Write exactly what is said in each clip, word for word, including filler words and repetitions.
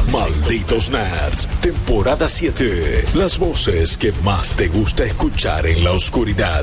Malditos Nerds, temporada siete. Las voces que más te gusta escuchar en la oscuridad.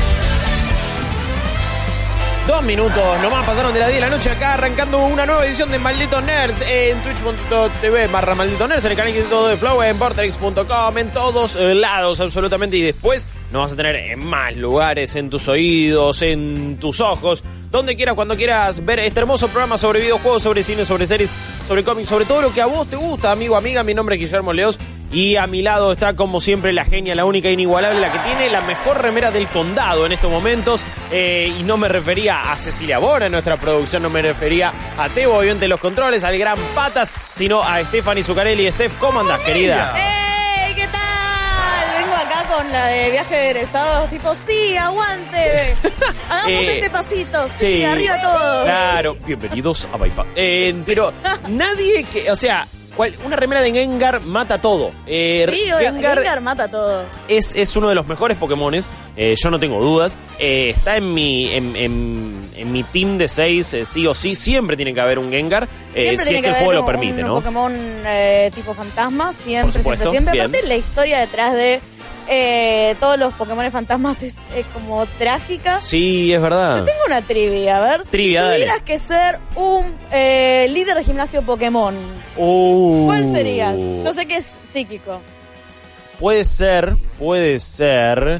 Dos minutos nomás pasaron de las diez de la noche acá, arrancando una nueva edición de Malditos Nerds en twitch punto tv barra Malditos Nerds, en el canal de todo de Flow, en vortex punto com, en todos lados absolutamente. Y después nos vas a tener en más lugares, en tus oídos, en tus ojos, donde quieras, cuando quieras ver este hermoso programa sobre videojuegos, sobre cine, sobre series, sobre cómics, sobre todo lo que a vos te gusta, amigo, amiga. Mi nombre es Guillermo Leos. Y a mi lado está, como siempre, la genia, la única e inigualable, la que tiene la mejor remera del condado en estos momentos. Eh, y no me refería a Cecilia Bora en nuestra producción, no me refería a Tebo, obviamente, en los controles, al gran Patas, sino a Stephanie Zuccarelli. Steph, ¿cómo andás, querida? ¡Ey! ¿Qué tal? Vengo acá con la de viaje de egresados, tipo, sí, aguante. Hagamos Eh, este pasito, sí, sí, arriba todos. Claro, bienvenidos a Bypass. Eh, pero nadie que, o sea... ¿Cuál? Una remera de Gengar mata todo. Eh, Sí, Gengar, Gengar mata todo. Es, es uno de los mejores Pokémones, eh, yo no tengo dudas. Eh, está en mi en, en, en mi team de seis, eh, sí o sí. Siempre tiene que haber un Gengar, eh, Siempre si tiene es que el haber juego lo un- permite, un ¿no? Pokémon eh, tipo fantasma, siempre, Por supuesto, siempre, siempre. bien. Aparte, la historia detrás de eh, todos los Pokémon fantasmas es, es como trágica. Sí, es verdad. Tengo una trivia, a ver. Trivia, si dale. tuvieras que ser un eh, líder de gimnasio Pokémon, Uh, ¿cuál serías? Yo sé que es psíquico. Puede ser, puede ser.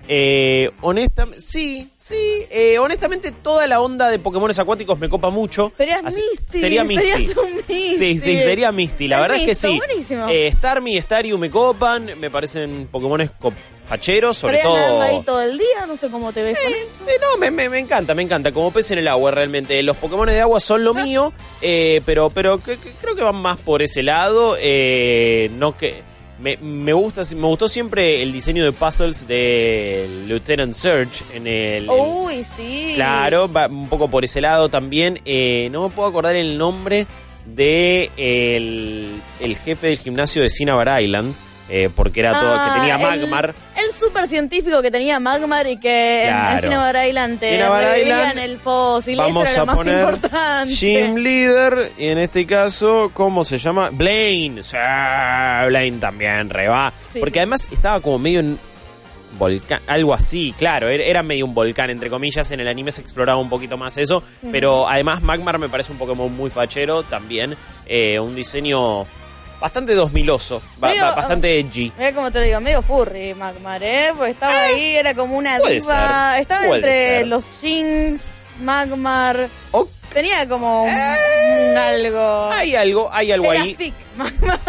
Eh, honestamente, sí, sí. Eh, honestamente, toda la onda de Pokémones acuáticos me copa mucho. Serías Así- Misty. Sería Misty. Serías un Misty. Sí, sí, sería Misty. La El verdad Misto, es que sí. buenísimo. Eh, Starmie y Staryu me copan. Me parecen Pokémones co- facheros, sobre Estarías todo. nadando ahí todo el día, no sé cómo te ves con eso. Eh, no, me, me, me encanta, me encanta. Como pez en el agua, realmente. Los Pokémones de agua son lo mío, eh, pero, pero que- que creo que van más por ese lado. Eh, no que. Me, me gusta, me gustó siempre el diseño de puzzles de Lieutenant Surge en el. Uy, sí. Claro, va un poco por ese lado también. Eh, no me puedo acordar el nombre de el, el jefe del gimnasio de Cinnabar Island, eh, porque era todo, Ah, que tenía el- Magmar. El super científico que tenía Magmar y que en- Claro. en Cinnabar Island te Cinnabar revivían Island, el fósil. Vamos Eso era a lo más poner importante. Gym Leader, y en este caso, ¿cómo se llama? Blaine. Sí, Blaine también, re va. Sí, Porque sí. además estaba como medio en volcán, algo así, claro, era, era medio un volcán, entre comillas. En el anime se exploraba un poquito más eso, pero además Magmar me parece un Pokémon muy fachero también. Eh, un diseño bastante dos miloso, ba- Medio- ba- bastante edgy. Mira cómo te lo digo, medio furry Magmar, ¿eh? Porque estaba ahí, era como una puede diva. ser, Estaba puede entre ser. los Jinx, Magmar. Ok, Tenía como un, Eh. un algo. hay algo, hay algo Era ahí. thick, Magmar.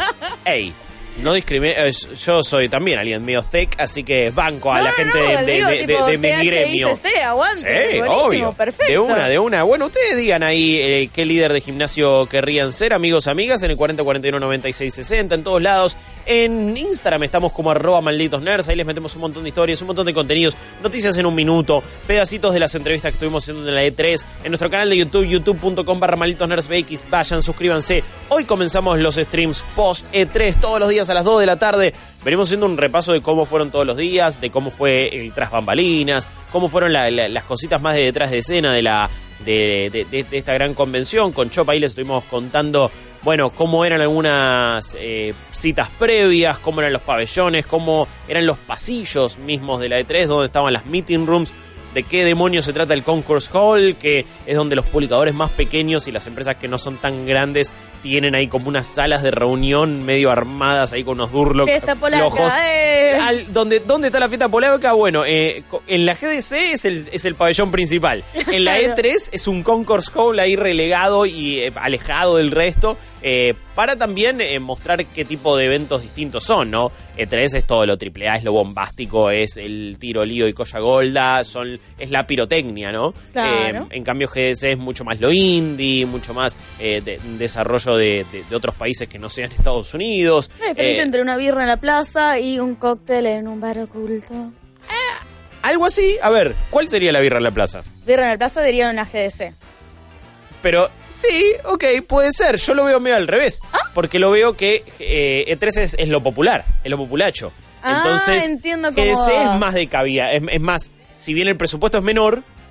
Ey, no discrimine, eh, yo soy también alguien medio thick, así que banco a No, la no, gente no, de, de- digo, de- tipo, de mi T H I gremio. C C, aguante. Sí, buenísimo, obvio. perfecto. De una, de una. Bueno, ustedes digan ahí eh, qué líder de gimnasio querrían ser, amigos, amigas, en el cuarenta cuarenta y uno noventa y seis sesenta, en todos lados. En Instagram estamos como arroba malditos nerds, ahí les metemos un montón de historias, un montón de contenidos, noticias en un minuto, pedacitos de las entrevistas que estuvimos haciendo en la E tres, en nuestro canal de YouTube, youtube punto com barra malditos nerds B X, vayan, suscríbanse. Hoy comenzamos los streams post E tres, todos los días a las dos de la tarde. Venimos haciendo un repaso de cómo fueron todos los días, de cómo fue el tras bambalinas, cómo fueron la- la- las cositas más de detrás de escena de la de, de- de- de esta gran convención. Con Chop ahí les estuvimos contando, bueno, cómo eran algunas eh, citas previas, cómo eran los pabellones, cómo eran los pasillos mismos de la E tres, dónde estaban las meeting rooms, de qué demonios se trata el Concourse Hall, que es donde los publicadores más pequeños y las empresas que no son tan grandes tienen ahí como unas salas de reunión medio armadas ahí con unos Durlock Fiesta polaca, flojos. eh. Al- ¿dónde, ¿Dónde está la fiesta polaca? Bueno, eh, co- en la G D C es el, es el pabellón principal. En la Claro. E tres es un Concourse Hall ahí relegado y eh, alejado del resto, eh, para también eh, mostrar qué tipo de eventos distintos son, ¿no? E tres es todo lo triple A, es lo bombástico, es el tiro, lío y colla golda, son, es la pirotecnia, ¿no? Claro. Eh, en cambio G D C es mucho más lo indie, mucho más eh, de, desarrollo de, de- de otros países que no sean Estados Unidos. La diferencia Eh, entre una birra en la plaza y un cóctel en un bar oculto. Algo así. A ver, ¿cuál sería la birra en la plaza? Birra en la plaza diría una G D C. Pero sí, ok, puede ser. Yo lo veo medio al revés. Porque lo veo que eh, E tres es, es lo popular, es lo populacho. Ah, Entonces, entiendo G D C cómo va. es más de cabida. Es, es más, si bien el presupuesto es menor,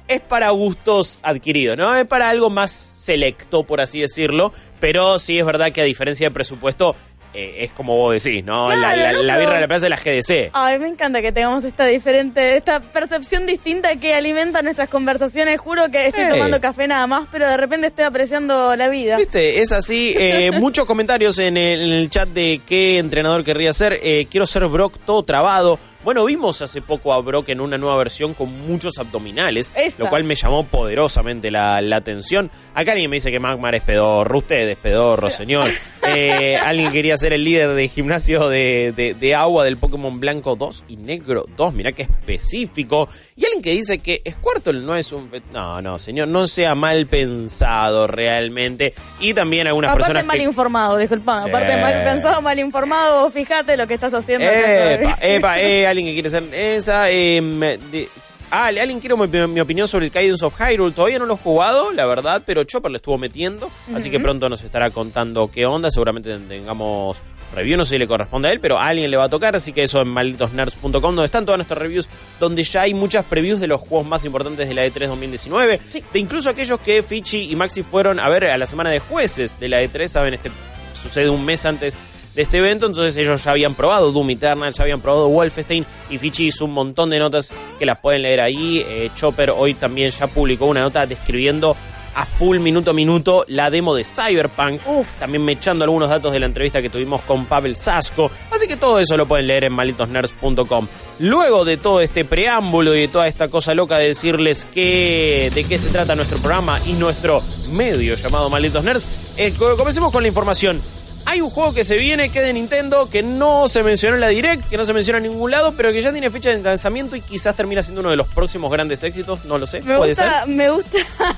es para gustos adquiridos, ¿no? Es para algo más selecto, por así decirlo, pero sí es verdad que a diferencia de presupuesto, eh, es como vos decís, ¿no? Claro, la, la, no, la pero... birra de la plaza de la G D C. Ay, me encanta que tengamos esta diferente, esta percepción distinta que alimenta nuestras conversaciones. Juro que estoy Hey. tomando café nada más, pero de repente estoy apreciando la vida. Viste, es así. Eh, muchos comentarios en el, en el chat de qué entrenador querría ser. Eh, quiero ser Brock todo trabado. Bueno, vimos hace poco a Brock en una nueva versión con muchos abdominales, Esa. lo cual me llamó poderosamente la, la atención. Acá alguien me dice que Magmar es pedorro, usted es pedorro, señor. Eh, alguien quería ser el líder de gimnasio de, de, de agua del Pokémon Blanco dos y Negro dos, mirá qué específico. Y alguien que dice que Squirtle no es un... No, no, señor, no sea mal pensado realmente. Y también algunas Aparte personas mal que... informado, disculpame. Sí. Aparte mal pensado, mal informado, fíjate lo que estás haciendo. Epa, epa, eh, alguien que quiere ser esa. Eh, de, ah, alguien quiere mi, mi opinión sobre el Cadence of Hyrule. Todavía no lo he jugado, la verdad, pero Chopper le estuvo metiendo. Uh-huh. Así que pronto nos estará contando qué onda. Seguramente tengamos review, no sé si le corresponde a él, pero a alguien le va a tocar. Así que eso en malditos nerds punto com, donde están todas nuestras reviews, donde ya hay muchas previews de los juegos más importantes de la E tres dos mil diecinueve. Sí. De incluso aquellos que Fichi y Maxi fueron a ver a la semana de jueces de la E tres. Saben, este sucede un mes antes de este evento, entonces ellos ya habían probado Doom Eternal, ya habían probado Wolfenstein, y Fichi hizo un montón de notas que las pueden leer ahí. eh, Chopper hoy también ya publicó una nota describiendo a full, minuto a minuto, la demo de Cyberpunk. Uf. También me echando algunos datos de la entrevista que tuvimos con Pavel Sasko. Así que todo eso lo pueden leer en malditos nerds punto com. Luego de todo este preámbulo y de toda esta cosa loca de decirles que, de qué se trata nuestro programa y nuestro medio llamado Malditos Nerds, eh, comencemos con la información. Hay un juego que se viene, que es de Nintendo, que no se mencionó en la Direct, que no se menciona en ningún lado, pero que ya tiene fecha de lanzamiento y quizás termina siendo uno de los próximos grandes éxitos, no lo sé, me puede gusta, ser. Me gusta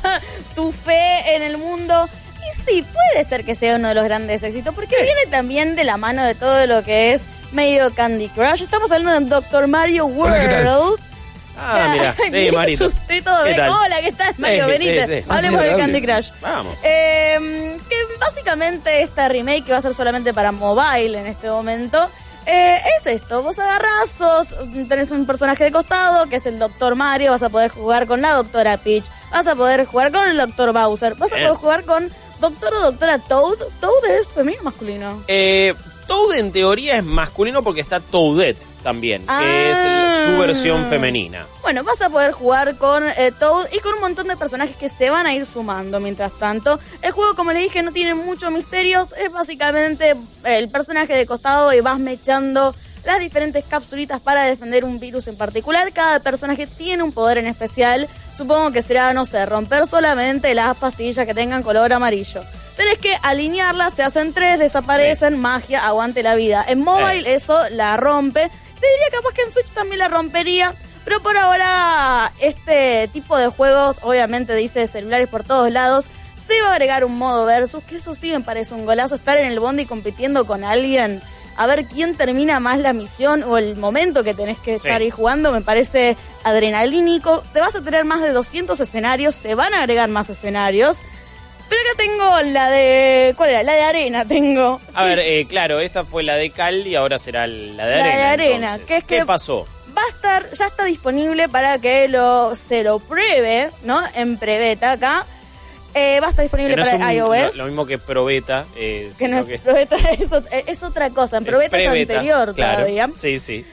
tu fe en el mundo. Y sí, puede ser que sea uno de los grandes éxitos, porque sí. Viene también de la mano de todo lo que es medio Candy Crush. Estamos hablando de Doctor Mario World. Ah, mira, sí, Marito. Asusté todo. ¿Qué Hola, ¿qué tal, Mario? Sí, Venite. sí, sí. Hablemos de Candy Crush. Vamos. Eh, que básicamente esta remake, que va a ser solamente para mobile en este momento, eh, es esto. Vos agarrás, sos, tenés un personaje de costado, que es el Doctor Mario, vas a poder jugar con la Doctora Peach, vas a poder jugar con el Doctor Bowser, vas a poder jugar con Doctor o Doctora Toad. ¿Toad es femenino o masculino? Eh... Toad en teoría es masculino porque está Toadette también, ah. que es el, su versión femenina. Bueno, vas a poder jugar con eh, Toad y con un montón de personajes que se van a ir sumando mientras tanto. El juego, como le dije, no tiene muchos misterios. Es básicamente el personaje de costado y vas mechando las diferentes capsulitas para defender un virus en particular. Cada personaje tiene un poder en especial. Supongo que será, no sé, romper solamente las pastillas que tengan color amarillo. Tenés que alinearlas, se hacen tres, desaparecen, sí. Magia, aguante la vida. En mobile sí. Eso la rompe. Te diría capaz que en Switch también la rompería. Pero por ahora este tipo de juegos, obviamente dice celulares por todos lados, se va a agregar un modo versus, que eso sí me parece un golazo, estar en el bondi compitiendo con alguien, a ver quién termina más la misión o el momento que tenés que estar sí. ahí jugando, me parece adrenalínico. Te vas a tener más de doscientos escenarios, se van a agregar más escenarios. Pero acá tengo la de... ¿Cuál era? La de arena tengo. A ver, eh, claro, esta fue la de cal y ahora será la de la arena. La de arena. Que es ¿Qué que pasó? Va a estar, ya está disponible para que lo se lo pruebe, ¿no? En prebeta acá. Eh, va a estar disponible no para un, iOS. Lo, lo mismo que probeta. Eh, que no es que probeta, es, es otra cosa. En probeta es, es anterior claro. todavía. Sí, sí.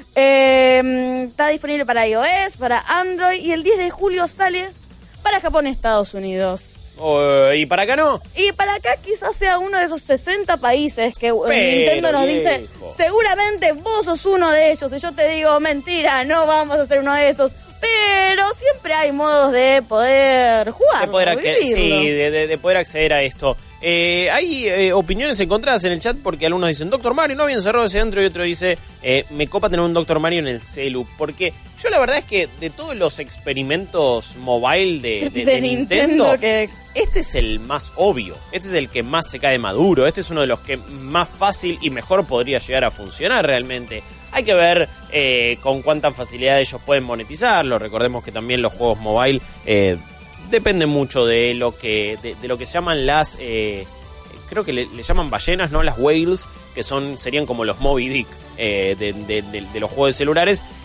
Eh, está disponible para iOS, para Android. Y el diez de julio sale para Japón y Estados Unidos. Oh, ¿y para acá no? Y para acá quizás sea uno de esos sesenta países que Pero Nintendo nos viejo. dice, seguramente vos sos uno de ellos. Y yo te digo, mentira, no vamos a ser uno de esos. Pero siempre hay modos de poder jugar, de poder ac- sí, de, de, de poder acceder a esto. Eh, hay eh, opiniones encontradas en el chat porque algunos dicen Doctor Mario no habían cerrado ese dentro y otro dice eh, me copa tener un Doctor Mario en el celu, porque yo la verdad es que de todos los experimentos mobile de, de, de, de Nintendo, Nintendo que... este es el más obvio, este es el que más se cae maduro, este es uno de los que más fácil y mejor podría llegar a funcionar realmente. Hay que ver eh, con cuánta facilidad ellos pueden monetizarlo. Recordemos que también los juegos mobile eh, depende mucho de lo que de, de lo que se llaman las eh, creo que le, le llaman ballenas, ¿no? Las whales, que son serían como los Moby Dick eh, de, de, de, de los juegos de celulares,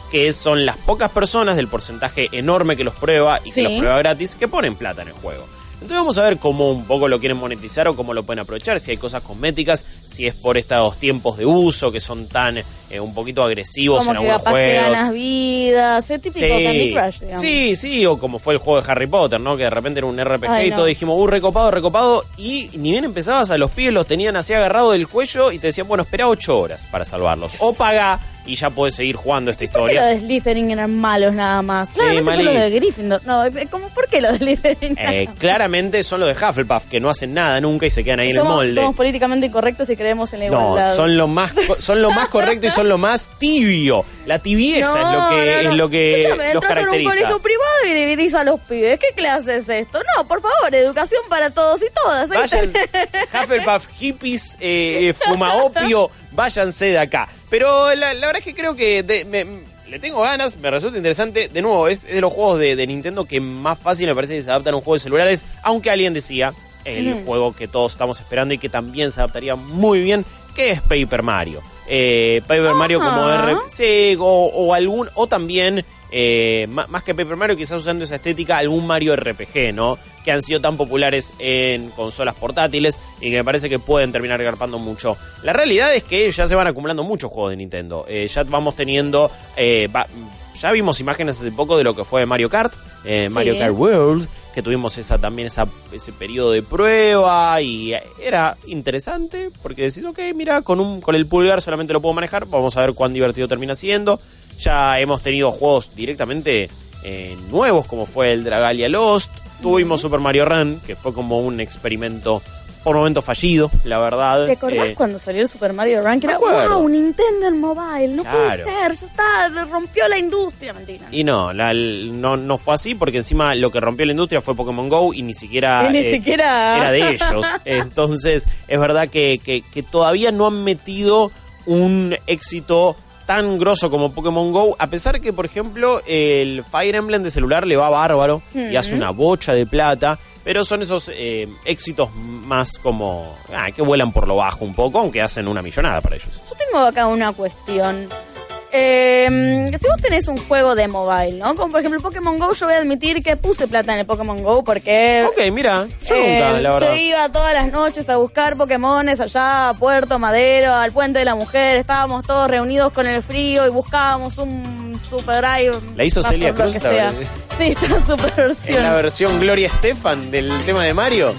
que son las pocas personas del porcentaje enorme que los prueba y Sí. que los prueba gratis, que ponen plata en el juego. Entonces vamos a ver cómo un poco lo quieren monetizar o cómo lo pueden aprovechar, si hay cosas cosméticas, si es por estos tiempos de uso que son tan eh, un poquito agresivos Como en que algunos capaz que juegos. ganas vidas, es típico Candy Crush, digamos. sí, sí, o como fue el juego de Harry Potter, ¿no? Que de repente era un R P G Ay, y no. todo dijimos, uh, recopado, recopado, y ni bien empezabas a los pibes los tenían así agarrado del cuello y te decían, bueno, espera ocho horas para salvarlos, o paga y ya podés seguir jugando esta ¿Por qué historia. los de Slytherin eran malos nada más? Claramente son los de malísimo. Gryffindor. No, ¿cómo por qué los de Slytherin? Eh, claramente son los de Hufflepuff, que no hacen nada nunca y se quedan ahí en somos, el molde. somos políticamente incorrectos y creemos en la No, igualdad. son lo más co- son lo más correcto y son lo más tibio. La tibieza No, es lo que no, no. es lo que Escúchame, los entras en un caracteriza. colegio privado y dividís a los pibes. ¿Qué clase es esto? No, por favor, educación para todos y todas. Ahí Vayan, está. Hufflepuff, hippies, eh, fumaopio, váyanse de acá. Pero la, la verdad es que creo que de- me- le tengo ganas, me resulta interesante. De nuevo, es, es de los juegos de, de Nintendo que más fácil me parece que se adaptan a un juego de celulares, aunque alguien decía el Ujú. juego que todos estamos esperando y que también se adaptaría muy bien, que es Paper Mario. Eh, Paper Mario como Ajá. R sí, o, o algún o también eh, má- más que Paper Mario, quizás usando esa estética, algún Mario R P G, ¿no? Que han sido tan populares en consolas portátiles y que me parece que pueden terminar garpando mucho. La realidad es que ya se van acumulando muchos juegos de Nintendo. Eh, ya vamos teniendo... eh, va- ya vimos imágenes hace poco de lo que fue Mario Kart, eh, Sí. Mario Kart World, que tuvimos esa también esa, ese periodo de prueba y era interesante porque decís, ok, mira, con, un, con el pulgar solamente lo puedo manejar, vamos a ver cuán divertido termina siendo. Ya hemos tenido juegos directamente eh, nuevos como fue el Dragalia Lost, tuvimos Super Mario Run, que fue como un experimento por momento fallido, la verdad. ¿Te acordás Eh, cuando salió el Super Mario Run? Que me era, acuerdo. wow, Nintendo en mobile. No Claro. puede ser, ya está, le rompió la industria. Mentira. Y no, la- no, no fue así porque encima lo que rompió la industria fue Pokémon GO y ni siquiera... Y ni eh, siquiera... era de ellos. Entonces, es verdad que, que, que todavía no han metido un éxito tan grosso como Pokémon GO, a pesar que, por ejemplo, el Fire Emblem de celular le va bárbaro y Ujú. hace una bocha de plata, pero son esos eh, éxitos más como... Ah, que vuelan por lo bajo un poco, aunque hacen una millonada para ellos. Yo tengo acá una cuestión. Eh, si vos tenés un juego de mobile, ¿no? Como por ejemplo Pokémon GO, yo voy a admitir que puse plata en el Pokémon GO porque... Ok, mira, yo eh, nunca, la verdad. yo iba todas las noches a buscar Pokémones allá a Puerto Madero, al Puente de la Mujer. Estábamos todos reunidos con el frío y buscábamos un Super Drive. ¿La hizo no Celia sé, lo Cruz, que la sea. verdad? Sí, está super En versión. la versión Gloria Estefan del tema de Mario.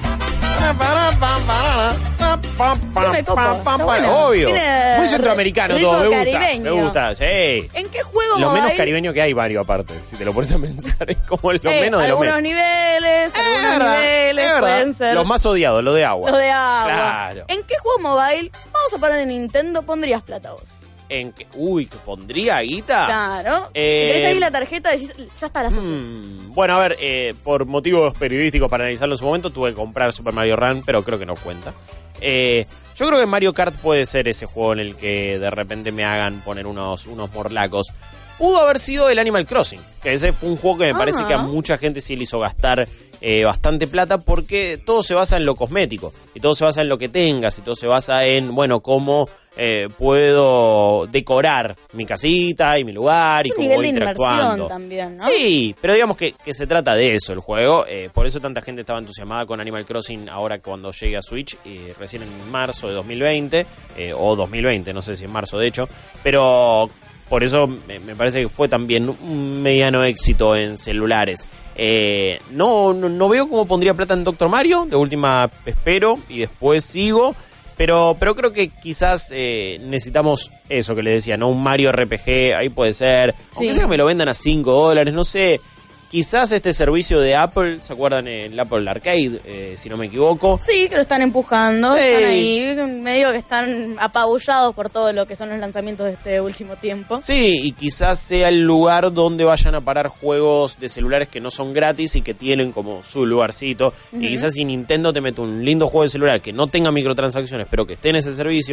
Yo me copo, está buena. Obvio. Tiene Muy centroamericano ritmo todo, me gusta. caribeño. Me gusta, sí. ¿En qué juego Lo mobile? menos caribeño que hay Mario aparte, si te lo pones a pensar, es como lo Eh, menos de lo algunos menos. niveles, Es algunos verdad, niveles es verdad. pueden ser Los más odiados, lo de agua. lo de agua. Claro. ¿En qué juego mobile, vamos a parar en Nintendo, pondrías plata vos? En que, uy, que pondría guita. Claro. Eh, Tenés ahí la tarjeta, decís, ya está, la asocias. Mm, bueno, a ver, eh, por motivos periodísticos para analizarlo en su momento, tuve que comprar Super Mario Run, pero creo que no cuenta. Eh, yo creo que Mario Kart puede ser ese juego en el que de repente me hagan poner unos, unos morlacos. Pudo haber sido el Animal Crossing, que ese fue un juego que me Ajá. parece que a mucha gente sí le hizo gastar eh, bastante plata porque todo se basa en lo cosmético y todo se basa en lo que tengas y todo se basa en, bueno, cómo eh, puedo decorar mi casita y mi lugar y Es un cómo nivel voy de interactuando. inmersión también, ¿no? Sí, pero digamos que, que se trata de eso el juego. Eh, por eso tanta gente estaba entusiasmada con Animal Crossing ahora cuando llegue a Switch, eh, recién en marzo de dos mil veinte, eh, o dos mil veinte, no sé si en marzo de hecho. Pero por eso me, me parece que fue también un mediano éxito en celulares. Eh, no, no, no veo cómo pondría plata en Doctor Mario, de última espero y después sigo. Pero, pero creo que quizás eh, necesitamos eso que le decía, ¿no? Un Mario R P G, ahí puede ser. Aunque Sí. sea que me lo vendan a cinco dólares, no sé. Quizás este servicio de Apple, ¿se acuerdan? El Apple Arcade, eh, si no me equivoco. Sí, que lo están empujando, Sí. están ahí, medio que están apabullados por todo lo que son los lanzamientos de este último tiempo. Sí, y quizás sea el lugar donde vayan a parar juegos de celulares que no son gratis y que tienen como su lugarcito. Y quizás si Nintendo te mete un lindo juego de celular que no tenga microtransacciones, pero que esté en ese servicio,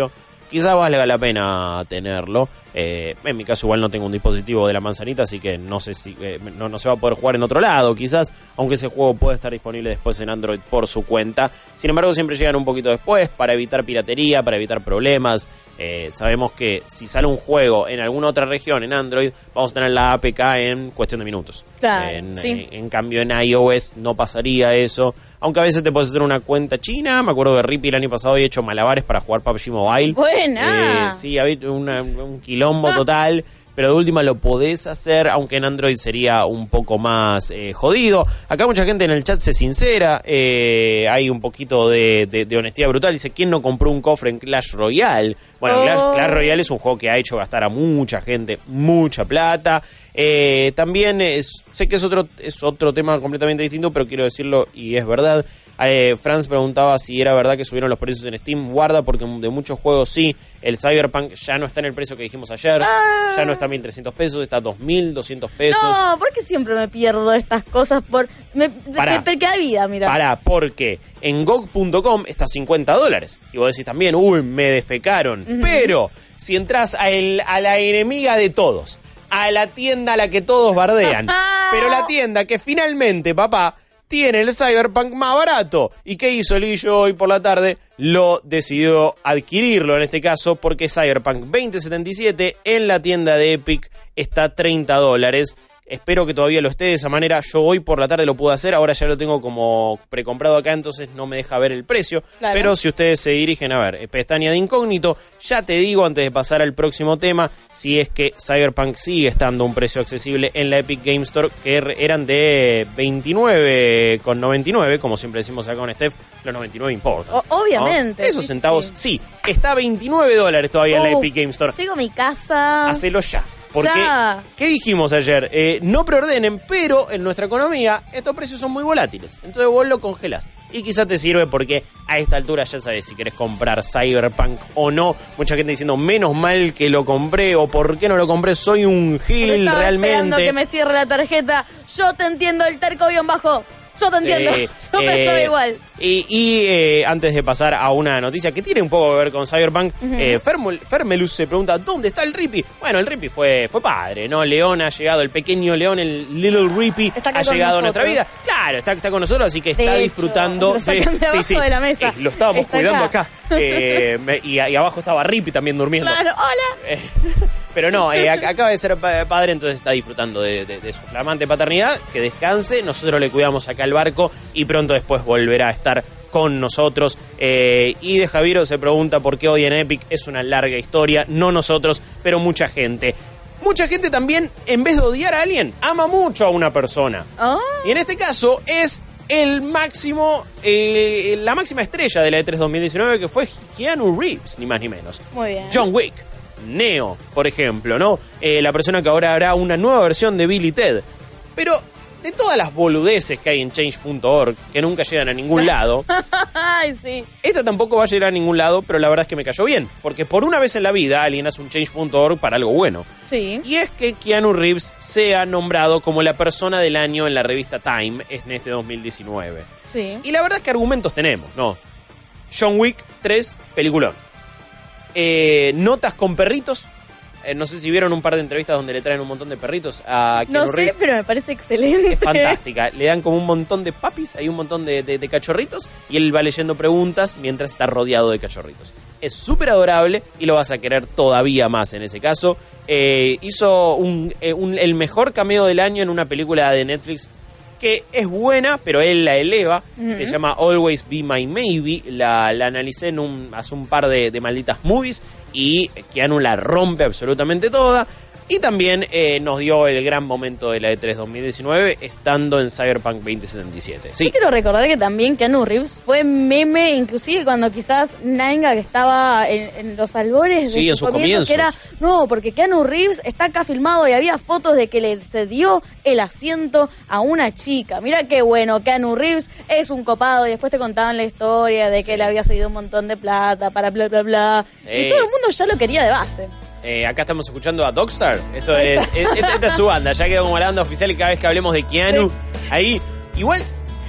quizás valga la pena tenerlo. Eh, en mi caso igual no tengo un dispositivo de la manzanita, así que no sé si eh, no, no se va a poder jugar en otro lado, quizás, aunque ese juego puede estar disponible después en Android por su cuenta. Sin embargo, siempre llegan un poquito después para evitar piratería, para evitar problemas. Eh, sabemos que si sale un juego en alguna otra región en Android, vamos a tener la A P K en cuestión de minutos. Claro, en, sí. en, en cambio en iOS no pasaría eso, aunque a veces te puedes hacer una cuenta china. Me acuerdo que Rippy el año pasado había hecho malabares para jugar P U B G Mobile. ¡Buena! Eh, sí, había una, un quilombo total. Pero de última lo podés hacer, aunque en Android sería un poco más eh, jodido. Acá mucha gente en el chat se sincera, eh, hay un poquito de, de, de honestidad brutal. Dice, ¿quién no compró un cofre en Clash Royale? Bueno, Oh. Clash, Clash Royale es un juego que ha hecho gastar a mucha gente mucha plata. Eh, también es, sé que es otro, es otro tema completamente distinto, pero quiero decirlo y es verdad. Eh, Franz preguntaba si era verdad que subieron los precios en Steam. Guarda, porque de muchos juegos sí. El Cyberpunk ya no está en el precio que dijimos ayer. Ah. Ya no está a mil trescientos pesos, está a dos mil doscientos pesos. No, ¿por qué siempre me pierdo estas cosas? Por me, Pará. me, me queda vida, mira. Pará, porque en G O G punto com está a cincuenta dólares. Y vos decís también, uy, me defecaron. Uh-huh. Pero si entras a, el, a la enemiga de todos, a la tienda a la que todos bardean, pero la tienda que finalmente, papá, tiene el Cyberpunk más barato. ¿Y qué hizo el Guillo hoy por la tarde? Lo decidió adquirirlo en este caso, porque Cyberpunk veinte setenta y siete en la tienda de Epic está a treinta dólares. Espero que todavía lo esté de esa manera. Yo hoy por la tarde lo pude hacer, ahora ya lo tengo como precomprado acá, entonces no me deja ver el precio. Claro. Pero si ustedes se dirigen a ver, pestaña de incógnito, ya te digo antes de pasar al próximo tema, si es que Cyberpunk sigue estando a un precio accesible en la Epic Game Store, que eran de veintinueve con noventa y nueve, como siempre decimos acá con Steph, los noventa y nueve importan. O, obviamente. ¿No? Esos sí, centavos, sí. sí, está a veintinueve dólares todavía Uf, en la Epic Game Store. Llego a mi casa. Hacelo ya. Porque, ya. ¿qué dijimos ayer? Eh, no preordenen, pero en nuestra economía estos precios son muy volátiles. Entonces vos lo congelás. Y quizá te sirve porque a esta altura ya sabes si querés comprar Cyberpunk o no. Mucha gente diciendo, menos mal que lo compré, o por qué no lo compré, soy un gil Estaba realmente. esperando que me cierre la tarjeta. Yo te entiendo, el terco guión bajo. Yo te entiendo, Sí, yo eh, pensaba igual. Y, y eh, antes de pasar a una noticia que tiene un poco que ver con Cyberpunk, uh-huh. eh, Fermul, Fermelus se pregunta, ¿dónde está el Rippy? Bueno, el Rippy fue, fue padre, ¿no? León ha llegado, el pequeño León, el Little Rippy, ha llegado a nuestra vida. Claro, está, está con nosotros, así que está de disfrutando. Hecho, de, de, sí, sí, de la mesa. Eh, lo estábamos está cuidando acá. acá. Eh, me, y, y abajo estaba Rippy también durmiendo. Claro, hola. Eh, Pero no, eh, acaba de ser padre, entonces está disfrutando de, de, de su flamante paternidad. Que descanse, nosotros le cuidamos acá el barco y pronto después volverá a estar con nosotros. Eh, y de Javiero se pregunta por qué hoy en Epic. Es una larga historia, no nosotros, pero mucha gente. Mucha gente también, en vez de odiar a alguien, ama mucho a una persona. Oh. Y en este caso es el máximo, eh, la máxima estrella de la E tres dos mil diecinueve, que fue Keanu Reeves, ni más ni menos. Muy bien. John Wick, Neo, por ejemplo, ¿no? Eh, la persona que ahora hará una nueva versión de Bill y Ted. Pero de todas las boludeces que hay en change punto org, que nunca llegan a ningún lado, Ay, sí. esta tampoco va a llegar a ningún lado, pero la verdad es que me cayó bien. Porque por una vez en la vida alguien hace un change punto org para algo bueno. Sí. Y es que Keanu Reeves sea nombrado como la persona del año en la revista Time en este dos mil diecinueve. Sí. Y la verdad es que argumentos tenemos, ¿no? John Wick tres, peliculón. Eh, notas con perritos. Eh, no sé si vieron un par de entrevistas donde le traen un montón de perritos a Keanu No sé, Reeves. pero me parece excelente. Es fantástica. Le dan como un montón de papis, hay un montón de, de, de cachorritos, y él va leyendo preguntas mientras está rodeado de cachorritos. Es súper adorable y lo vas a querer todavía más en ese caso. Eh, hizo un, eh, un, el mejor cameo del año en una película de Netflix que es buena, pero él la eleva. Uh-huh. Se llama Always Be My Maybe. La, la analicé en un, hace un par de, de malditas movies y Keanu la rompe absolutamente toda. Y también eh, nos dio el gran momento de la E tres dos mil diecinueve estando en Cyberpunk veinte setenta y siete. Sí. Yo quiero recordar que también Keanu Reeves fue meme, inclusive cuando quizás Nanga, que estaba en, en los albores sí, de en su sus comienzo, comienzos. que era, no, porque Keanu Reeves está acá filmado y había fotos de que le cedió el asiento a una chica. Mira qué bueno, Keanu Reeves es un copado, y después te contaban la historia de que sí. le había cedido un montón de plata para bla, bla, bla. Sí. Y todo el mundo ya lo quería de base. Eh, acá estamos escuchando a Dogstar. Esto es, es, esta es su banda. Ya quedó como la banda oficial y cada vez que hablemos de Keanu, ahí igual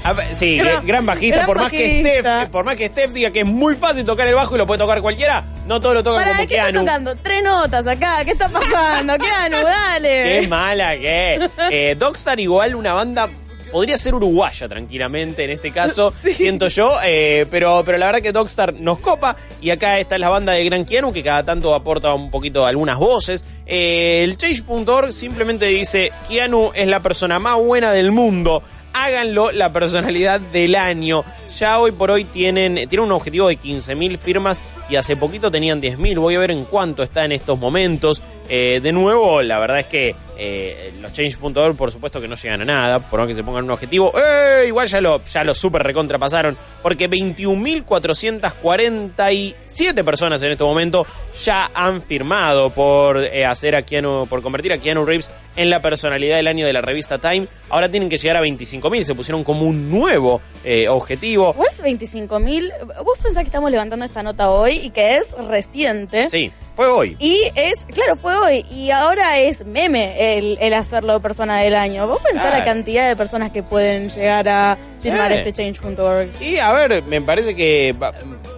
A ver, sí, Gran- gran bajista, gran por más que bajista. Steph, por más que Steph diga que es muy fácil tocar el bajo y lo puede tocar cualquiera, no todos lo tocan ¿Para como qué está Keanu. tocando? Tres notas acá. ¿Qué está pasando? Keanu, dale. Qué mala que es. Eh, Dogstar igual una banda podría ser uruguaya tranquilamente en este caso, Sí. siento yo, eh, pero, pero la verdad que Dogstar nos copa y acá está la banda de Gran Keanu que cada tanto aporta un poquito algunas voces. Eh, el change punto org simplemente dice Keanu es la persona más buena del mundo. Háganlo la personalidad del año. Ya hoy por hoy tienen, tienen un objetivo de quince mil firmas y hace poquito tenían diez mil. Voy a ver en cuánto está en estos momentos. Eh, de nuevo, la verdad es que eh, los change punto org por supuesto que no llegan a nada, por más que se pongan un objetivo. ¡Eh! Igual ya lo, ya lo super recontrapasaron, porque veintiún mil cuatrocientas cuarenta y siete personas en este momento ya han firmado por eh, hacer a Keanu, por convertir a Keanu Reeves en la personalidad del año de la revista Time. Ahora tienen que llegar a veinticinco mil, se pusieron como un nuevo eh, objetivo. Igual es veinticinco mil. Vos pensás que estamos levantando esta nota hoy y que es reciente. Sí, fue hoy. Y es, claro, fue hoy. Y ahora es meme el, el hacerlo persona del año. Vos pensás Claro. la cantidad de personas que pueden llegar a firmar Eh. este change punto org. Y a ver, me parece que... va-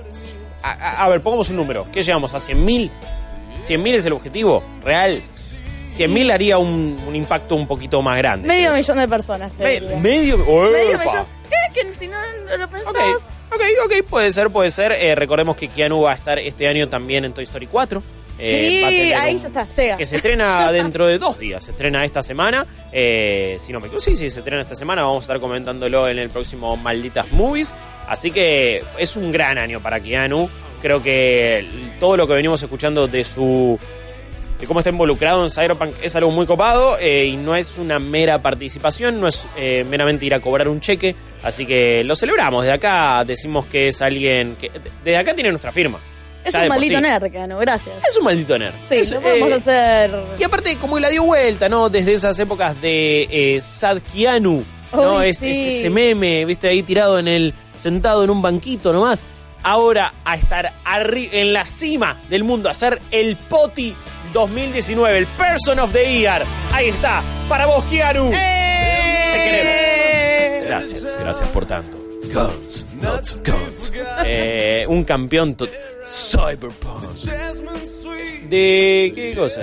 A, a- a ver, pongamos un número. ¿Qué llegamos? ¿A cien mil? ¿cien mil es el objetivo real? cien mil haría un, un impacto un poquito más grande. Medio millón de personas. Te Me- diría. medio... Medio ¡Epa! millón. Es que si no lo pensás. Ok, ok, ok, puede ser, puede ser. Eh, recordemos que Keanu va a estar este año también en Toy Story cuatro. Eh, Sí, va a tener ahí un- ya está, llega. Que se estrena dentro de dos días. Se estrena esta semana. Eh, si no me equivoco, sí, sí, se estrena esta semana. Vamos a estar comentándolo en el próximo Malditas Movies. Así que es un gran año para Keanu. Creo que todo lo que venimos escuchando de su... de cómo está involucrado en Cyberpunk es algo muy copado eh, y no es una mera participación, no es eh, meramente ir a cobrar un cheque, así que lo celebramos. De acá decimos que es alguien que... Desde acá tiene nuestra firma. Es Ya un de por maldito sí. nerd, Keanu, gracias. Es un maldito nerd. Sí, Es, lo podemos eh, hacer. Y aparte, como la dio vuelta, ¿no? Desde esas épocas de eh, Sad Keanu, ¿no? Uy, es, sí. es ese meme, viste, ahí tirado en el... sentado en un banquito nomás. Ahora a estar arri- en la cima del mundo, a ser el Poti dos mil diecinueve, el Person of the Year. Ahí está, para vos, Keanu. ¡Eh! Te queremos. Gracias, gracias por tanto. Guns, not guns. Eh, un campeón to- Cyberpunk. ¿De qué cosa?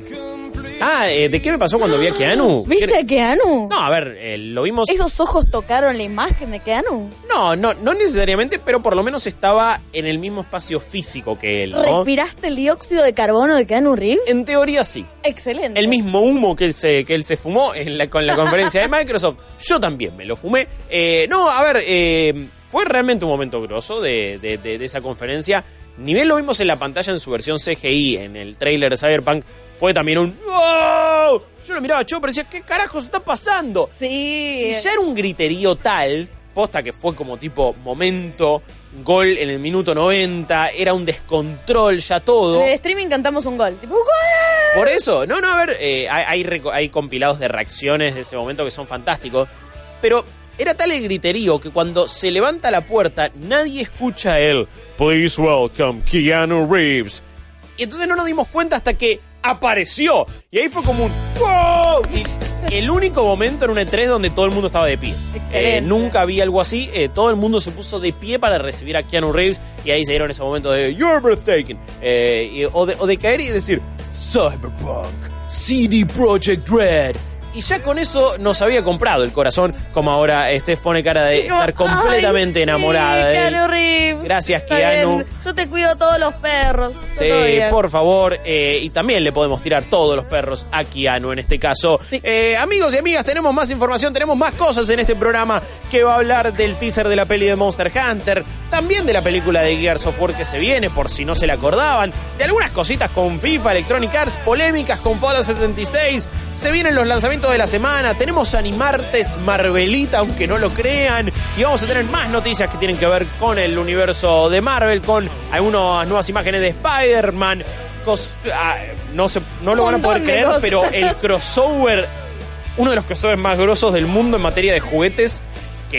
Ah, eh, ¿de qué me pasó cuando vi a Keanu? ¿Viste a Keanu? No, a ver, eh, lo vimos... ¿Esos ojos tocaron la imagen de Keanu? No, no, no necesariamente, pero por lo menos estaba en el mismo espacio físico que él, ¿no? ¿Respiraste el dióxido de carbono de Keanu Reeves? En teoría sí. Excelente. El mismo humo que él se, que él se fumó en la, con la conferencia de Microsoft, yo también me lo fumé. Eh, no, a ver, eh, fue realmente un momento grosso de, de, de, de esa conferencia. Ni bien lo vimos en la pantalla en su versión C G I, en el tráiler de Cyberpunk, fue también un ¡wow! Yo lo miraba yo, pero decía, ¿qué carajos está pasando? Sí. Y ya era un griterío tal, posta que fue como tipo momento, gol en el minuto noventa, era un descontrol ya todo. En el streaming cantamos un gol. Tipo, ¡gol! Por eso, no, no, a ver, eh, hay, hay, reco- hay compilados de reacciones de ese momento que son fantásticos, pero era tal el griterío que cuando se levanta la puerta nadie escucha el Please welcome Keanu Reeves. Y entonces no nos dimos cuenta hasta que apareció. Y ahí fue como un ¡wow! Y el único momento en un E tres donde todo el mundo estaba de pie. Excelente. Eh, nunca vi algo así. Eh, todo el mundo se puso de pie para recibir a Keanu Reeves. Y ahí se dieron ese momento de You're breathtaking. Eh, y- o, de, o de caer y decir Cyberpunk, C D Projekt Red. Y ya con eso nos había comprado el corazón, como ahora Steph pone cara de Como, estar completamente ay, enamorada sí, de él. Keanu Reeves. Gracias, Está Keanu. bien. Yo te cuido todos los perros. Sí, Todo bien. por favor. eh, y también le podemos tirar todos los perros a Keanu en este caso. Sí. Eh, amigos y amigas, tenemos más información, tenemos más cosas en este programa que va a hablar del teaser de la peli de Monster Hunter, también de la película de Gears of War que se viene, por si no se la acordaban, de algunas cositas con FIFA, Electronic Arts, polémicas con Fallout setenta y seis, se vienen los lanzamientos de la semana, tenemos Animartes Marvelita, aunque no lo crean, y vamos a tener más noticias que tienen que ver con el universo de Marvel, con algunas nuevas imágenes de Spider-Man, cos- ah, no, se, no lo Un van a poder montón de creer, cosas. pero el crossover, uno de los crossovers más grosos del mundo en materia de juguetes, que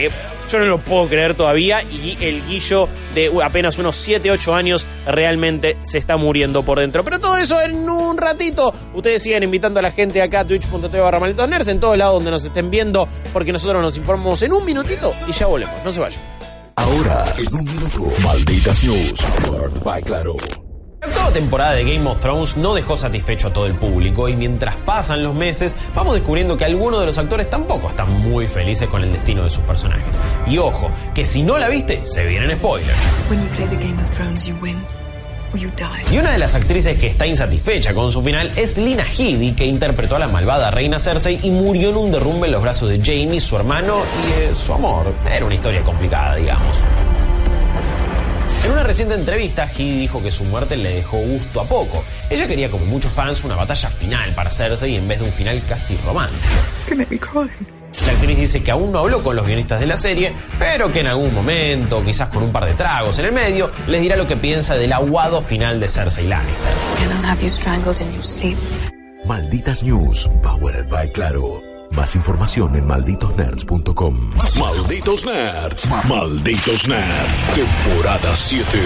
Yo no lo puedo creer todavía y el Guillo de apenas unos siete, ocho años realmente se está muriendo por dentro. Pero todo eso en un ratito. Ustedes siguen invitando a la gente acá a twitch.tv barra malditos nerds en todos lados donde nos estén viendo, porque nosotros nos informamos en un minutito y ya volvemos. No se vayan. Ahora, en un minuto, Malditas News, powered by Claro. La octava temporada de Game of Thrones no dejó satisfecho a todo el público y mientras pasan los meses vamos descubriendo que algunos de los actores tampoco están muy felices con el destino de sus personajes. Y ojo, que si no la viste, se vienen spoilers. When you play the Game of Thrones, you win or you die. Y una de las actrices que está insatisfecha con su final es Lena Headey, que interpretó a la malvada reina Cersei y murió en un derrumbe en los brazos de Jaime, su hermano y eh, su amor. Era una historia complicada, digamos. En una reciente entrevista, Headey dijo que su muerte le dejó gusto a poco. Ella quería, como muchos fans, una batalla final para Cersei en vez de un final casi romántico. It's gonna make me cry. La actriz dice que aún no habló con los guionistas de la serie, pero que en algún momento, quizás con un par de tragos en el medio, les dirá lo que piensa del aguado final de Cersei Lannister. And I'll have you strangled in your sleep. Malditas News, powered by Claro. Más información en malditos nerds punto com. Malditos Nerds, Malditos Nerds, temporada siete.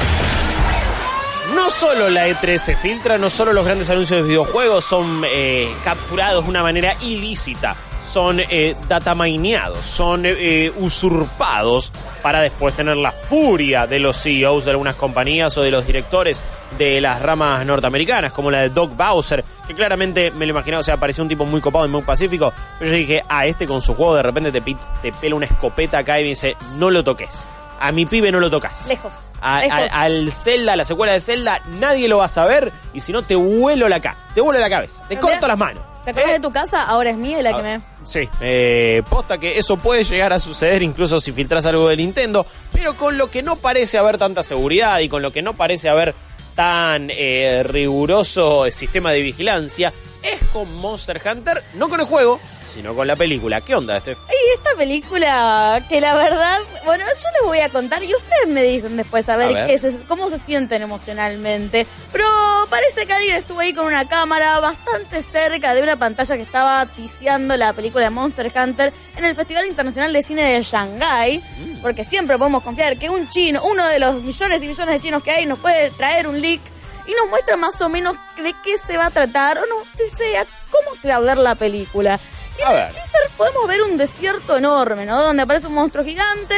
No solo la E tres se filtra, no solo los grandes anuncios de videojuegos son eh, capturados de una manera ilícita, son eh, datamineados, son eh, usurpados para después tener la furia de los C E Os de algunas compañías o de los directores de las ramas norteamericanas, como la de Doug Bowser, que claramente me lo imaginaba, o sea, parecía un tipo muy copado y muy pacífico, pero yo dije, ah, este con su juego de repente te, te pela una escopeta acá y me dice, no lo toques. A mi pibe no lo tocas. Lejos. A, lejos. A, al Zelda, a la secuela de Zelda, nadie lo va a saber y si no te vuelo la ca, te vuelo la cabeza, te corto Mira, las manos. ¿Te acuerdas ¿Eh? de tu casa? Ahora es mía y la Ah, que me... Sí, eh, posta que eso puede llegar a suceder incluso si filtras algo de Nintendo, pero con lo que no parece haber tanta seguridad y con lo que no parece haber tan eh, riguroso sistema de vigilancia, es con Monster Hunter, no con el juego, sino con la película. ¿Qué onda, Steph? Y esta película, que la verdad, bueno, yo les voy a contar y ustedes me dicen después a ver, A ver. Qué se, cómo se sienten emocionalmente. Pero parece que alguien estuvo ahí con una cámara bastante cerca de una pantalla que estaba ticiando la película de Monster Hunter en el Festival Internacional de Cine de Shanghái, mm. porque siempre podemos confiar que un chino, uno de los millones y millones de chinos que hay, nos puede traer un leak y nos muestra más o menos de qué se va a tratar, o nos desea cómo se va a ver la película. Y A en ver. el teaser podemos ver un desierto enorme, ¿no? Donde aparece un monstruo gigante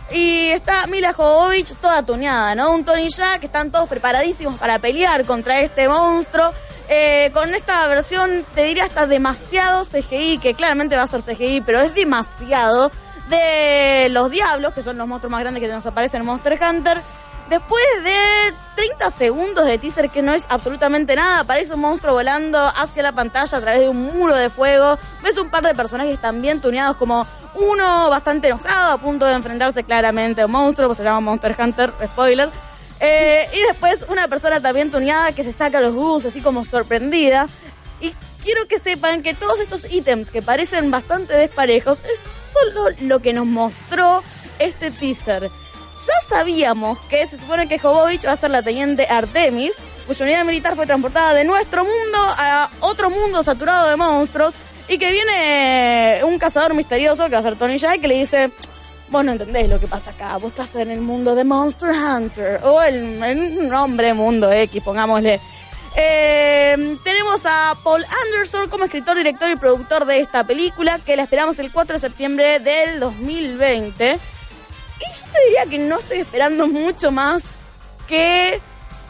y está Mila Jovovich toda tuneada, ¿no? Un Tony Jaa que están todos preparadísimos para pelear contra este monstruo. Eh, con esta versión, te diría hasta demasiado C G I, que claramente va a ser C G I, pero es demasiado, de los diablos, que son los monstruos más grandes que nos aparecen en Monster Hunter. Después de treinta segundos de teaser, que no es absolutamente nada, aparece un monstruo volando hacia la pantalla a través de un muro de fuego. Ves un par de personajes también tuneados, como uno bastante enojado, a punto de enfrentarse claramente a un monstruo, pues se llama Monster Hunter, spoiler. Eh, y después una persona también tuneada que se saca los bus así como sorprendida. Y quiero que sepan que todos estos ítems que parecen bastante desparejos es solo lo que nos mostró este teaser. Ya sabíamos que se supone que Jovovich va a ser la teniente Artemis, cuya unidad militar fue transportada de nuestro mundo a otro mundo saturado de monstruos, y que viene un cazador misterioso, que va a ser Tony Jaa, que le dice, vos no entendés lo que pasa acá, vos estás en el mundo de Monster Hunter, o el, el nombre Mundo X, pongámosle. Eh, tenemos a Paul Anderson como escritor, director y productor de esta película, que la esperamos el cuatro de septiembre del dos mil veinte. Y yo te diría que no estoy esperando mucho más que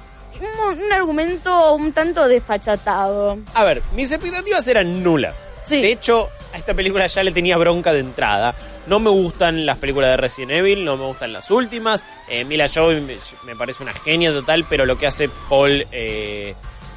un, un argumento un tanto desfachatado. A ver, mis expectativas eran nulas. Sí. De hecho, a esta película ya le tenía bronca de entrada. No me gustan las películas de Resident Evil, no me gustan las últimas. Eh, Mila Jovovich me, me parece una genia total, pero lo que hace Paul... Eh,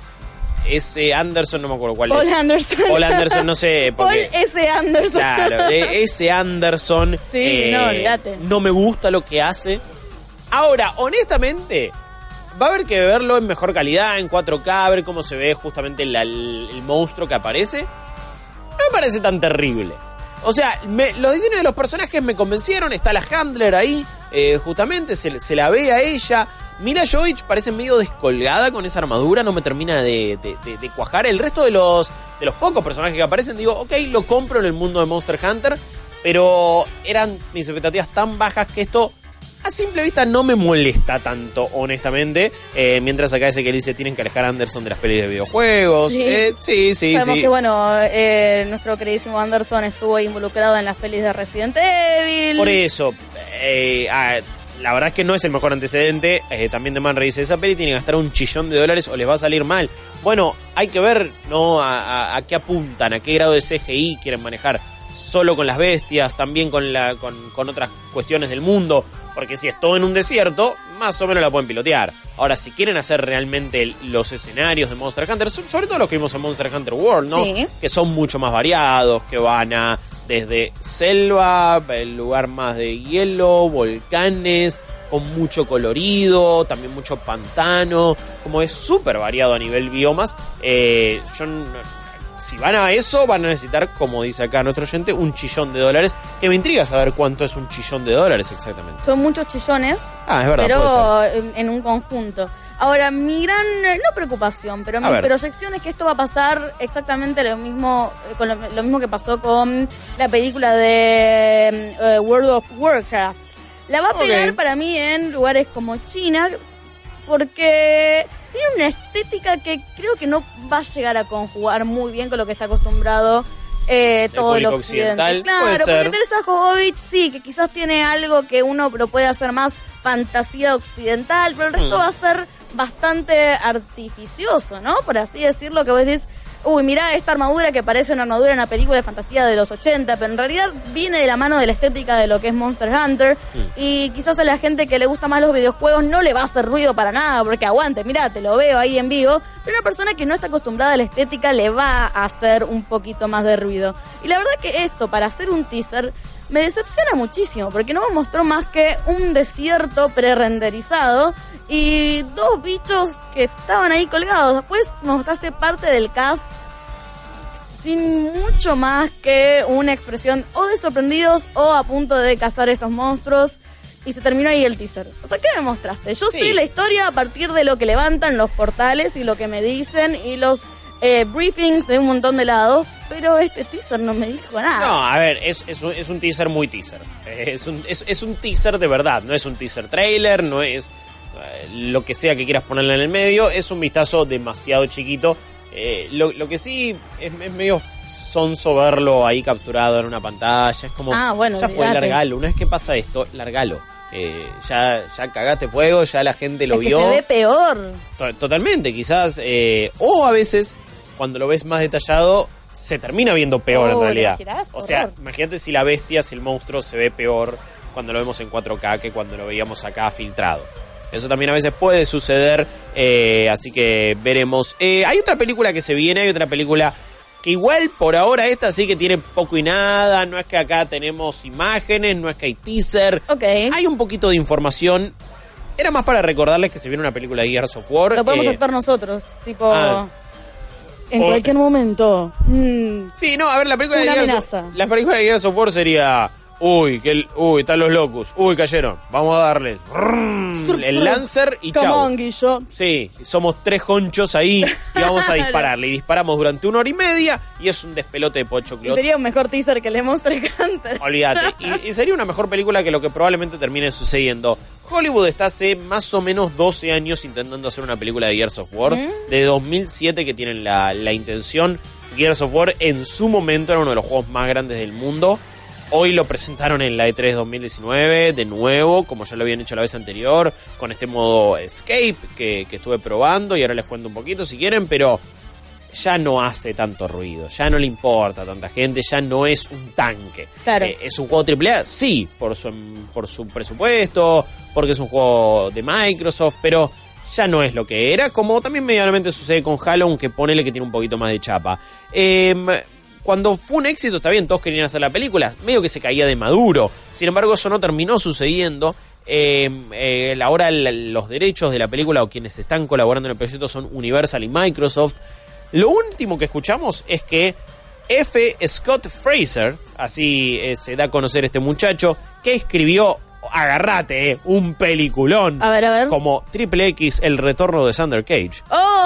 S. Anderson, no me acuerdo cuál Paul es. Anderson. Paul Anderson, no sé. Porque, Paul S. Anderson. Claro, eh, S. Anderson. Sí, eh, no, olvídate. No me gusta lo que hace. Ahora, honestamente, va a haber que verlo en mejor calidad, en cuatro K, a ver cómo se ve justamente la, el, el monstruo que aparece. No me parece tan terrible. O sea, me, los diseños de los personajes me convencieron. Está la Handler ahí, eh, justamente, se, se la ve a ella. Mila Jovovich parece medio descolgada con esa armadura, no me termina de, de, de, de cuajar. El resto de los, de los pocos personajes que aparecen, digo, ok, lo compro en el mundo de Monster Hunter, pero eran mis expectativas tan bajas que esto a simple vista no me molesta tanto, honestamente. Eh, mientras acá ese que dice tienen que alejar a Anderson de las pelis de videojuegos. Sí, eh, sí, sí. Sabemos sí. que, bueno, eh, nuestro queridísimo Anderson estuvo involucrado en las pelis de Resident Evil. Por eso, eh, ah, la verdad es que no es el mejor antecedente. Eh, también The Man Ray dice, esa peli tiene que gastar un chillón de dólares o les va a salir mal. Bueno, hay que ver, ¿no? A, a, a qué apuntan, a qué grado de C G I quieren manejar. Solo con las bestias, también con, la, con, con otras cuestiones del mundo. Porque si es todo en un desierto, más o menos la pueden pilotear. Ahora, si quieren hacer realmente los escenarios de Monster Hunter, sobre todo los que vimos en Monster Hunter World, ¿no? Sí. Que son mucho más variados, que van a desde selva, el lugar más de hielo, volcanes, con mucho colorido, también mucho pantano, como es súper variado a nivel biomas. Eh, yo no, si van a eso, van a necesitar, como dice acá nuestro oyente, un chillón de dólares. Que me intriga saber cuánto es un chillón de dólares exactamente. Son muchos chillones, ah, es verdad, pero en, en un conjunto. Ahora, mi gran, no preocupación, pero A mi ver. proyección es que esto va a pasar exactamente lo mismo, con lo, lo mismo que pasó con la película de uh, World of Warcraft. La va a pegar Ok. para mí en lugares como China, porque tiene una estética que creo que no va a llegar a conjugar muy bien con lo que está acostumbrado eh, todo el público occidente. occidental, Claro, puede porque ser. Teresa Jovovich sí, que quizás tiene algo que uno lo puede hacer más fantasía occidental, pero el resto Mm. va a ser bastante artificioso, ¿no? Por así decirlo, que vos decís, uy, mirá esta armadura que parece una armadura en una película de fantasía de los ochenta, pero en realidad viene de la mano de la estética de lo que es Monster Hunter, Mm. y quizás a la gente que le gusta más los videojuegos no le va a hacer ruido para nada, porque aguante, mirá, te lo veo ahí en vivo, pero una persona que no está acostumbrada a la estética le va a hacer un poquito más de ruido. Y la verdad que esto, para hacer un teaser, me decepciona muchísimo, porque no me mostró más que un desierto pre-renderizado y dos bichos que estaban ahí colgados. Después me mostraste parte del cast sin mucho más que una expresión o de sorprendidos o a punto de cazar estos monstruos. Y se terminó ahí el teaser. O sea, ¿qué me mostraste? Yo Sí. sé la historia a partir de lo que levantan los portales y lo que me dicen y los eh, briefings de un montón de lados, pero este teaser no me dijo nada. No, a ver, es, es, un, es un teaser muy teaser. Es un, es, es un teaser de verdad, no es un teaser trailer, no es eh, lo que sea que quieras ponerle en el medio, es un vistazo demasiado chiquito. Eh, lo, lo que sí es, es medio sonso verlo ahí capturado en una pantalla, es como, Ah, bueno, ya fue, olvídate. largalo. Una vez que pasa esto, largalo. Eh, ya, ya cagaste fuego, ya la gente lo es que vio. se ve peor. To- Totalmente, quizás. Eh, o a veces, cuando lo ves más detallado, se termina viendo peor Oh, en realidad. ¿te imaginás? O sea, Horror. imagínate si la bestia, si el monstruo se ve peor cuando lo vemos en cuatro K que cuando lo veíamos acá filtrado. Eso también a veces puede suceder, eh, así que veremos. Eh, hay otra película que se viene, hay otra película que igual por ahora esta sí que tiene poco y nada, no es que acá tenemos imágenes, no es que hay teaser. Ok. Hay un poquito de información. Era más para recordarles que se viene una película de Gears of War. Lo podemos eh, actuar nosotros, tipo... ah. en O- cualquier momento. Mm, Sí, no, a ver, la película Una de Gears of, amenaza. la película de Gears of War sería, uy, que el, uy, están los locos, uy, cayeron, vamos a darles el Lancer y Come chau. on, Guillo. Sí, somos tres conchos ahí y vamos a dispararle. Y disparamos durante una hora y media y es un despelote de Y pochoclo. sería un mejor teaser que el de Monster Hunter. Olvídate. Y, y sería una mejor película que lo que probablemente termine sucediendo. Hollywood está hace más o menos doce años intentando hacer una película de Gears of War. De dos mil siete que tienen la, la intención. Gears of War en su momento era uno de los juegos más grandes del mundo. Hoy lo presentaron en la E tres dos mil diecinueve, de nuevo, como ya lo habían hecho la vez anterior, con este modo Escape que, que estuve probando y ahora les cuento un poquito si quieren, pero ya no hace tanto ruido, ya no le importa a tanta gente, ya no es un tanque. Claro. Eh, ¿Es un juego triple A? Sí, por su, por su presupuesto, porque es un juego de Microsoft, pero ya no es lo que era, como también medianamente sucede con Halo, aunque ponele que tiene un poquito más de chapa. Eh, Cuando fue un éxito, está bien, todos querían hacer la película, medio que se caía de maduro. Sin embargo, eso no terminó sucediendo. Eh, eh, ahora el- los derechos de la película o quienes están colaborando en el proyecto son Universal y Microsoft. Lo último que escuchamos es que F. Scott Fraser, así eh, se da a conocer este muchacho, que escribió, agarrate, eh, un peliculón A ver, a ver. como Triple X, El Retorno de Thunder Cage. ¡Oh!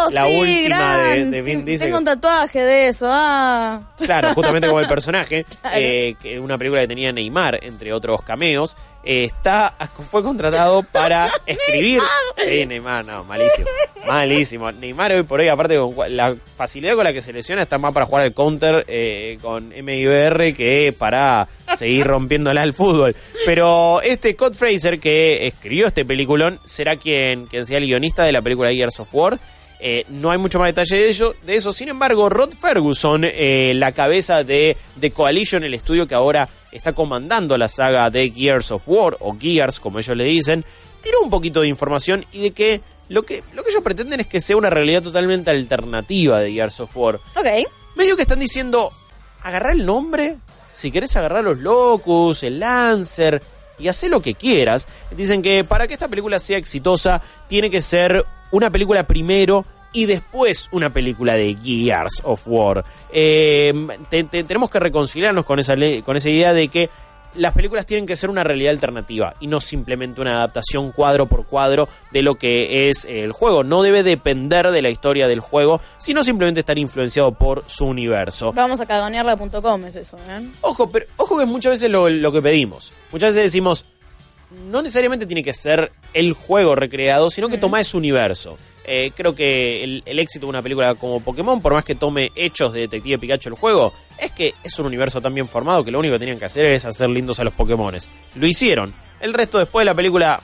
Oh, la sí, última gran. de, de Vin Sí, Diesel. tengo un tatuaje de eso, ah. Claro, justamente como el personaje, Claro. eh, que una película que tenía Neymar, entre otros cameos, eh, está fue contratado para escribir... Sí, Neymar, no, malísimo, malísimo. Neymar hoy por hoy, aparte con la facilidad con la que se lesiona, está más para jugar al counter eh, con M I B R que para seguir rompiéndola al fútbol. Pero este Scott Fraser, que escribió este peliculón, será quien, quien sea el guionista de la película Gears of War. Eh, no hay mucho más detalle de eso, de eso. Sin embargo, Rod Ferguson, eh, la cabeza de The Coalition, el estudio que ahora está comandando la saga de Gears of War, o Gears, como ellos le dicen, tiró un poquito de información y de que lo que, lo que ellos pretenden es que sea una realidad totalmente alternativa de Gears of War. Ok. Medio que están diciendo, agarrá el nombre, si querés agarrar los Locus, el Lancer, y hacé lo que quieras. Dicen que para que esta película sea exitosa, tiene que ser una película primero y después una película de Gears of War. Eh, te, te, tenemos que reconciliarnos con esa, le- con esa idea de que las películas tienen que ser una realidad alternativa y no simplemente una adaptación cuadro por cuadro de lo que es el juego. No debe depender de la historia del juego, sino simplemente estar influenciado por su universo. Vamos a caganearla punto com, es eso, ¿eh? Ojo, pero ojo que muchas veces lo, lo que pedimos. Muchas veces decimos, no necesariamente tiene que ser el juego recreado, sino que toma ese universo. Eh, creo que el, el éxito de una película como Pokémon, por más que tome hechos de Detective Pikachu el juego, es que es un universo tan bien formado que lo único que tenían que hacer es hacer lindos a los Pokémones. Lo hicieron. El resto después de la película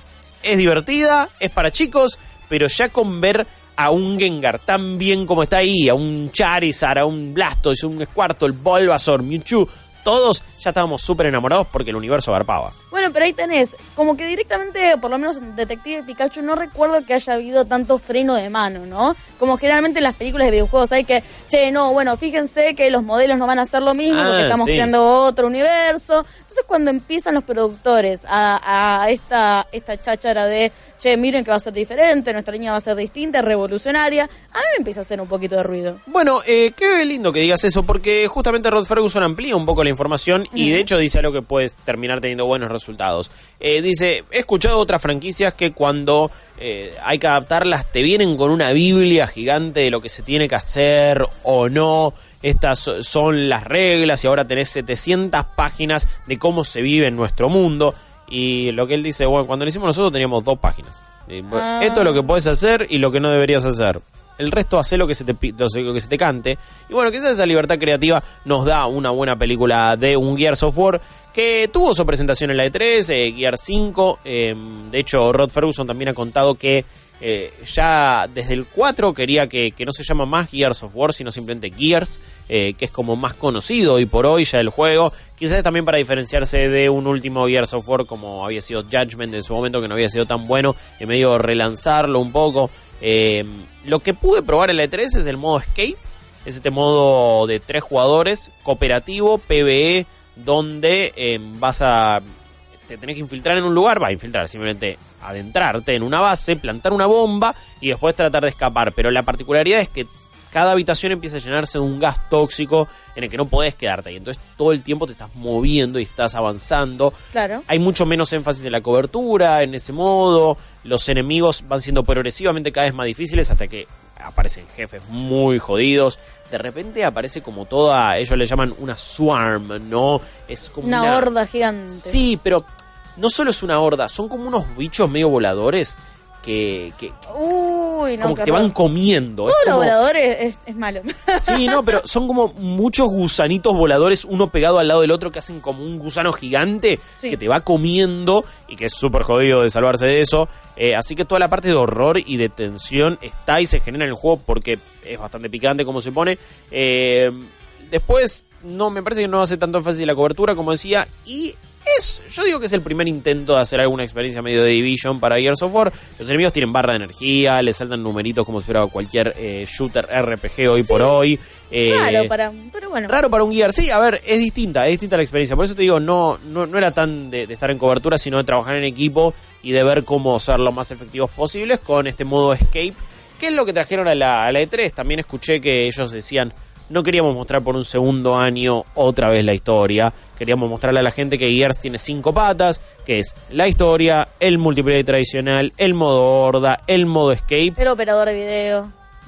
es divertida, es para chicos, pero ya con ver a un Gengar tan bien como está ahí, a un Charizard, a un Blastoise, un Squirtle, Bulbasaur, Mewtwo, todos ya estábamos súper enamorados porque el universo garpaba. Bueno, pero ahí tenés, como que directamente, por lo menos en Detective Pikachu, no recuerdo que haya habido tanto freno de mano, ¿no? Como generalmente en las películas de videojuegos hay que, che, no, bueno, fíjense que los modelos no van a hacer lo mismo Ah, porque estamos sí. creando otro universo. Entonces cuando empiezan los productores a, a esta, esta cháchara de, che, miren que va a ser diferente, nuestra línea va a ser distinta, revolucionaria, a mí me empieza a hacer un poquito de ruido. Bueno, eh, qué lindo que digas eso, porque justamente Rod Ferguson amplía un poco la información y de hecho dice algo que puedes terminar teniendo buenos resultados. Eh, dice, he escuchado otras franquicias que cuando eh, hay que adaptarlas te vienen con una biblia gigante de lo que se tiene que hacer o no. Estas son las reglas y ahora tenés setecientas páginas de cómo se vive en nuestro mundo. Y lo que él dice, bueno, cuando lo hicimos nosotros teníamos dos páginas. Y, bueno, Ah. Esto es lo que podés hacer y lo que no deberías hacer. El resto hace lo que se te pi- lo que se te cante. Y bueno, quizás esa libertad creativa nos da una buena película de un Gears of War que tuvo su presentación en la E tres, eh, Gears cinco. Eh, de hecho, Rod Ferguson también ha contado que eh, ya desde el cuatro quería que, que no se llama más Gears of War, sino simplemente Gears, eh, que es como más conocido hoy por hoy ya el juego. Quizás también para diferenciarse de un último Gears of War como había sido Judgment en su momento, que no había sido tan bueno, en medio de relanzarlo un poco. Eh, lo que pude probar en la E tres es el modo Escape, es este modo de tres jugadores, cooperativo, PvE, donde eh, vas a... te tenés que infiltrar en un lugar, va a infiltrar, simplemente adentrarte en una base, plantar una bomba y después tratar de escapar. Pero la particularidad es que cada habitación empieza a llenarse de un gas tóxico en el que no podés quedarte ahí. Entonces todo el tiempo te estás moviendo y estás avanzando. Claro. Hay mucho menos énfasis en la cobertura, en ese modo. Los enemigos van siendo progresivamente cada vez más difíciles hasta que aparecen jefes muy jodidos. De repente aparece como toda, ellos le llaman una swarm, ¿no? Es como Una, una horda gigante. Sí, pero no solo es una horda, son como unos bichos medio voladores que, que Uy, no, como qué que te van horror. comiendo. Todo Es lo como- volador es, es, es malo. Sí, no, pero son como muchos gusanitos voladores, uno pegado al lado del otro, que hacen como un gusano gigante Sí. que te va comiendo y que es súper jodido de salvarse de eso. Eh, así que toda la parte de horror y de tensión está y se genera en el juego porque es bastante picante como se pone. Eh, después, no me parece que no hace tanto énfasis en la cobertura, como decía, y es, yo digo que es el primer intento de hacer alguna experiencia medio de Division para Gears of War. Los enemigos tienen barra de energía, les saltan numeritos como si fuera cualquier eh, shooter R P G hoy por hoy. Eh, Raro para... Pero bueno. Raro para un Gear, sí, a ver, es distinta, es distinta la experiencia. Por eso te digo, no, no, no era tan de, de estar en cobertura, sino de trabajar en equipo y de ver cómo ser lo más efectivos posibles con este modo Escape, que es lo que trajeron a la, a la E tres. También escuché que ellos decían, no queríamos mostrar por un segundo año otra vez la historia, queríamos mostrarle a la gente que Gears tiene cinco patas, que es la historia, el multiplayer tradicional, el modo horda, el modo Escape. El operador de video.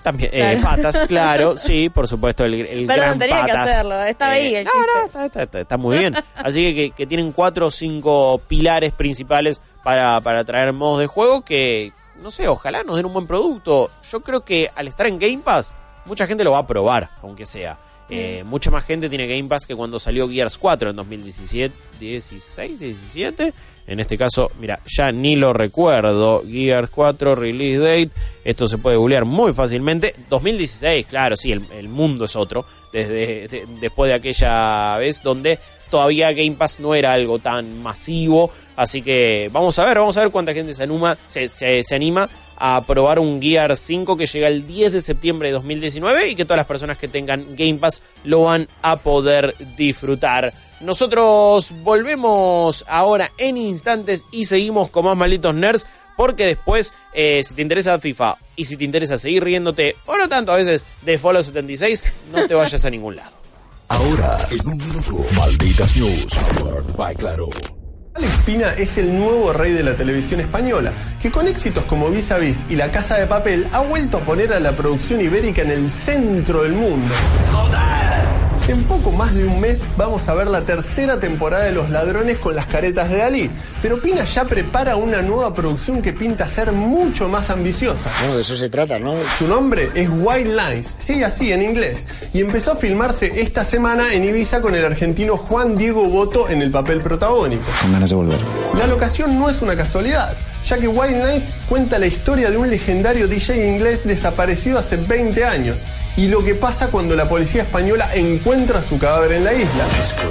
También, Claro. eh, patas, claro, sí, por supuesto, el, el Perdón, gran tenía que patas. hacerlo, estaba ahí el no, chiste. no, está, está, está, está muy bien. Así que, que, que tienen cuatro o cinco pilares principales para, para traer modos de juego que, no sé, ojalá nos den un buen producto. Yo creo que al estar en Game Pass, mucha gente lo va a probar, aunque sea. Eh, mucha más gente tiene Game Pass que cuando salió Gears cuatro en dos mil diecisiete, dieciséis, diecisiete. En este caso, mira, ya ni lo recuerdo. Gears cuatro, release date. Esto se puede googlear muy fácilmente. dos mil dieciséis, claro, sí, el, el mundo es otro. Desde de, después de aquella vez donde todavía Game Pass no era algo tan masivo. Así que vamos a ver, vamos a ver cuánta gente se anima, se, se, se anima a probar un Gears cinco que llega el diez de septiembre de dos mil diecinueve y que todas las personas que tengan Game Pass lo van a poder disfrutar. Nosotros volvemos ahora en instantes y seguimos con más Malditos Nerds, porque después, eh, si te interesa FIFA y si te interesa seguir riéndote, o no tanto a veces, de Fallout setenta y seis, no te vayas a ningún lado. Ahora, en un minuto, Malditas News, powered by Claro. Alex Pina es el nuevo rey de la televisión española, que con éxitos como Vis a Vis y La Casa de Papel ha vuelto a poner a la producción ibérica en el centro del mundo. En poco más de un mes vamos a ver la tercera temporada de Los Ladrones con las caretas de Dalí, pero Pina ya prepara una nueva producción que pinta ser mucho más ambiciosa. Bueno, de eso se trata, ¿no? Su nombre es White Lines, sigue así en inglés, y empezó a filmarse esta semana en Ibiza con el argentino Juan Diego Boto en el papel protagónico. Con ganas de volver. La locación no es una casualidad, ya que White Lines cuenta la historia de un legendario D J inglés desaparecido hace veinte años, y lo que pasa cuando la policía española encuentra su cadáver en la isla.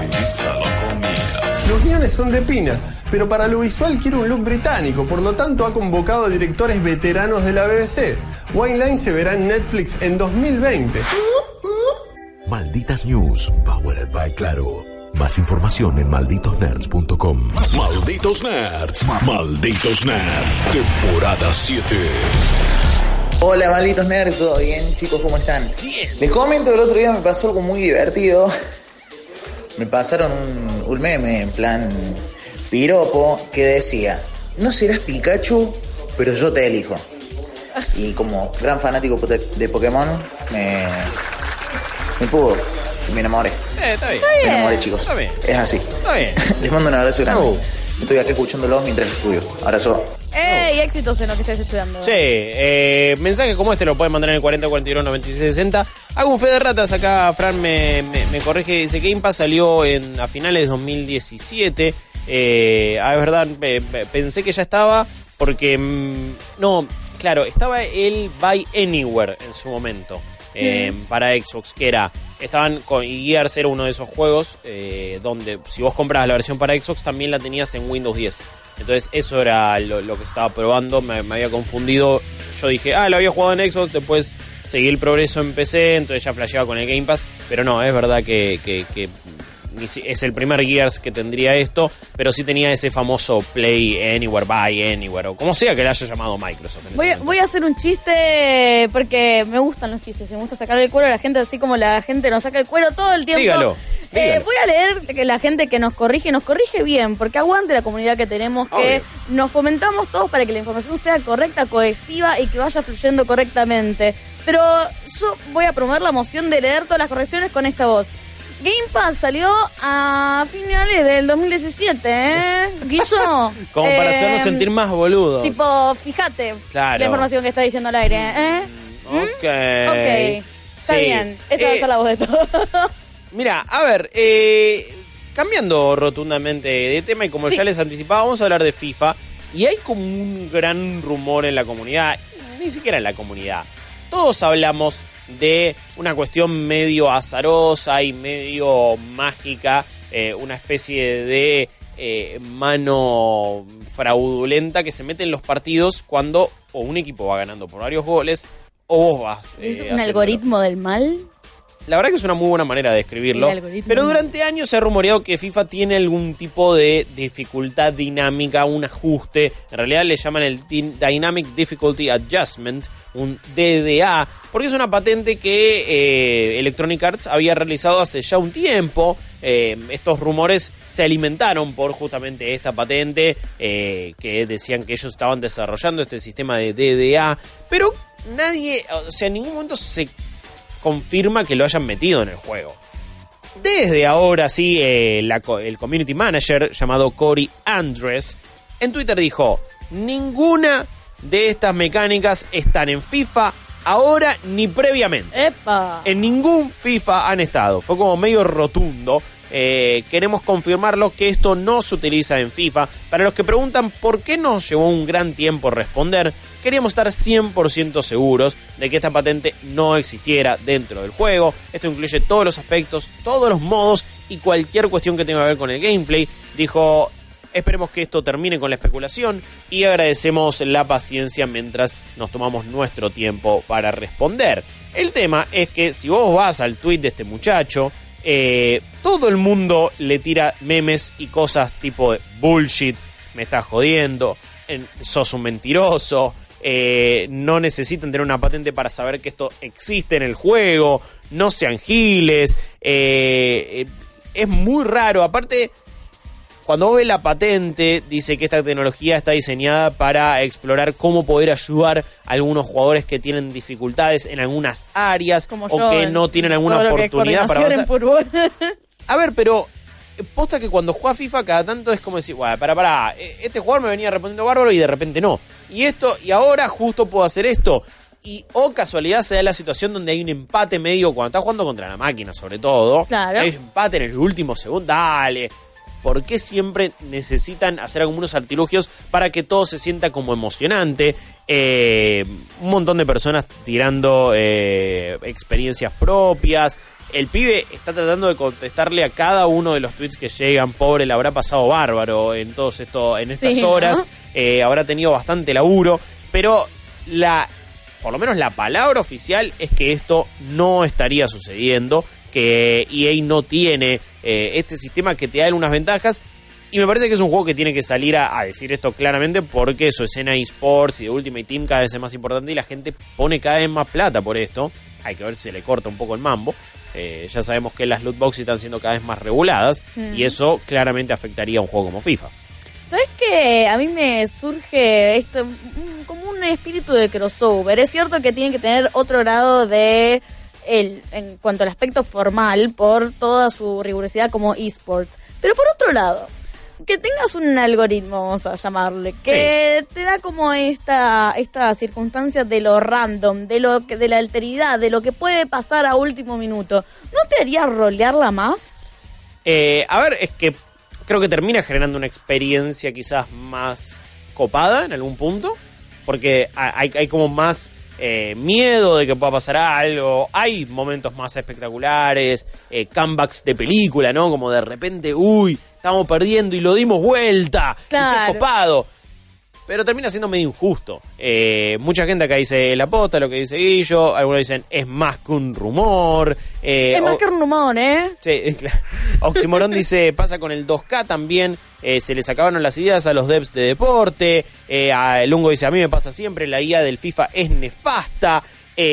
Los guiones son de Pina, pero para lo visual quiere un look británico, por lo tanto ha convocado a directores veteranos de la B B C. White Lines se verá en Netflix en dos mil veinte. Malditas News, powered by Claro. Más información en malditos nerds punto com. Malditos Nerds, Malditos Nerds, temporada siete. Hola, malditos nerds, ¿todo bien? Chicos, ¿cómo están? Bien. Les comento que el otro día me pasó algo muy divertido. Me pasaron un, un meme en plan piropo que decía: no serás Pikachu, pero yo te elijo. Y como gran fanático de Pokémon, me, me pudo, me enamoré. Eh, está bien. Me enamoré, chicos. Está bien. Es así. Está bien. Les mando un abrazo grande. Oh. Estoy acá escuchándolos mientras estudio. Abrazo. ¡Ey! Éxitos en lo que estés estudiando. Sí, eh, mensajes como este lo pueden mandar en el cuarenta cuarenta y uno noventa y seis sesenta. Hago un fe de ratas, acá Fran me, me, me corrige, dice Game Pass salió en, a finales de dos mil diecisiete. Eh, ah, es verdad, eh, pensé que ya estaba porque, mm, no, claro, estaba el Buy Anywhere en su momento. Eh, mm. Para Xbox, que era, estaban con, y Gears era uno de esos juegos eh, donde si vos comprabas la versión para Xbox también la tenías en Windows diez. Entonces eso era lo, lo que estaba probando, me, me había confundido. Yo dije, ah, lo había jugado en Xbox, después seguí el progreso en P C, entonces ya flasheaba con el Game Pass. Pero no, es verdad que, que, que es el primer Gears que tendría esto, pero sí tenía ese famoso Play Anywhere, Buy Anywhere, o como sea que le haya llamado Microsoft. Voy, voy a hacer un chiste porque me gustan los chistes, me gusta sacarle el cuero a la gente, así como la gente nos saca el cuero todo el tiempo. Dígalo. Eh, dígalo. voy a leer que la gente que nos corrige, nos corrige bien, porque aguante la comunidad que tenemos, que Obvio. nos fomentamos todos para que la información sea correcta, cohesiva y que vaya fluyendo correctamente. Pero yo voy a promover la moción de leer todas las correcciones con esta voz. Game Pass salió a finales del dos mil diecisiete, ¿eh? Guillo. Como para eh, hacernos sentir más boludos. Tipo, fíjate Claro. la información que está diciendo al aire, ¿eh? Ok. Ok, está Sí. bien. Esa va a Eh, ser la voz de todos. Mira, a ver, eh, cambiando rotundamente de tema y como Sí. ya les anticipaba, vamos a hablar de FIFA. Y hay como un gran rumor en la comunidad, ni siquiera en la comunidad. Todos hablamos de una cuestión medio azarosa y medio mágica, eh, una especie de eh, mano fraudulenta que se mete en los partidos cuando o un equipo va ganando por varios goles o vos vas. ¿Es eh, un haciéndolo. algoritmo del mal? La verdad que es una muy buena manera de describirlo. El algoritmo. Pero durante años se ha rumoreado que FIFA tiene algún tipo de dificultad dinámica, un ajuste. En realidad le llaman el Dynamic Difficulty Adjustment, un D D A, porque es una patente que eh, Electronic Arts había realizado hace ya un tiempo. Eh, estos rumores se alimentaron por justamente esta patente, eh, que decían que ellos estaban desarrollando este sistema de D D A. Pero nadie, o sea, en ningún momento se confirma que lo hayan metido en el juego. Desde ahora sí, eh, la, el community manager llamado Corey Andres en Twitter dijo: ninguna de estas mecánicas están en FIFA ahora ni previamente. ¡Epa! En ningún FIFA han estado. Fue como medio rotundo. Eh, queremos confirmarlo que esto no se utiliza en FIFA. Para los que preguntan por qué nos llevó un gran tiempo responder, queríamos estar cien por ciento seguros de que esta patente no existiera dentro del juego. Esto incluye todos los aspectos, todos los modos y cualquier cuestión que tenga que ver con el gameplay. Dijo: esperemos que esto termine con la especulación y agradecemos la paciencia mientras nos tomamos nuestro tiempo para responder. El tema es que si vos vas al tweet de este muchacho, Eh, todo el mundo le tira memes y cosas tipo de bullshit, me estás jodiendo, en, sos un mentiroso, eh, no necesitan tener una patente para saber que esto existe en el juego, no sean giles, eh, eh, es muy raro. Aparte, cuando vos ves la patente, dice que esta tecnología está diseñada para explorar cómo poder ayudar a algunos jugadores que tienen dificultades en algunas áreas Como o yo, que en no tienen alguna todo lo que es oportunidad para avanzar. coordinación en fútbol. A ver, pero posta que cuando juega FIFA cada tanto es como decir, bueno, para, para, este jugador me venía respondiendo bárbaro y de repente no. Y esto, y ahora justo puedo hacer esto. Y o casualidad se da la situación donde hay un empate medio, cuando estás jugando contra la máquina sobre todo. Claro. Hay un empate en el último segundo, dale. ¿Por qué siempre necesitan hacer algunos artilugios para que todo se sienta como emocionante? Eh, un montón de personas tirando eh, experiencias propias. El pibe está tratando de contestarle a cada uno de los tweets que llegan. Pobre, le habrá pasado bárbaro en todos esto, en estas Sí, horas. ¿no? Eh, habrá tenido bastante laburo. Pero la, por lo menos la palabra oficial es que esto no estaría sucediendo, que E A no tiene eh, este sistema que te da algunas ventajas, y me parece que es un juego que tiene que salir a, a decir esto claramente, porque su escena eSports y de Ultimate Team cada vez es más importante y la gente pone cada vez más plata por esto. Hay que ver si se le corta un poco el mambo. Eh, ya sabemos que las loot boxes están siendo cada vez más reguladas mm. y eso claramente afectaría a un juego como FIFA. ¿Sabes qué? A mí me surge esto como un espíritu de crossover. Es cierto que tiene que tener otro grado de... El, en cuanto al aspecto formal, por toda su rigurosidad como eSports. Pero por otro lado, que tengas un algoritmo, vamos a llamarle, que sí. te da como esta esta circunstancia de lo random, de lo que, de la alteridad, de lo que puede pasar a último minuto, ¿no te haría rolearla más? Eh, a ver, es que creo que termina generando una experiencia quizás más copada en algún punto, porque hay, hay como más... Eh, miedo de que pueda pasar algo, hay momentos más espectaculares, eh, comebacks de película, ¿no? Como de repente, uy, estamos perdiendo y lo dimos vuelta, claro. Qué copado. Pero termina siendo medio injusto. Eh, mucha gente acá dice la posta, lo que dice Guillo, algunos dicen es más que un rumor. Eh, es más o- que un rumor, ¿eh? Sí, claro. Oxymoron dice, pasa con el dos K también, eh, se les acabaron las ideas a los devs de deporte. Eh, a Lungo dice, a mí me pasa siempre, la I A del FIFA es nefasta.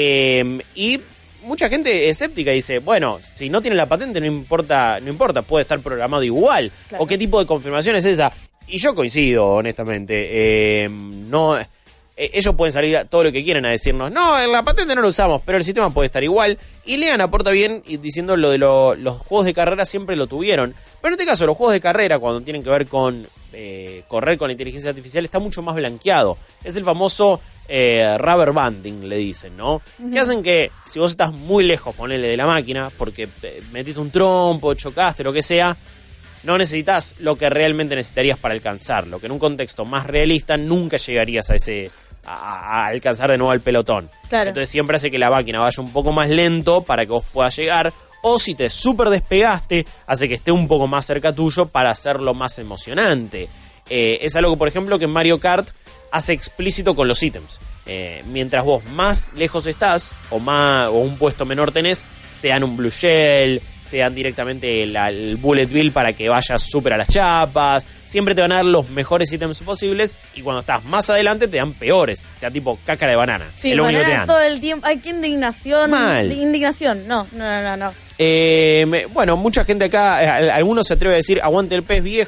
Eh, y mucha gente escéptica dice, bueno, si no tiene la patente no importa, no importa, puede estar programado igual. Claro. ¿O qué tipo de confirmación es esa? Y yo coincido, honestamente. Eh, no... Ellos pueden salir a todo lo que quieren a decirnos, no, en la patente no lo usamos, pero el sistema puede estar igual. Y Lean aporta bien diciendo lo de lo, los juegos de carrera siempre lo tuvieron. Pero en este caso, los juegos de carrera, cuando tienen que ver con eh, correr con la inteligencia artificial, está mucho más blanqueado. Es el famoso eh, rubber banding, le dicen, ¿no? Uh-huh. Que hacen que, si vos estás muy lejos, ponele, de la máquina, porque eh, metiste un trompo, chocaste, lo que sea, no necesitas lo que realmente necesitarías para alcanzarlo. Que en un contexto más realista nunca llegarías a ese... A, a alcanzar de nuevo al pelotón. Claro. Entonces siempre hace que la máquina vaya un poco más lento para que vos puedas llegar, o si te súper despegaste, hace que esté un poco más cerca tuyo para hacerlo más emocionante. Eh, es algo que, por ejemplo, que en Mario Kart hace explícito con los ítems. Eh, mientras vos más lejos estás, o, más, o un puesto menor tenés, te dan un Blue Shell, te dan directamente la, el Bullet Bill para que vayas súper a las chapas. Siempre te van a dar los mejores ítems posibles, y cuando estás más adelante te dan peores. Te dan tipo cáscara de banana. Sí, es lo único que te banana dan. todo el tiempo. Ay, qué indignación. Mal. Indignación. No, no, no, no. no. Eh, me, bueno, mucha gente acá, eh, algunos se atreve a decir aguante el pez vieja.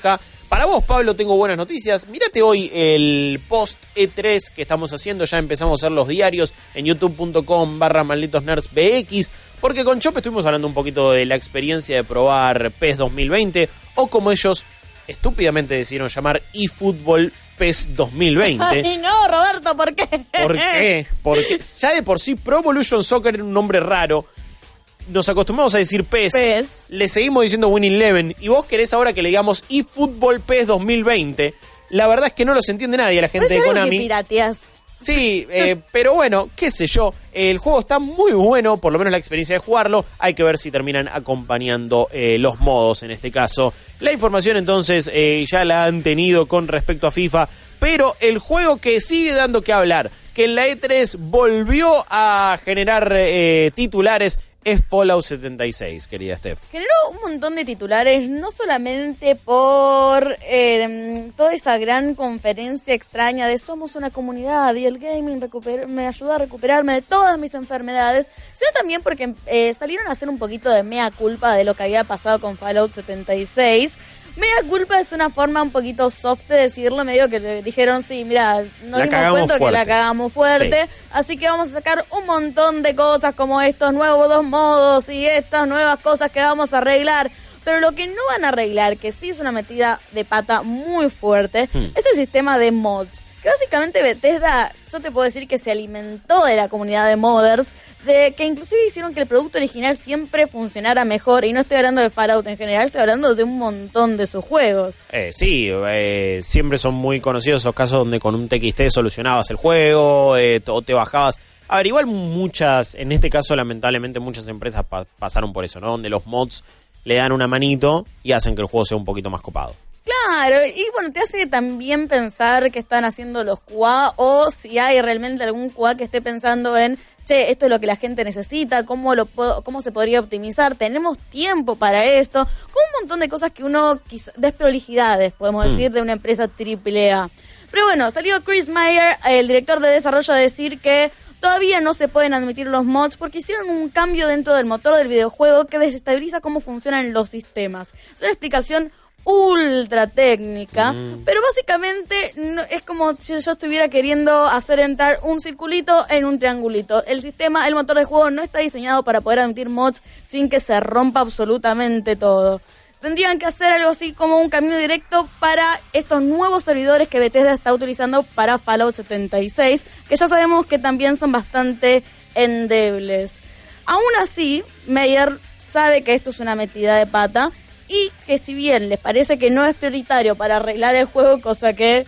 Para vos, Pablo, tengo buenas noticias. Mírate hoy el post E tres que estamos haciendo. Ya empezamos a hacer los diarios en youtube.com barra malditos nerds bx. Porque con Chop estuvimos hablando un poquito de la experiencia de probar PES dos mil veinte. O como ellos estúpidamente decidieron llamar eFootball PES dos mil veinte. Ay, no, Roberto, ¿por qué? ¿Por qué? Porque ya de por sí Pro Evolution Soccer era un nombre raro. Nos acostumbramos a decir PES, PES. Le seguimos diciendo Winning Eleven. Y vos querés ahora que le digamos eFootball PES dos mil veinte. La verdad es que no los entiende nadie, la gente de Konami. Que pirateas. Sí, eh, pero bueno, qué sé yo. El juego está muy bueno, por lo menos la experiencia de jugarlo. Hay que ver si terminan acompañando eh, los modos en este caso. La información entonces eh, ya la han tenido con respecto a FIFA. Pero el juego que sigue dando que hablar, que en la E tres volvió a generar eh, titulares, es Fallout setenta y seis, querida Steph. Generó un montón de titulares, no solamente por eh, toda esa gran conferencia extraña de somos una comunidad y el gaming recuper- me ayudó a recuperarme de todas mis enfermedades, sino también porque eh, salieron a hacer un poquito de mea culpa de lo que había pasado con Fallout setenta y seis. Mea culpa es una forma un poquito soft de decirlo, medio que le dijeron, sí, mira, nos dimos cuenta que la cagamos fuerte, sí. Así que vamos a sacar un montón de cosas como estos nuevos dos modos y estas nuevas cosas que vamos a arreglar. Pero lo que no van a arreglar, que sí es una metida de pata muy fuerte, hmm. es el sistema de mods. Que básicamente Bethesda, yo te puedo decir que se alimentó de la comunidad de modders, de que inclusive hicieron que el producto original siempre funcionara mejor. Y no estoy hablando de Fallout en general, estoy hablando de un montón de sus juegos. Eh, sí, eh, siempre son muy conocidos esos casos donde con un T X T solucionabas el juego, eh, o te bajabas. A ver, igual muchas, en este caso lamentablemente muchas empresas pa- pasaron por eso, ¿no? Donde los mods le dan una manito y hacen que el juego sea un poquito más copado. Claro, y bueno, te hace también pensar qué están haciendo los Q A o si hay realmente algún Q A que esté pensando en, che, esto es lo que la gente necesita, cómo lo puedo, cómo se podría optimizar, tenemos tiempo para esto, con un montón de cosas que uno, quizá, desprolijidades, podemos decir, mm. de una empresa triple A. Pero bueno, salió Chris Meyer, el director de desarrollo, a decir que todavía no se pueden admitir los mods porque hicieron un cambio dentro del motor del videojuego que desestabiliza cómo funcionan los sistemas. Es una explicación ultra técnica, mm. pero básicamente no, es como si yo estuviera queriendo hacer entrar un circulito en un triangulito. El sistema, el motor de juego no está diseñado para poder admitir mods sin que se rompa absolutamente todo. Tendrían que hacer algo así como un camino directo para estos nuevos servidores que Bethesda está utilizando para Fallout setenta y seis, que ya sabemos que también son bastante endebles. Aún así, Meyer sabe que esto es una metida de pata y que si bien les parece que no es prioritario para arreglar el juego, cosa que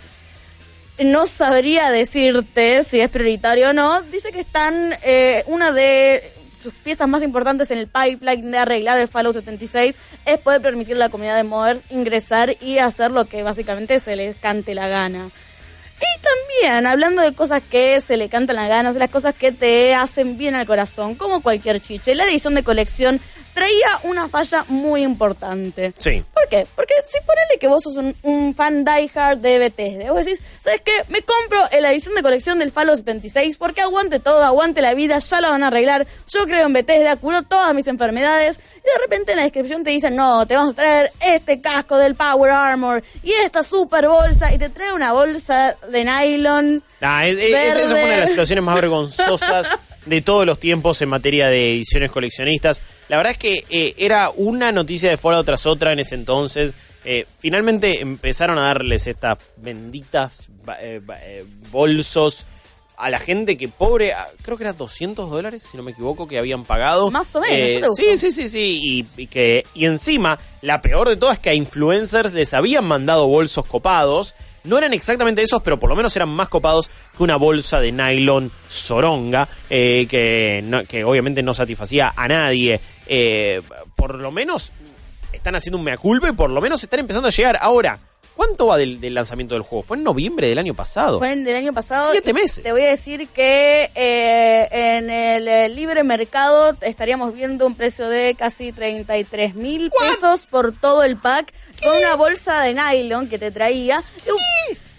no sabría decirte si es prioritario o no, dice que están eh, una de sus piezas más importantes en el pipeline de arreglar el Fallout setenta y seis es poder permitir a la comunidad de modders ingresar y hacer lo que básicamente se les cante la gana. Y también, hablando de cosas que se le cantan las ganas, de las cosas que te hacen bien al corazón, como cualquier chiche, la edición de colección traía una falla muy importante. Sí. ¿Por qué? Porque si ponele que vos sos un, un fan diehard de Bethesda, vos decís, ¿sabes qué? Me compro la edición de colección del Fallout setenta y seis porque aguante todo, aguante la vida, ya la van a arreglar, yo creo en Bethesda, curó todas mis enfermedades, y de repente en la descripción te dicen, no, te vamos a traer este casco del Power Armor y esta super bolsa, y te trae una bolsa de nylon. Nah, es, es, esa fue una de las situaciones más vergonzosas de todos los tiempos en materia de ediciones coleccionistas. La verdad es que eh, era una noticia de Fallout tras otra en ese entonces. Eh, finalmente empezaron a darles estas benditas eh, eh, bolsos a la gente que pobre, creo que eran doscientos dólares, si no me equivoco, que habían pagado. Más o menos, eh, Sí, sí, sí, sí. Y, y, que, y encima, la peor de todas es que a influencers les habían mandado bolsos copados. No eran exactamente esos, pero por lo menos eran más copados que una bolsa de nylon zoronga, eh, que, no, que obviamente no satisfacía a nadie. Eh, por lo menos están haciendo un mea culpa y por lo menos están empezando a llegar. Ahora, ¿cuánto va del, del lanzamiento del juego? Fue en noviembre del año pasado. Fue en del año pasado. Siete meses. Te voy a decir que eh, en el, el libre mercado estaríamos viendo un precio de casi treinta y tres mil pesos por todo el pack. ¿Qué? Con una bolsa de nylon que te traía. ¿Qué?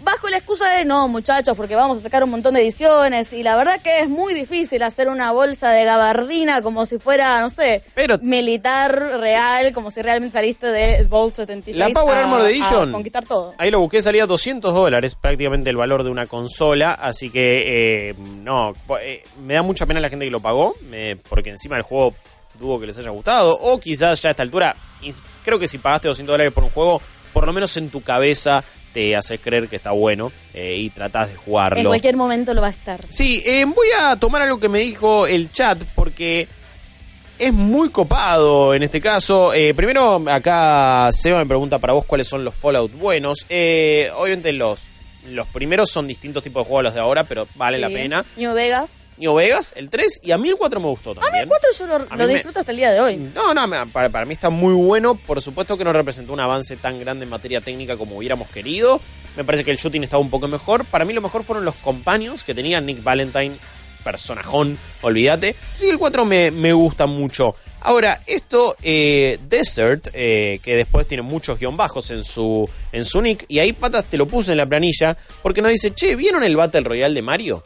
bajo la excusa de no, muchachos, porque vamos a sacar un montón de ediciones. Y la verdad que es muy difícil hacer una bolsa de gabardina como si fuera, no sé, Pero militar real, como si realmente saliste de Vault setenta y seis. la Power a, Armor Edition, a conquistar todo. ahí lo busqué, salía doscientos dólares, prácticamente el valor de una consola, así que eh, no, eh, me da mucha pena la gente que lo pagó, eh, porque encima el juego dudo que les haya gustado, o quizás ya a esta altura, creo que si pagaste doscientos dólares por un juego, por lo menos en tu cabeza te haces creer que está bueno eh, y tratás de jugarlo. En cualquier momento lo va a estar. Sí, eh, voy a tomar algo que me dijo el chat, porque es muy copado en este caso. Eh, primero, acá Seba me pregunta para vos cuáles son los Fallout buenos. Eh, obviamente los, los primeros son distintos tipos de juegos a los de ahora, pero vale Sí. la pena. New Vegas. New Vegas, el tres, y a mí el cuatro me gustó A mí también. el cuatro yo lo, A lo mí me- disfruto hasta el día de hoy. No, no, me- para, para mí está muy bueno. Por supuesto que no representó un avance tan grande en materia técnica como hubiéramos querido. Me parece que el shooting estaba un poco mejor. Para mí lo mejor fueron los companions que tenía Nick Valentine, personajón, olvídate. Sí, el cuatro me, me gusta mucho. Ahora, esto, eh, Desert, eh, que después tiene muchos guión bajos en su, en su nick, y ahí patas te lo puse en la planilla, porque nos dice, che, ¿vieron el Battle Royale de Mario?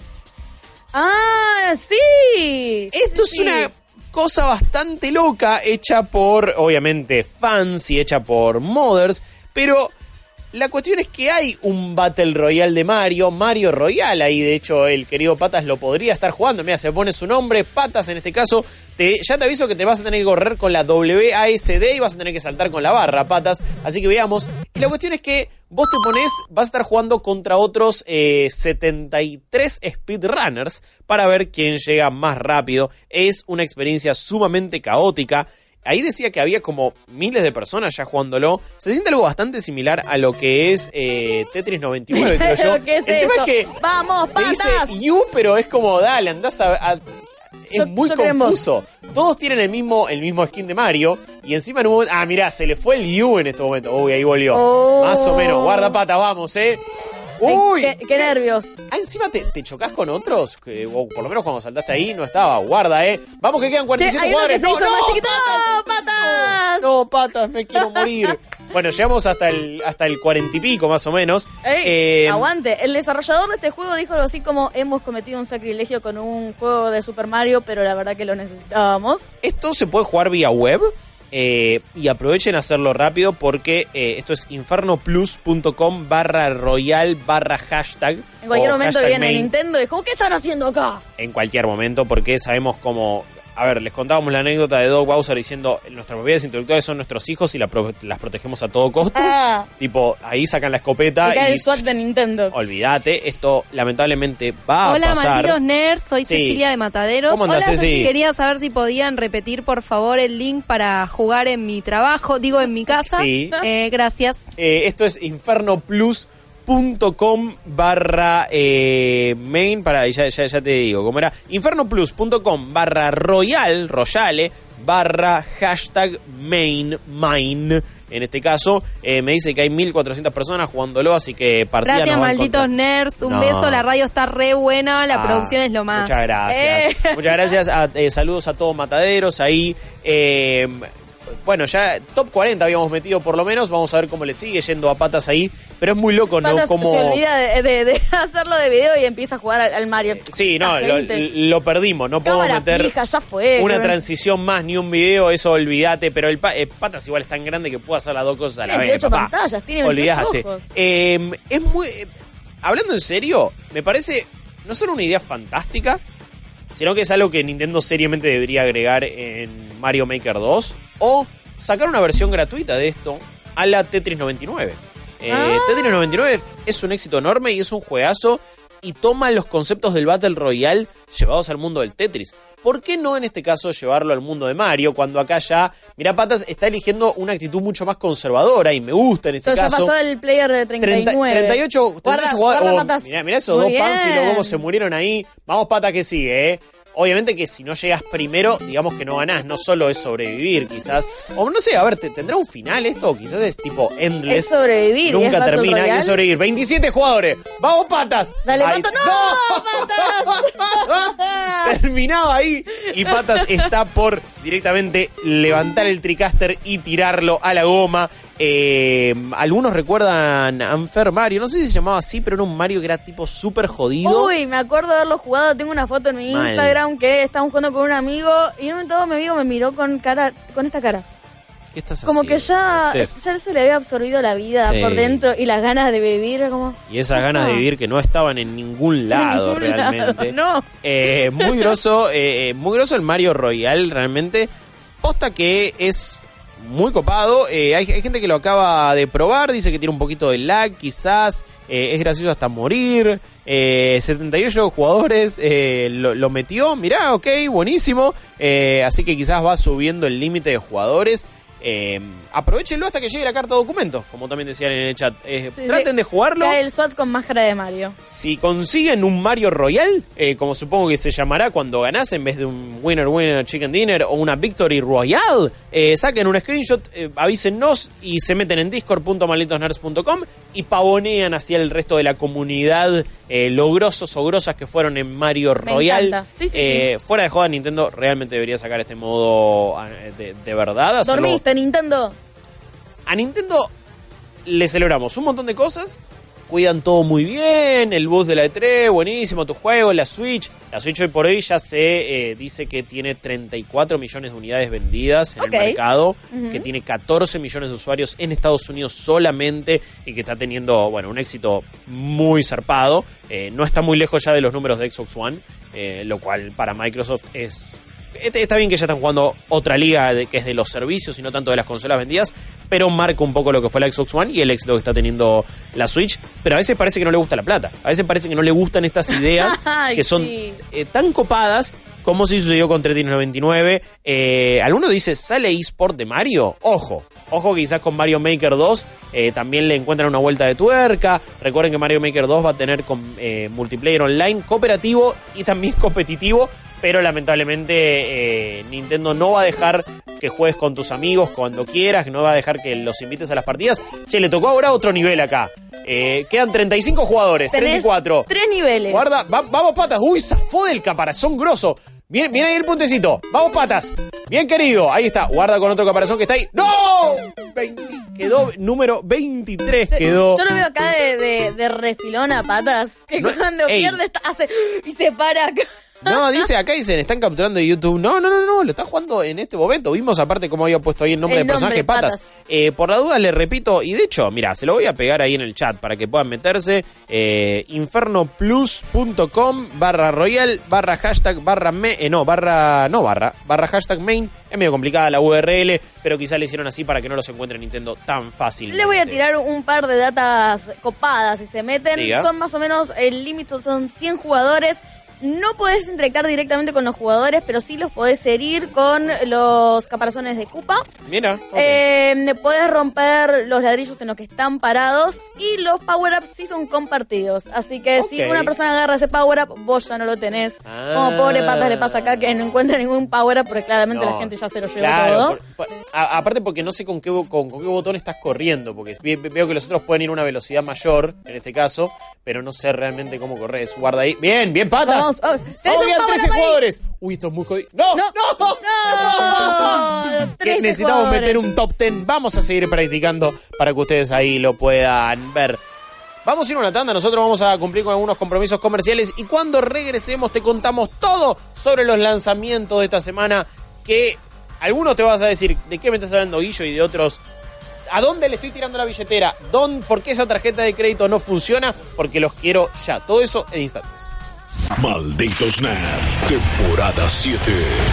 ¡Ah, sí! Esto Sí, es una cosa bastante loca, hecha por, obviamente, fans y hecha por modders, pero la cuestión es que hay un Battle Royale de Mario, Mario Royale, ahí de hecho el querido Patas lo podría estar jugando. Mira, se pone su nombre, Patas en este caso. Te, ya te aviso que te vas a tener que correr con la W A S D y vas a tener que saltar con la barra, Patas. Así que veamos. Y la cuestión es que vos te pones, vas a estar jugando contra otros eh, setenta y tres speedrunners para ver quién llega más rápido. Es una experiencia sumamente caótica. Ahí decía que había como miles de personas ya jugándolo. Se siente algo bastante similar a lo que es eh, Tetris noventa y nueve, creo yo. ¿Pero qué es El tema eso? es que ¡Vamos, te dice patas! You, pero es como, dale, andás a... a- es Yo- muy yo creo en vos. confuso. Todos tienen el mismo, el mismo skin de Mario. Y encima en un momento... Ah, mirá, se le fue el You en este momento. Uy, ahí volvió. Oh. Más o menos. Guarda pata, vamos, eh. Uy. Qué, qué nervios. Ah, encima te, te chocás con otros. Que, o por lo menos cuando saltaste ahí no estaba. Guarda, eh. Vamos que quedan cuarenta y Che, siete hay uno que jugadores. se hizo no, más no, chiquito. ¡No, patas! No, patas, me quiero morir. Bueno, llegamos hasta el hasta el cuarenta y pico más o menos. Ey, Eh, aguante. El desarrollador de este juego dijo algo así como: hemos cometido un sacrilegio con un juego de Super Mario, pero la verdad que lo necesitábamos. Esto se puede jugar vía web. Eh, y aprovechen a hacerlo rápido porque eh, esto es infernoplus.com barra royal barra hashtag. En cualquier o momento hashtag viene main. Nintendo y es como: ¿qué están haciendo acá? En cualquier momento, porque sabemos cómo... A ver, les contábamos la anécdota de Doug Bowser diciendo nuestras propiedades intelectuales son nuestros hijos y la pro- las protegemos a todo costo. Ah. Tipo, ahí sacan la escopeta Me cae y... el SWAT de Nintendo. Olvídate, esto lamentablemente va Hola, a pasar. malditos nerds, soy Sí. Cecilia de Mataderos. ¿Cómo andás, Hola, Ceci? Quería saber si podían repetir, por favor, el link para jugar en mi trabajo, digo, en mi casa. Sí. Eh, gracias. Eh, esto es infernoplus.com barra eh, main, para ya, ya, ya te digo cómo era, infernoplus.com barra royal, royale, barra hashtag main, mine, en este caso, eh, me dice que hay mil cuatrocientas personas jugándolo, así que partida Gracias, nos va a malditos encontrar. nerds. Un No. beso, la radio está re buena, la Ah, producción es lo más. Muchas gracias. Eh. Muchas gracias. A- eh, saludos a todos Mataderos ahí. Eh, bueno, ya top cuarenta habíamos metido por lo menos. Vamos a ver cómo le sigue yendo a Patas ahí. Pero es muy loco, ¿no? Patas Como... se olvida de, de- de hacerlo de video y empieza a jugar al, al Mario. Sí, no, A lo, veinte. lo perdimos. No podemos Cámara meter fija, ya fue. una Creo. transición más ni un video. Eso olvídate. Pero el pa- eh, Patas igual es tan grande que puede hacer las dos cosas a la Tiene vez. veintiocho papá. pantallas, tiene veintiocho Olvídate. ojos. Eh, es muy... eh, hablando en serio, me parece no solo una idea fantástica, sino que es algo que Nintendo seriamente debería agregar en Mario Maker dos o sacar una versión gratuita de esto a la Tetris noventa y nueve. Eh, Ah. Tetris noventa y nueve es un éxito enorme y es un juegazo y toma los conceptos del Battle Royale llevados al mundo del Tetris. ¿Por qué no en este caso llevarlo al mundo de Mario cuando acá ya, mirá, Patas está eligiendo una actitud mucho más conservadora y me gusta en este Entonces ya caso? pasó el player de treinta y nueve. treinta y ocho, Guarda, jugadores. guarda, Oh, Patas. mirá, mirá esos Muy dos bien. pánfilos cómo se murieron ahí. Vamos, Pata, que sigue, ¿eh? Obviamente que si no llegas primero, digamos que no ganás. No solo es sobrevivir, quizás. O no sé, a ver, ¿te- ¿tendrá un final esto? O quizás es tipo endless. Es sobrevivir, y es Nunca Battle termina y Royale. es sobrevivir. veintisiete jugadores. ¡Vamos, Patas! Dale, Ahí- Patas. ¡No, Patas! Terminado ahí y Patas está por directamente levantar el TriCaster y tirarlo a la goma. Eh, algunos recuerdan Unfair Mario, no sé si se llamaba así, pero era un Mario que era tipo súper jodido. Uy, me acuerdo de haberlo jugado, tengo una foto en mi Mal. Instagram que estábamos jugando con un amigo y en un momento mi amigo me miró con cara, con esta cara. ¿Qué estás Como haciendo? que ya, Sí. ya se le había absorbido la vida Sí. por dentro y las ganas de vivir, como... Y esas ya ganas está. de vivir que no estaban en ningún lado En ningún realmente. lado, no. Eh, muy groso, eh, muy groso el Mario Royal realmente. Posta que es muy copado. Eh, hay, hay gente que lo acaba de probar, dice que tiene un poquito de lag quizás. Eh, es gracioso hasta morir. Eh, setenta y ocho jugadores eh, lo, lo metió. Mirá, ok, buenísimo. Eh, así que quizás va subiendo el límite de jugadores. Eh, aprovechenlo hasta que llegue la carta de documentos, como también decían en el chat. Eh, Sí, traten sí. de jugarlo. Cae el SWAT con máscara de Mario. Si consiguen un Mario Royal, eh, como supongo que se llamará cuando ganás en vez de un Winner Winner Chicken Dinner o una Victory Royale, eh, saquen un screenshot, eh, avísennos y se meten en discord punto malditos nerds punto com y pavonean hacia el resto de la comunidad eh, lo grosos o grosas que fueron en Mario Me Royal. encanta. Sí, sí, Eh, fuera de joda, Nintendo realmente debería sacar este modo eh, de, de verdad. hacerlo- ¿Dormiste, Nintendo? A Nintendo le celebramos un montón de cosas. Cuidan todo muy bien. El boost de la E tres, buenísimo. Tu juego, la Switch. La Switch hoy por hoy ya se eh, dice que tiene treinta y cuatro millones de unidades vendidas en Ok. el mercado. Ujú. Que tiene catorce millones de usuarios en Estados Unidos solamente. Y que está teniendo, bueno, un éxito muy zarpado. Eh, no está muy lejos ya de los números de Xbox One. Eh, lo cual para Microsoft es... Está bien que ya están jugando otra liga de, que es de los servicios y no tanto de las consolas vendidas, pero marca un poco lo que fue la Xbox One y el éxito que está teniendo la Switch. Pero a veces parece que no le gusta la plata, a veces parece que no le gustan estas ideas Ay, que son sí. eh, tan copadas como si sucedió con Tetris noventa y nueve. Eh, alguno dice, ¿sale eSport de Mario? Ojo, ojo que quizás con Mario Maker dos eh, también le encuentran una vuelta de tuerca. Recuerden que Mario Maker dos va a tener con, eh, multiplayer online, cooperativo y también competitivo. Pero lamentablemente eh, Nintendo no va a dejar que juegues con tus amigos cuando quieras, no va a dejar que los invites a las partidas. Che, le tocó ahora otro nivel acá. Eh, quedan treinta y cinco jugadores, Tenés treinta y cuatro. tres niveles. Guarda, va- vamos patas. Uy, zafó del caparazón grosso. Bien, bien ahí el puntecito. Vamos patas. Bien querido. Ahí está. Guarda con otro caparazón que está ahí. ¡No! veinte quedó número veintitrés. Quedó. Yo lo veo acá de, de, de refilón a patas. Que No, cuando ey. pierde está- hace y se para acá. No, dice acá, dicen, están capturando de YouTube. No, no, no, no, lo está jugando en este momento. Vimos aparte cómo había puesto ahí el nombre El del personaje, nombre, Patas. Patas. Eh, por la duda le repito, y de hecho, mira, se lo voy a pegar ahí en el chat para que puedan meterse. Eh, infernoplus.com barra royal barra hashtag barra me, eh, no, barra, no barra, barra hashtag main. Es medio complicada la U R L, pero quizá le hicieron así para que no los encuentre Nintendo tan fácil. Le voy a tirar un par de datas copadas si se meten. Diga. Son más o menos, el límite son cien jugadores. No podés interactuar directamente con los jugadores, pero sí los podés herir con los caparazones de Koopa. Mira, ok. Eh, podés romper los ladrillos en los que están parados y los power-ups sí son compartidos. Así que si Ok. una persona agarra ese power-up, vos ya no lo tenés. Ah. Como pobre Patas le pasa acá que no encuentra ningún power-up porque claramente No, la gente ya se lo llevó claro, todo. por- por- a- aparte porque no sé con qué, bo- con, con qué botón estás corriendo, porque ve- veo que los otros pueden ir a una velocidad mayor, en este caso, pero no sé realmente cómo corres. Guarda ahí. Bien, bien, Patas. Vamos, oh, tenés Vamos, un quedan power trece up ahí. jugadores. Uy, esto es muy jodido. ¡No! ¡No! ¡No! Que trece necesitamos jugadores. meter un top diez. Vamos a seguir practicando para que ustedes ahí lo puedan ver. Vamos a ir a una tanda, nosotros vamos a cumplir con algunos compromisos comerciales y cuando regresemos te contamos todo sobre los lanzamientos de esta semana que algunos te vas a decir de qué me estás hablando, Guillo, y de otros ¿a dónde le estoy tirando la billetera? ¿Dónde, ¿Por qué esa tarjeta de crédito no funciona? Porque los quiero ya, todo eso en instantes. Malditos Nerds, temporada siete.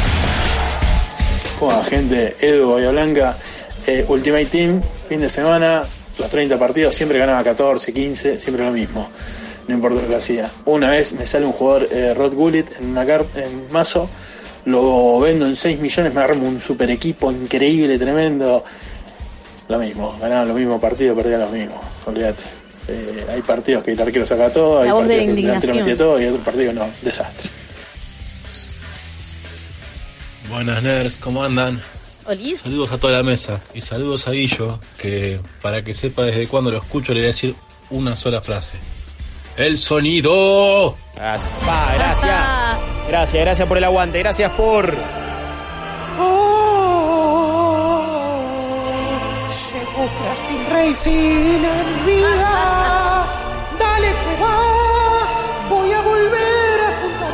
Hola gente, Edu Bahía Blanca, eh, Ultimate Team, fin de semana, los treinta partidos, siempre ganaba catorce, quince, siempre lo mismo, no importa lo que hacía. Una vez me sale un jugador eh, Rod Gullit en una carta, en mazo, lo vendo en seis millones, me armo un super equipo increíble, tremendo. Lo mismo, ganaban los mismos partidos, perdían los mismos, olvídate. Eh, hay partidos que el arquero saca todo, hay La voz de partidos la que el delantero indignación. metía todo y otros partidos no, desastre. Buenas nerds, ¿cómo andan? Olis. Saludos a toda la mesa y saludos a Guillo, que para que sepa desde cuándo lo escucho le voy a decir una sola frase. ¡El sonido! Gracias, papá, gracias. Ah, Gracias, gracias por el aguante, gracias por... Oh, llegó Crash Team Racing en vida. Dale que va. Voy a volver a juntar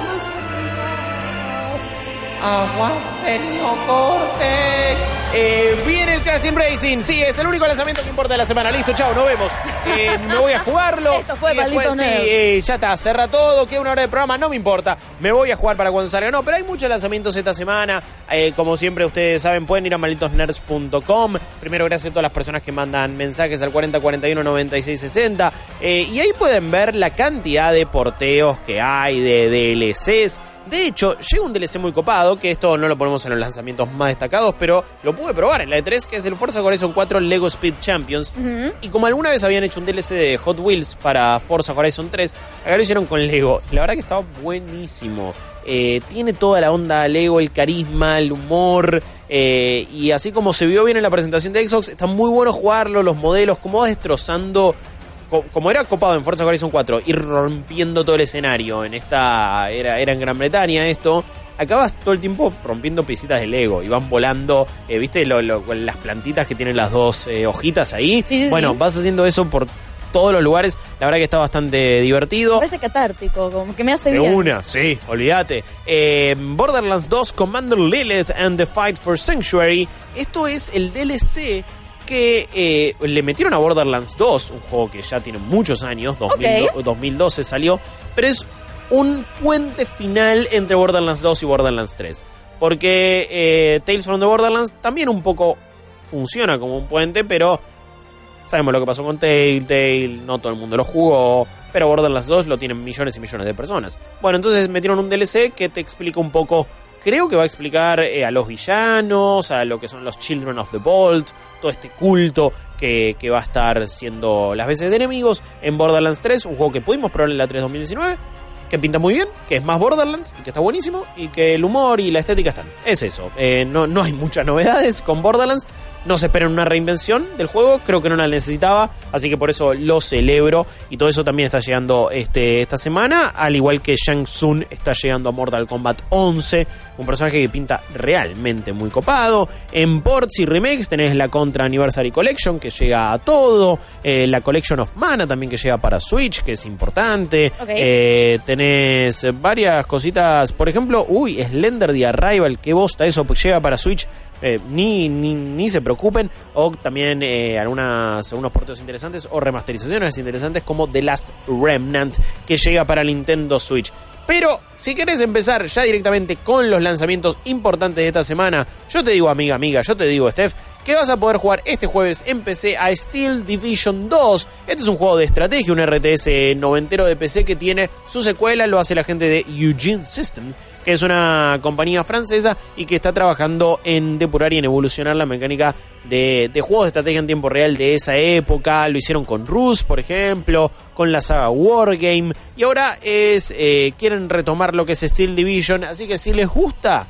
más amigos. Aguante Neo Cortex. Eh, viene el Crash Team Racing. Sí, es el único lanzamiento que importa de la semana. Listo, chao, nos vemos. Eh, me voy a jugarlo. Esto fue y después, Maldito sí, Nerd. eh, ya está, cerra todo. Queda una hora de programa, no me importa. Me voy a jugar para cuando salga. No, pero hay muchos lanzamientos esta semana. Eh, como siempre, ustedes saben, pueden ir a malditos nerds punto com. Primero, gracias a todas las personas que mandan mensajes al cuarenta cuarenta y uno noventa y seis sesenta. Eh, y ahí pueden ver la cantidad de porteos que hay, de D L Cs. De hecho, llega un D L C muy copado, que esto no lo ponemos en los lanzamientos más destacados, pero lo pude probar en la E tres, que es el Forza Horizon cuatro Lego Speed Champions. Uh-huh. Y como alguna vez habían hecho un D L C de Hot Wheels para Forza Horizon tres, acá lo hicieron con Lego. La verdad que estaba buenísimo. Eh, tiene toda la onda Lego, el carisma, el humor, eh, y así como se vio bien en la presentación de Xbox, está muy bueno jugarlo, los modelos, como va destrozando... Como era copado en Forza Horizon cuatro, ir rompiendo todo el escenario en esta... Era, era en Gran Bretaña esto. Acabas todo el tiempo rompiendo piecitas de Lego y van volando, eh, ¿viste? Lo, lo, las plantitas que tienen las dos eh, hojitas ahí. Sí, sí, bueno, sí. vas haciendo eso por todos los lugares. La verdad que está bastante divertido. Me parece catártico, como que me hace De bien. una, sí, olvídate. Eh, Borderlands dos, Commander Lilith and the Fight for Sanctuary. Esto es el D L C que eh, le metieron a Borderlands dos, un juego que ya tiene muchos años, dos mil, Okay. dos mil doce salió, pero es un puente final entre Borderlands dos y Borderlands tres. Porque eh, Tales from the Borderlands también un poco funciona como un puente, pero sabemos lo que pasó con Telltale, no todo el mundo lo jugó, pero Borderlands dos lo tienen millones y millones de personas. Bueno, entonces metieron un D L C que te explica un poco, creo que va a explicar eh, a los villanos, a lo que son los Children of the Vault, todo este culto que, que va a estar siendo las veces de enemigos en Borderlands tres, un juego que pudimos probar en la tres dos mil diecinueve, que pinta muy bien, que es más Borderlands y que está buenísimo, y que el humor y la estética están. Es eso, eh, no, no hay muchas novedades con Borderlands. No se esperen una reinvención del juego, creo que no la necesitaba, así que por eso lo celebro. Y todo eso también está llegando este, esta semana, al igual que Shang Tsung está llegando a Mortal Kombat once, un personaje que pinta realmente muy copado. En ports y remakes tenés la Contra Anniversary Collection, que llega a todo, eh, la Collection of Mana también, que llega para Switch, que es importante. Okay. Eh, tenés varias cositas, por ejemplo, uy, Slender The Arrival, qué bosta eso, pues llega para Switch. Eh, ni, ni, ni se preocupen. O también eh, algunas, algunos porteos interesantes o remasterizaciones interesantes como The Last Remnant, que llega para Nintendo Switch. Pero si querés empezar ya directamente con los lanzamientos importantes de esta semana, yo te digo, amiga, amiga, yo te digo, Steph, que vas a poder jugar este jueves en P C a Steel Division dos. Este es un juego de estrategia, un R T S noventero de P C que tiene su secuela, lo hace la gente de Eugene Systems, que es una compañía francesa y que está trabajando en depurar y en evolucionar la mecánica de, de juegos de estrategia en tiempo real de esa época. Lo hicieron con Rust, por ejemplo, con la saga Wargame, y ahora es eh, quieren retomar lo que es Steel Division. Así que si les gusta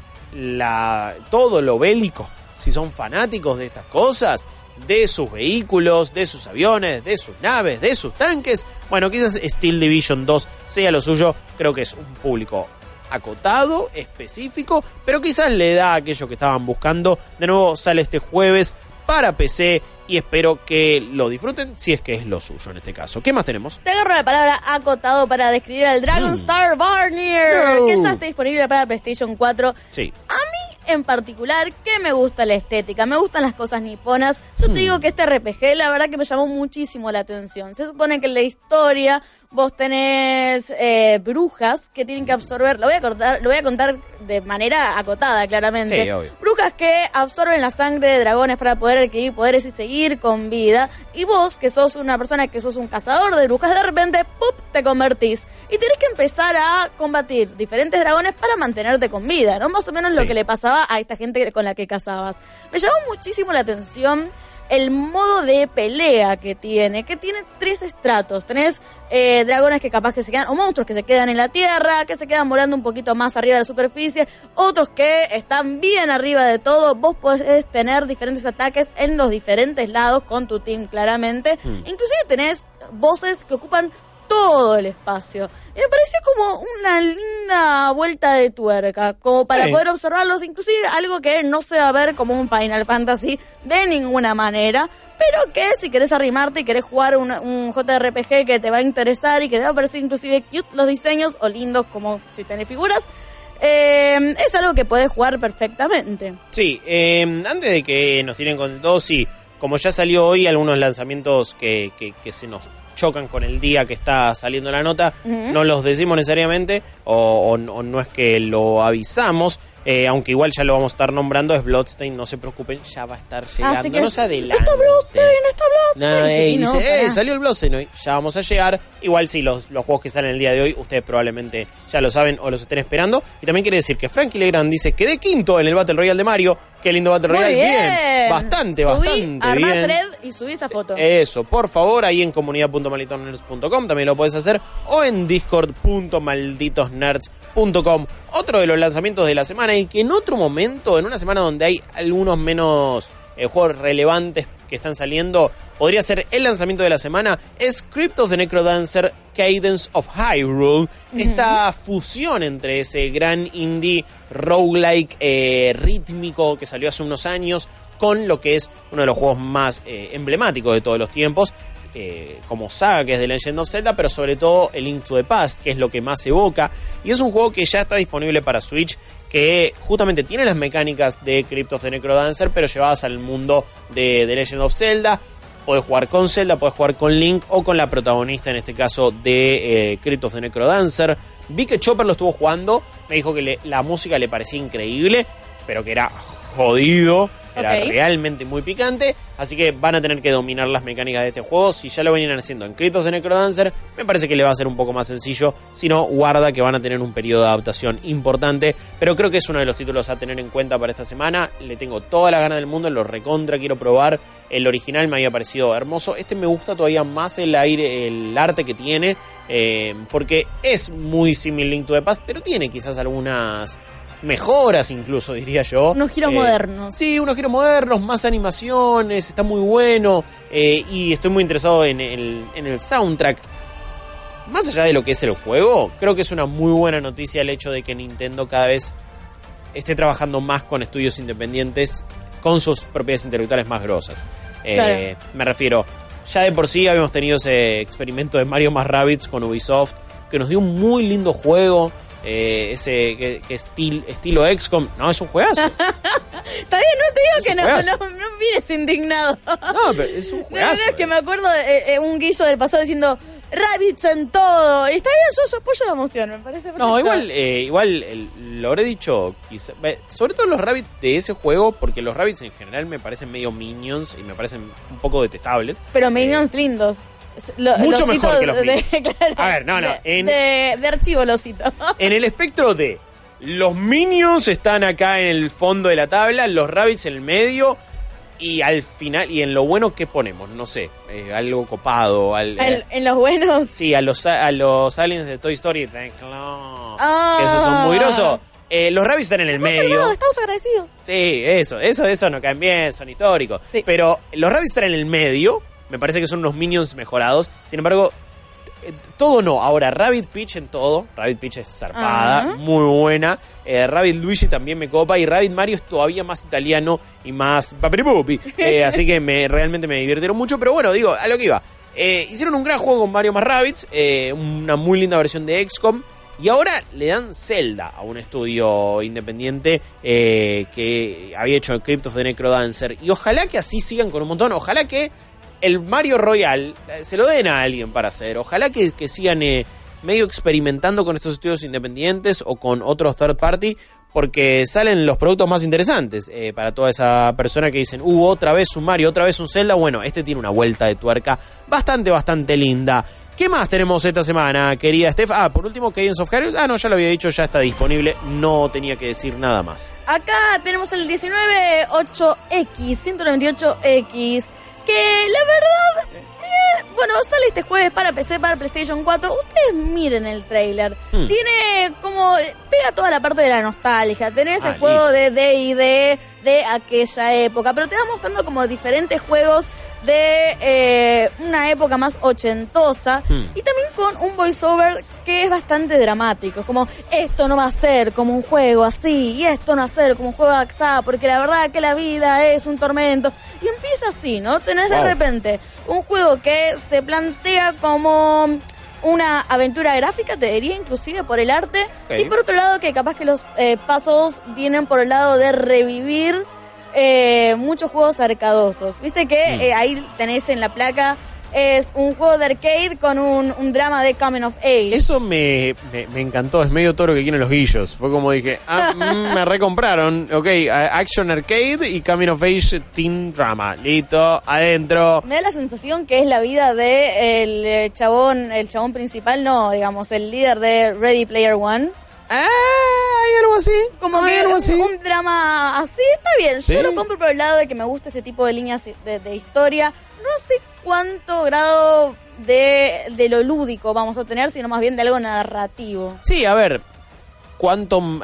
la, todo lo bélico, si son fanáticos de estas cosas, de sus vehículos, de sus aviones, de sus naves, de sus tanques, bueno, quizás Steel Division dos sea lo suyo. Creo que es un público acotado, específico, pero quizás le da aquello que estaban buscando. De nuevo sale este jueves para P C y espero que lo disfruten, si es que es lo suyo en este caso. ¿Qué más tenemos? Te agarro la palabra acotado para describir al Dragon Mm. Star Barnier, No. que ya está disponible para PlayStation cuatro. Sí. A mí en particular, que me gusta la estética, me gustan las cosas niponas. Yo Mm. te digo que este R P G, la verdad que me llamó muchísimo la atención. Se supone que en la historia vos tenés eh, brujas que tienen que absorber, lo voy a cortar, lo voy a contar de manera acotada, claramente. Sí, obvio. Brujas que absorben la sangre de dragones para poder adquirir poderes y seguir con vida. Y vos, que sos una persona que sos un cazador de brujas, de repente, ¡pup!, te convertís. Y tenés que empezar a combatir diferentes dragones para mantenerte con vida, ¿no? Más o menos lo Sí. que le pasaba a esta gente con la que cazabas. Me llamó muchísimo la atención el modo de pelea que tiene, que tiene tres estratos. Tenés eh, dragones que capaz que se quedan, o monstruos que se quedan en la tierra, que se quedan volando un poquito más arriba de la superficie, otros que están bien arriba de todo. Vos podés tener diferentes ataques en los diferentes lados con tu team, claramente. Mm. Inclusive tenés voces que ocupan todo el espacio. Y me pareció como una linda vuelta de tuerca, como para Sí. poder observarlos, inclusive algo que no se va a ver como un Final Fantasy de ninguna manera, pero que si querés arrimarte y querés jugar un, un J R P G que te va a interesar y que te va a parecer inclusive cute los diseños o lindos como si tenés figuras, eh, es algo que podés jugar perfectamente. Sí, eh, antes de que nos tiren con todo, sí, como ya salió hoy, algunos lanzamientos que, que, que se nos chocan con el día que está saliendo la nota, Ujú. no los decimos necesariamente, o, o, o no es que lo avisamos, eh, aunque igual ya lo vamos a estar nombrando, es Bloodstained, no se preocupen, ya va a estar llegando, Así que no se adelante. está Bloodstained, está Bloodstained. No, Sí, ey, no, dice, eh, pará. salió el Bloodstained hoy, ya vamos a llegar. Igual sí, los, los juegos que salen el día de hoy, ustedes probablemente ya lo saben o los estén esperando. Y también quiere decir que Frankie Legrand dice, quedé quinto en el Battle Royale de Mario. Qué lindo Battle Muy Royale, bien. bastante, Subí, bastante armá bien. thread y subí esa foto. Eso, por favor, ahí en comunidad punto malditos nerds punto com también lo puedes hacer, o en discord punto malditos nerds punto com. Otro de los lanzamientos de la semana, y que en otro momento, en una semana donde hay algunos menos eh, juegos relevantes que están saliendo, podría ser el lanzamiento de la semana, es Crypt of the Necrodancer Cadence of Hyrule. Esta fusión entre ese gran indie roguelike eh, rítmico que salió hace unos años con lo que es uno de los juegos más eh, emblemáticos de todos los tiempos, eh, como saga, que es The Legend of Zelda, pero sobre todo el Link to the Past, que es lo que más evoca, y es un juego que ya está disponible para Switch, que justamente tiene las mecánicas de Crypt of the Necrodancer, pero llevadas al mundo de The Legend of Zelda. Podés jugar con Zelda, podés jugar con Link o con la protagonista, en este caso, de eh, Crypt of the Necrodancer. Vi que Chopper lo estuvo jugando, me dijo que le- la música le parecía increíble, pero que era jodido, que era Ok. realmente muy picante, así que van a tener que dominar las mecánicas de este juego. Si ya lo venían haciendo en Crypt of the Necrodancer, me parece que le va a ser un poco más sencillo. Si no, guarda que van a tener un periodo de adaptación importante, pero creo que es uno de los títulos a tener en cuenta para esta semana. Le tengo toda la gana del mundo, lo recontra quiero probar. El original me había parecido hermoso, este me gusta todavía más el aire, el arte que tiene, eh, porque es muy similar Link to the Past, pero tiene quizás algunas mejoras, incluso diría yo. Unos giros Eh, modernos. Sí, unos giros modernos, más animaciones, está muy bueno, eh, y estoy muy interesado en el, en el soundtrack. Más allá de lo que es el juego, creo que es una muy buena noticia el hecho de que Nintendo cada vez esté trabajando más con estudios independientes con sus propiedades intelectuales más grosas. Eh, Claro. Me refiero, ya de por sí habíamos tenido ese experimento de Mario más Rabbids con Ubisoft, que nos dio un muy lindo juego, eh, ese que, que estil- estilo X COM. No, es un juegazo. Está bien, no te digo que no, juegazo. no, no mires indignado. No, pero es un No, no, juegazo. es que me acuerdo de eh, un guillo del pasado diciendo rabbits en todo. Y está bien, yo, yo apoyo la emoción, me parece perfecto. No, igual, eh, igual el- lo habré dicho, quizá, eh, sobre todo los rabbits de ese juego, porque los rabbits en general me parecen medio minions y me parecen un poco detestables. Pero minions lindos. Lo- Mucho los mejor cito que los de- minions. claro, A ver, no, no, De, en- de, de archivo los cito. En el espectro de los minions están acá en el fondo de la tabla, los rabbits en el medio, y al final, y en lo bueno que ponemos, no sé, eh, algo copado. Al, En, en los buenos. Sí, a los, a los aliens de Toy Story, que Ah. esos son muy grosos. Eh, los rabbits están en el Sos medio. salvados, estamos agradecidos. Sí, eso, eso, eso no caen bien, son históricos. Sí. Pero los rabbits están en el medio, me parece que son unos minions mejorados. Sin embargo, eh, todo no. Ahora, Rabbit Peach en todo. Rabbit Peach es zarpada, Ajá. muy buena. Eh, Rabbit Luigi también me copa. Y Rabbit Mario es todavía más italiano y más papiripupi. Eh, así que me, realmente me divirtieron mucho. Pero bueno, digo, a lo que iba. Eh, hicieron un gran juego con Mario más Rabbids. Eh, una muy linda versión de X COM. Y ahora le dan Zelda a un estudio independiente eh, que había hecho el Crypt of the Necrodancer. Y ojalá que así sigan con un montón. Ojalá que el Mario Royal eh, se lo den a alguien para hacer. Ojalá que, que sigan eh, medio experimentando con estos estudios independientes o con otros third party. Porque salen los productos más interesantes eh, para toda esa persona que dicen, uh, otra vez un Mario, otra vez un Zelda. Bueno, este tiene una vuelta de tuerca bastante, bastante linda. ¿Qué más tenemos esta semana, querida Steph? Ah, por último, Cadence of Hyrule. Ah, no, ya lo había dicho, ya está disponible. No tenía que decir nada más. Acá tenemos el diecinueve ocho X, ciento noventa y ocho X, que la verdad, eh, bueno, sale este jueves para P C, para PlayStation cuatro. Ustedes miren el tráiler. Hmm. Tiene como, pega toda la parte de la nostalgia. Tenés Ah, el juego de D y D de aquella época, pero te va mostrando como diferentes juegos de eh, una época más ochentosa Hmm. y también con un voiceover que es bastante dramático. Es como, esto no va a ser como un juego así, y esto no va a ser como un juego de Axá, porque la verdad que la vida es un tormento. Y empieza así, ¿no? Tenés wow. de repente un juego que se plantea como una aventura gráfica, te diría, inclusive por el arte. Okay. Y por otro lado, que capaz que los eh, pasos vienen por el lado de revivir eh, muchos juegos arcadosos. Viste que mm. eh, ahí tenés en la placa... Es un juego de arcade con un, un drama de coming of age. Eso me, me, me encantó, es medio todo lo que quieren los guillos. Fue como dije, ah, mm, me recompraron. Ok, action arcade y coming of age teen drama. Listo, adentro. Me da la sensación que es la vida de el chabón, el chabón principal, no, digamos, el líder de Ready Player One. Ah, hay algo así. Como hay que algo un, así. un drama así, está bien. ¿Sí? Yo lo compro por el lado de que me gusta ese tipo de líneas de, de historia. No sé cuánto grado de, de lo lúdico vamos a tener, sino más bien de algo narrativo. Sí, a ver, cuánto, uh,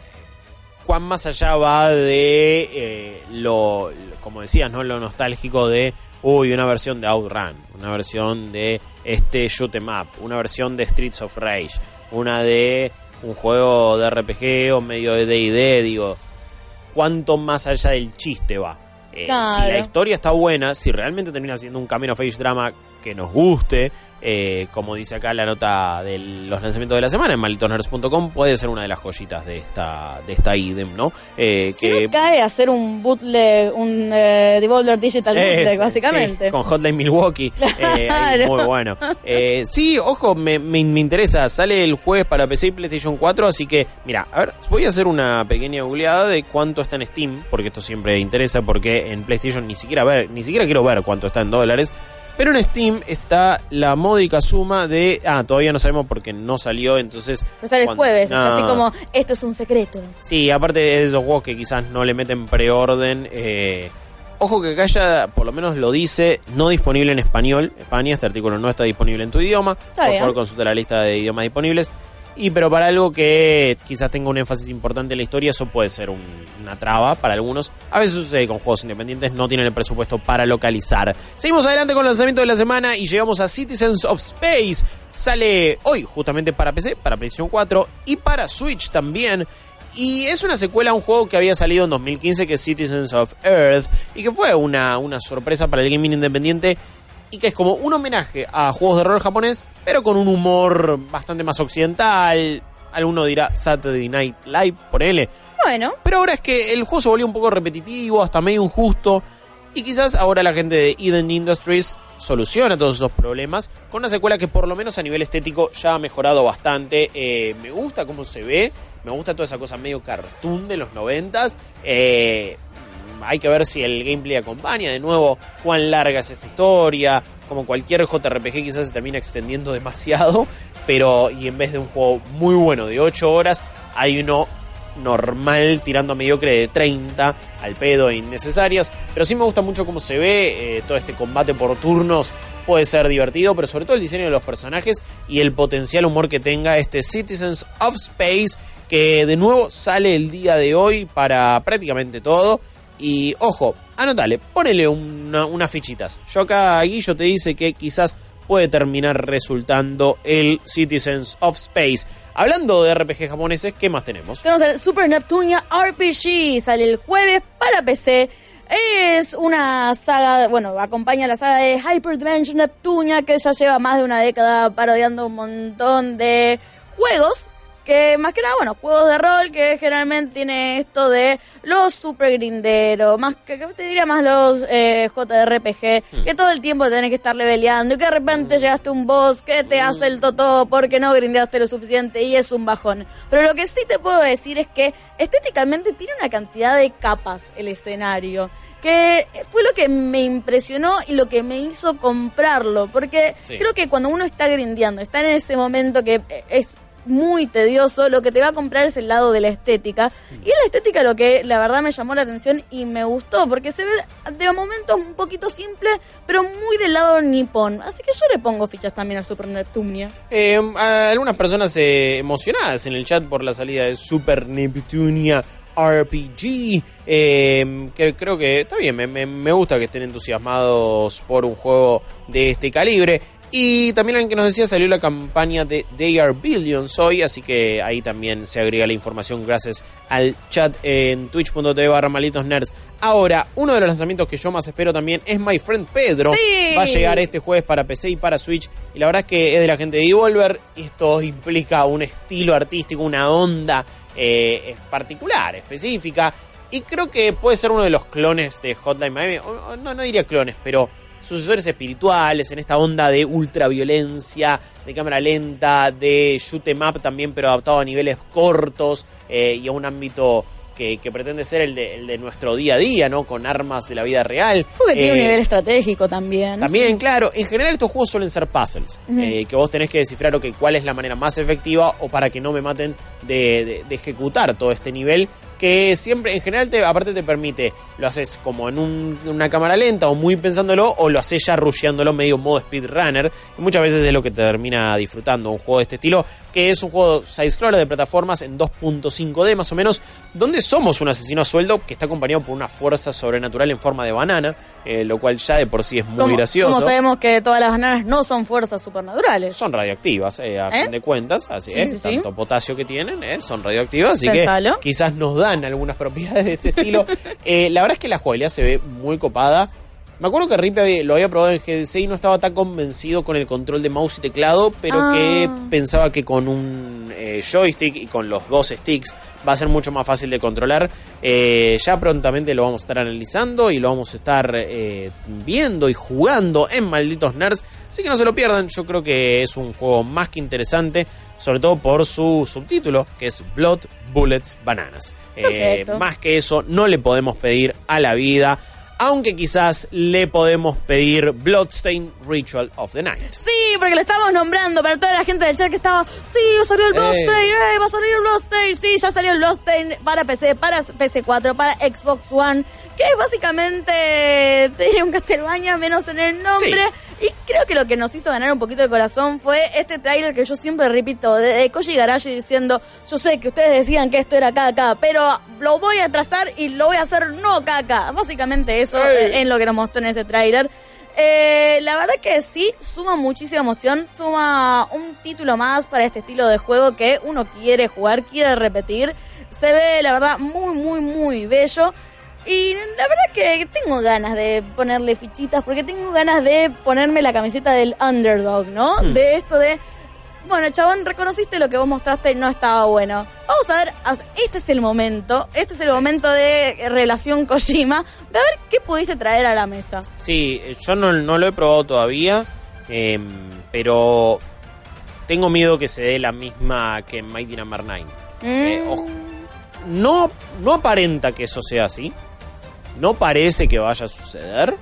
cuán más allá va de eh, lo, como decías, ¿no? Lo nostálgico de, uy, una versión de Outrun, una versión de este shoot 'em up, una versión de Streets of Rage, una de un juego de R P G o medio de D and D, digo, cuánto más allá del chiste va. Eh, claro. Si la historia está buena, si realmente termina siendo un coming of age drama que nos guste, eh, como dice acá la nota de los lanzamientos de la semana en malditos nerds punto com, puede ser una de las joyitas de esta de esta idem, ¿no? Eh, si que no cae a hacer un bootleg, un eh, Devolver Digital bootleg, es, básicamente. Sí, con Hotline Milwaukee. Eh, claro. Muy bueno. Eh, sí, ojo, me, me, me interesa. Sale el jueves para P C y PlayStation cuatro, así que, mira, a ver, voy a hacer una pequeña googleada de cuánto está en Steam, porque esto siempre interesa, porque en PlayStation ni siquiera ver, ni siquiera quiero ver cuánto está en dólares. Pero en Steam está la módica suma de... Ah, todavía no sabemos porque no salió, entonces... No sale el jueves, no. Así como, esto es un secreto. Sí, aparte de esos juegos que quizás no le meten preorden. Eh, ojo que acá ya, por lo menos lo dice, no disponible en español. España, este artículo no está disponible en tu idioma. Está por bien. Favor, consulta la lista de idiomas disponibles. Y pero para algo que quizás tenga un énfasis importante en la historia, eso puede ser un, una traba para algunos. A veces sucede con juegos independientes, no tienen el presupuesto para localizar. Seguimos adelante con el lanzamiento de la semana y llegamos a Citizens of Space. Sale hoy justamente para P C, para PlayStation cuatro y para Switch también. Y es una secuela a un juego que había salido en dos mil quince, que es Citizens of Earth, y que fue una, una sorpresa para el gaming independiente. Y que es como un homenaje a juegos de rol japonés, pero con un humor bastante más occidental. Alguno dirá Saturday Night Live, ponele. Bueno. Pero ahora es que el juego se volvió un poco repetitivo, hasta medio injusto. Y quizás ahora la gente de Eden Industries soluciona todos esos problemas con una secuela que por lo menos a nivel estético ya ha mejorado bastante. Eh, me gusta cómo se ve, me gusta toda esa cosa medio cartoon de los noventas. Eh... Hay que ver si el gameplay acompaña. De nuevo, cuán larga es esta historia. Como cualquier J R P G quizás se termina extendiendo demasiado. Pero, y en vez de un juego muy bueno de ocho horas, hay uno normal tirando a mediocre de treinta, al pedo e innecesarias. Pero sí me gusta mucho cómo se ve. Eh, todo este combate por turnos puede ser divertido, pero sobre todo el diseño de los personajes y el potencial humor que tenga este Citizens of Space, que de nuevo sale el día de hoy para prácticamente todo. Y ojo, anótale, ponele una, unas fichitas. Yo acá, Guillo te dice que quizás puede terminar resultando el Citizens of Space. Hablando de R P G japoneses, ¿qué más tenemos? Tenemos el Super Neptunia R P G, sale el jueves para P C. Es una saga, bueno, acompaña la saga de Hyper Dimension Neptunia, que ya lleva más de una década parodiando un montón de juegos. Que más que nada, bueno, juegos de rol que generalmente tiene esto de los super grinderos, más que, que te diría más los eh, J R P G, mm. que todo el tiempo tenés que estar leveleando y que de repente mm. llegaste a un boss que te mm. hace el totó porque no grindeaste lo suficiente y es un bajón. Pero lo que sí te puedo decir es que estéticamente tiene una cantidad de capas el escenario, que fue lo que me impresionó y lo que me hizo comprarlo, porque sí. creo que cuando uno está grindeando, está en ese momento que es muy tedioso, lo que te va a comprar es el lado de la estética. Y es la estética lo que la verdad me llamó la atención y me gustó, porque se ve de momentos un poquito simple, pero muy del lado nipón. Así que yo le pongo fichas también a Super Neptunia. Eh, a algunas personas eh, emocionadas en el chat por la salida de Super Neptunia R P G, eh, que creo que está bien, me, me, me gusta que estén entusiasmados por un juego de este calibre. Y también alguien que nos decía, salió la campaña de They Are Billions hoy, así que ahí también se agrega la información gracias al chat en twitch punto tv barra malditos nerds. Ahora, uno de los lanzamientos que yo más espero también es My Friend Pedro. Sí. Va a llegar este jueves para P C y para Switch, y la verdad es que es de la gente de Devolver. Esto implica un estilo artístico, una onda eh, particular, específica, y creo que puede ser uno de los clones de Hotline Miami. No, no diría clones, pero sucesores espirituales en esta onda de ultraviolencia, de cámara lenta, de shoot 'em up también, pero adaptado a niveles cortos eh, y a un ámbito que, que pretende ser el de, el de nuestro día a día, ¿no? Con armas de la vida real. Porque eh, tiene un nivel estratégico también. También, sí. Claro. En general estos juegos suelen ser puzzles, uh-huh. eh, que vos tenés que descifrar, ok, cuál es la manera más efectiva o para que no me maten de, de, de ejecutar todo este nivel, que siempre, en general, te, aparte te permite, lo haces como en un, una cámara lenta o muy pensándolo, o lo haces ya rusheándolo medio modo speedrunner, y muchas veces es lo que te termina disfrutando un juego de este estilo, que es un juego side-scroller de plataformas en dos punto cinco D más o menos, donde somos un asesino a sueldo que está acompañado por una fuerza sobrenatural en forma de banana, eh, lo cual ya de por sí es muy ¿Cómo, gracioso. Como sabemos que todas las bananas no son fuerzas supernaturales. Son radioactivas, eh, a ¿Eh? fin de cuentas, así sí, es, sí, tanto sí. potasio que tienen, eh, son radioactivas, así Pensalo. que quizás nos dan algunas propiedades de este estilo. eh, la verdad es que la jugabilidad se ve muy copada. Me acuerdo que Rippy lo había probado en G D C y no estaba tan convencido con el control de mouse y teclado, pero ah. que pensaba que con un eh, joystick y con los dos sticks va a ser mucho más fácil de controlar. Eh, ya prontamente lo vamos a estar analizando y lo vamos a estar eh, viendo y jugando en Malditos Nerds, así que no se lo pierdan. Yo creo que es un juego más que interesante, sobre todo por su subtítulo, que es Blood, Bullets, Bananas. Eh, más que eso no le podemos pedir a la vida, aunque quizás le podemos pedir Bloodstain Ritual of the Night. Sí, porque lo estamos nombrando para toda la gente del chat que estaba, sí, salió el Bloodstain, eh. Eh, va a salir el Bloodstain, sí, ya salió el Bloodstain para P C, para P S cuatro, para Xbox One, que es básicamente, te diré un Castlevania menos en el nombre. Sí. Y creo que lo que nos hizo ganar un poquito el corazón fue este tráiler que yo siempre repito, de, de Koji Igarashi diciendo, yo sé que ustedes decían que esto era caca, pero lo voy a trazar y lo voy a hacer no caca. Básicamente eso hey. es lo que nos mostró en ese tráiler. Eh, la verdad que sí, suma muchísima emoción, suma un título más para este estilo de juego que uno quiere jugar, quiere repetir. Se ve, la verdad, muy, muy, muy bello. Y la verdad que tengo ganas de ponerle fichitas, porque tengo ganas de ponerme la camiseta del underdog, ¿no? Mm. De esto de, bueno, chabón, reconociste lo que vos mostraste y no estaba bueno. Vamos a ver, este es el momento, este es el momento de relación Kojima, de ver qué pudiste traer a la mesa. Sí, yo no, no lo he probado todavía, eh, pero tengo miedo que se dé la misma que en Mighty Number nueve. Mm. Eh, ojo, no, no aparenta que eso sea así. No parece que vaya a suceder,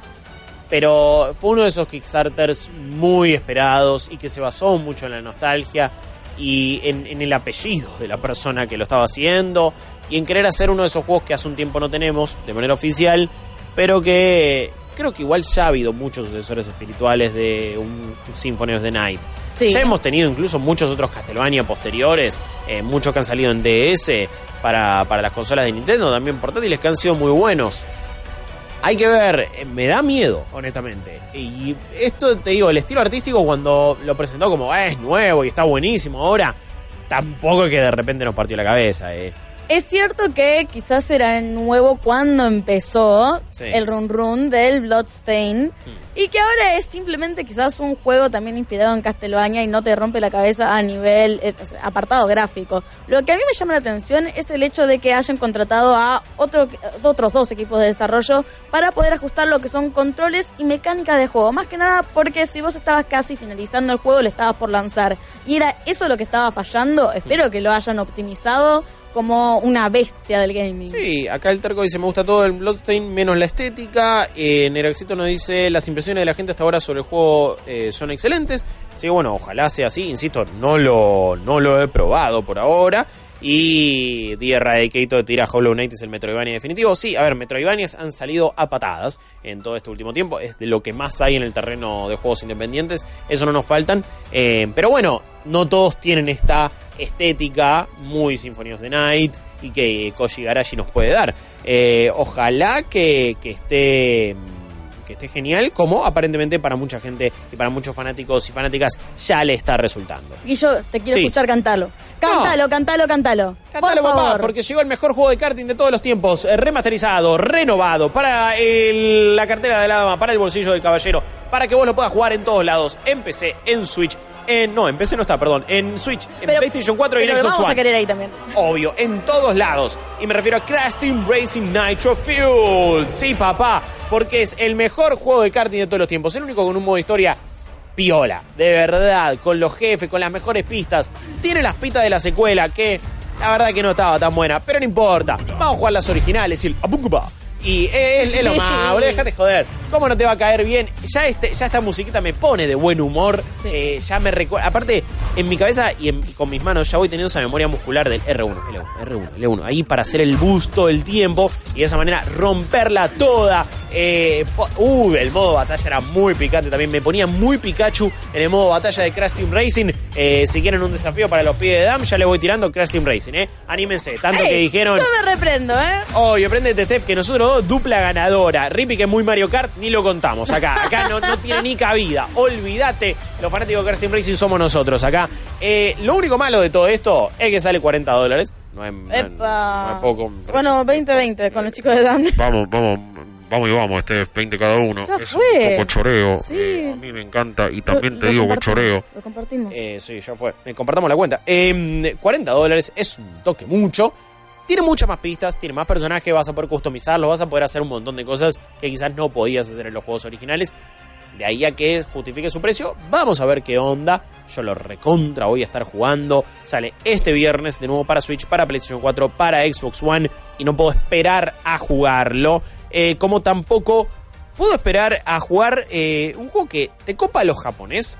pero fue uno de esos Kickstarters muy esperados y que se basó mucho en la nostalgia y en, en el apellido de la persona que lo estaba haciendo y en querer hacer uno de esos juegos que hace un tiempo no tenemos de manera oficial, pero que creo que igual ya ha habido muchos sucesores espirituales de un Symphony of the Night. Sí. Ya hemos tenido incluso muchos otros Castlevania posteriores, eh, muchos que han salido en D S para, para las consolas de Nintendo, también portátiles, que han sido muy buenos. Hay que ver, me da miedo, honestamente. Y esto, te digo, el estilo artístico cuando lo presentó como ah, es nuevo y está buenísimo, ahora tampoco es que de repente nos partió la cabeza. Eh. Es cierto que quizás era nuevo cuando empezó sí. el run run del Bloodstain hmm. y que ahora es simplemente quizás un juego también inspirado en Castlevania y no te rompe la cabeza a nivel eh, o sea, apartado gráfico. Lo que a mí me llama la atención es el hecho de que hayan contratado a otro, otros dos equipos de desarrollo para poder ajustar lo que son controles y mecánicas de juego. Más que nada porque si vos estabas casi finalizando el juego, lo estabas por lanzar y era eso lo que estaba fallando, espero que lo hayan optimizado como una bestia del gaming. Sí, acá el terco dice, me gusta todo el Bloodstain menos la estética. Eh, Neraxito nos dice, las impresiones de la gente hasta ahora sobre el juego eh, son excelentes. Así que bueno, ojalá sea así. Insisto, no lo, no lo he probado por ahora. Y The Eradicator tira Hollow Knight es el Metroidvania definitivo. Sí, a ver, Metroidvanias han salido a patadas en todo este último tiempo. Es de lo que más hay en el terreno de juegos independientes. Eso no nos faltan. Eh, pero bueno, no todos tienen esta estética muy Symphony of the Night y que Koji Igarashi nos puede dar. Eh, ojalá que, que esté... que que esté genial, como aparentemente para mucha gente y para muchos fanáticos y fanáticas ya le está resultando. Y yo te quiero Sí. escuchar cantarlo. Cántalo, No. cántalo, cántalo. Cántalo, Por papá, favor. porque llegó el mejor juego de karting de todos los tiempos, eh, remasterizado, renovado, para el- la cartera de la dama, para el bolsillo del caballero, para que vos lo puedas jugar en todos lados, en P C, en Switch, en, no, en P C no está, perdón, en Switch, en Pero- PlayStation cuatro y en pero lo Xbox vamos One. a querer ahí también. Obvio, en todos lados. Y me refiero a Crash Team Racing Nitro Fuel. Sí, papá, porque es el mejor juego de karting de todos los tiempos. El único con un modo historia piola, de verdad, con los jefes, con las mejores pistas. Tiene las pistas de la secuela que la verdad que no estaba tan buena, pero no importa. Vamos a jugar las originales y el Apungupa. Y es, es lo más, boludo, déjate joder. ¿Cómo no te va a caer bien? Ya este, ya esta musiquita me pone de buen humor. Sí. Eh, ya me recuerda. Aparte, en mi cabeza y, en- y con mis manos ya voy teniendo esa memoria muscular del R uno, L uno, R uno, L uno. Ahí para hacer el busto el tiempo y de esa manera romperla toda. Eh, po- uh, el modo batalla era muy picante también. Me ponía muy Pikachu en el modo batalla de Crash Team Racing. Eh, si quieren un desafío para los pibes de D A M, ya le voy tirando Crash Team Racing, ¿eh? Anímense. Tanto Ey, que dijeron. Yo me reprendo, ¿eh? Oye, aprendete, Steph, que nosotros dos, dupla ganadora. Rippy, que es muy Mario Kart, ni lo contamos acá. Acá no, no tiene ni cabida. Olvídate, los fanáticos de Crash Team Racing somos nosotros acá. Eh, lo único malo de todo esto es que sale cuarenta dólares. No es, no es- Epa. no es poco. Bueno, veinte veinte con los chicos de D A M. Vamos, vamos, vamos y vamos, este es veinte cada uno. Ya es fue. un poco choreo. Sí. eh, a mí me encanta y también Lo- te lo digo que compartimos, choreo. Lo compartimos. Eh, sí, ya fue. Eh, compartamos la cuenta. Eh, cuarenta dólares es un toque mucho. Tiene muchas más pistas, tiene más personajes, vas a poder customizarlos, vas a poder hacer un montón de cosas que quizás no podías hacer en los juegos originales. De ahí a que justifique su precio, vamos a ver qué onda. Yo lo recontra voy a estar jugando. Sale este viernes de nuevo para Switch, para PlayStation cuatro, para Xbox One. Y no puedo esperar a jugarlo. Eh, como tampoco puedo esperar a jugar eh, un juego que te copa los japonés.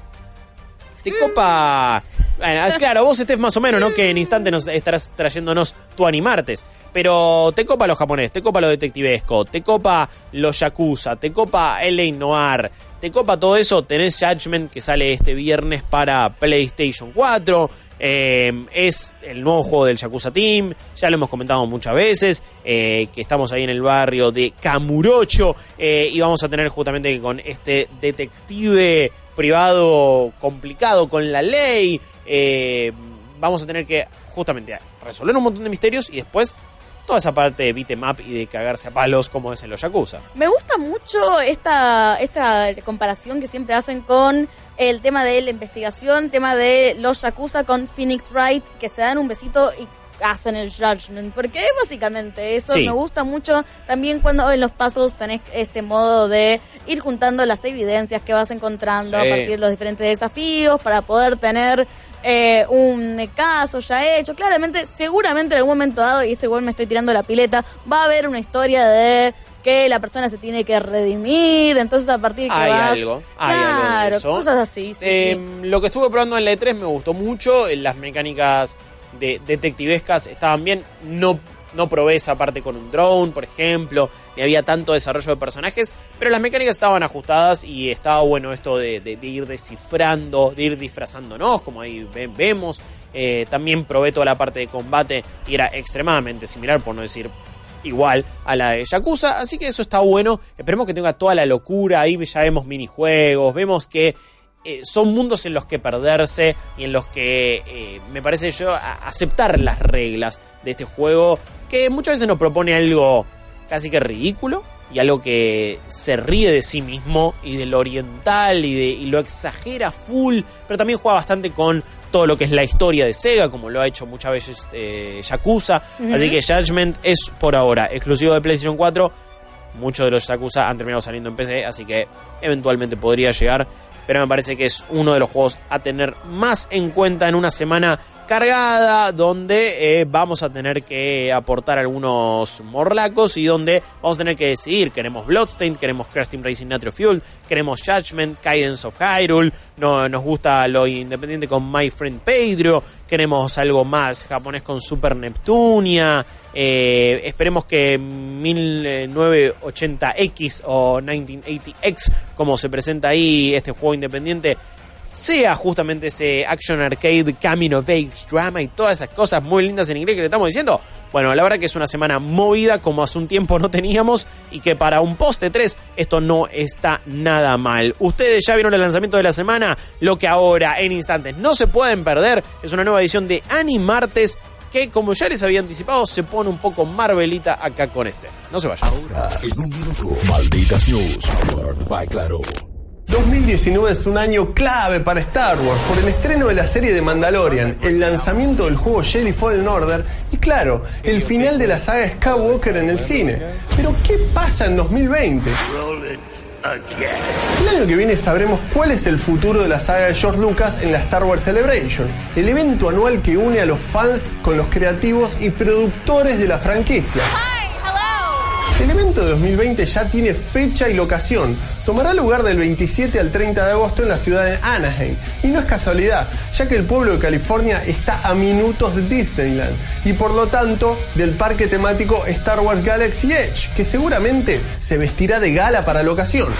Te copa... Bueno, es claro, vos estés más o menos, ¿no? Que en instante nos estarás trayéndonos tu Animartes. Pero te copa los japonés, te copa lo detectivesco, te copa los Yakuza, te copa L A Noir, te copa todo eso. Tenés Judgment que sale este viernes para PlayStation cuatro. Eh, es el nuevo juego del Yakuza Team. Ya lo hemos comentado muchas veces. Eh, que estamos ahí en el barrio de Kamurocho. Eh, y vamos a tener justamente con este detective privado complicado con la ley. Eh, vamos a tener que justamente resolver un montón de misterios y después toda esa parte de beat 'em up y de cagarse a palos como es en los Yakuza. Me gusta mucho esta, esta comparación que siempre hacen con el tema de la investigación, tema de los Yakuza con Phoenix Wright, que se dan un besito y hacen el Judgment, porque es básicamente eso. Sí. Me gusta mucho también cuando en los puzzles tenés este modo de ir juntando las evidencias que vas encontrando Sí. a partir de los diferentes desafíos para poder tener eh, un caso ya hecho. Claramente, seguramente en algún momento dado, y esto igual me estoy tirando la pileta, va a haber una historia de que la persona se tiene que redimir, entonces a partir de que Hay vas... algo, hay algo de claro, eso. cosas así, sí, Eh, sí. Lo que estuve probando en la E tres me gustó mucho. Las mecánicas de detectivescas estaban bien. No, no probé esa parte con un drone, por ejemplo. Ni había tanto desarrollo de personajes. Pero las mecánicas estaban ajustadas y estaba bueno esto de, de- de ir descifrando, de ir disfrazándonos, como ahí ven- vemos. Eh, también probé toda la parte de combate y era extremadamente similar, por no decir igual a la de Yakuza, así que eso está bueno. Esperemos que tenga toda la locura. Ahí ya vemos minijuegos, vemos que eh, son mundos en los que perderse y en los que eh, me parece yo a- aceptar las reglas de este juego, que muchas veces nos propone algo casi que ridículo y algo que se ríe de sí mismo y de lo oriental y, de, y lo exagera full, pero también juega bastante con todo lo que es la historia de Sega, como lo ha hecho muchas veces eh, Yakuza. Ujú. Así que Judgment es por ahora exclusivo de PlayStation cuatro. Muchos de los Yakuza han terminado saliendo en P C, así que eventualmente podría llegar. Pero me parece que es uno de los juegos a tener más en cuenta en una semana cargada, donde eh, vamos a tener que aportar algunos morlacos y donde vamos a tener que decidir. Queremos Bloodstained, queremos Crash Team Racing Nitro Fuel, queremos Judgment, Cadence of Hyrule, no, nos gusta lo independiente con My Friend Pedro, queremos algo más japonés con Super Neptunia. Eh, esperemos que mil novecientos ochenta X o mil novecientos ochenta X, como se presenta ahí este juego independiente, sea justamente ese action arcade, coming of age drama y todas esas cosas muy lindas en inglés que le estamos diciendo. Bueno, la verdad que es una semana movida como hace un tiempo no teníamos y que para un poste tres esto no está nada mal. Ustedes ya vieron el lanzamiento de la semana, lo que ahora en instantes no se pueden perder es una nueva edición de Animartes que, como ya les había anticipado, se pone un poco Marvelita acá con Steph. No se vayan. Ahora, en un minuto, Malditas News, powered by Claro. dos mil diecinueve es un año clave para Star Wars por el estreno de la serie de Mandalorian, el lanzamiento del juego Jedi Fallen Order y, claro, el final de la saga Skywalker en el cine. Pero, ¿qué pasa en dos mil veinte? El año que viene sabremos cuál es el futuro de la saga de George Lucas en la Star Wars Celebration, el evento anual que une a los fans con los creativos y productores de la franquicia. El evento de dos mil veinte ya tiene fecha y locación. Tomará lugar del veintisiete al treinta de agosto en la ciudad de Anaheim. Y no es casualidad, ya que el pueblo de California está a minutos de Disneyland y por lo tanto del parque temático Star Wars Galaxy Edge, que seguramente se vestirá de gala para la ocasión.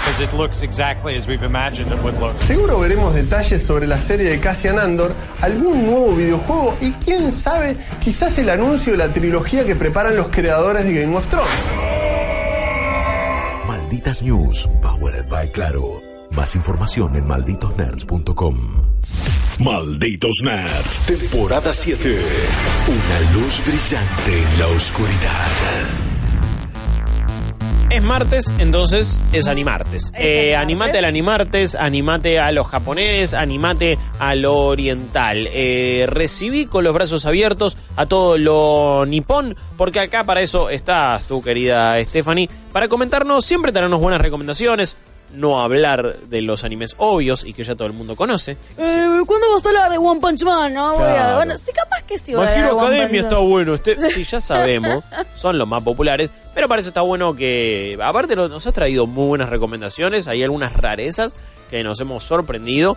Seguro veremos detalles sobre la serie de Cassian Andor, algún nuevo videojuego y quién sabe, quizás el anuncio de la trilogía que preparan los creadores de Game of Thrones. Malditas News, powered by Claro. Más información en malditos nerds punto com. Malditos Nerds, temporada siete. Una luz brillante en la oscuridad. Es martes, entonces es Animartes. Eh, animate al Animartes, animate a lo japonés, animate a lo oriental. Eh, recibí con los brazos abiertos a todo lo nipón, porque acá para eso estás tú, querida Stephanie, para comentarnos, siempre tenernos buenas recomendaciones, no hablar de los animes obvios y que ya todo el mundo conoce. Eh, ¿Cuándo vas a hablar de One Punch Man? No, voy a... Bueno, sí, capaz que sí. My Hero Academia está bueno. Este... Sí, ya sabemos, son los más populares, pero para eso está bueno que, aparte nos has traído muy buenas recomendaciones, hay algunas rarezas que nos hemos sorprendido.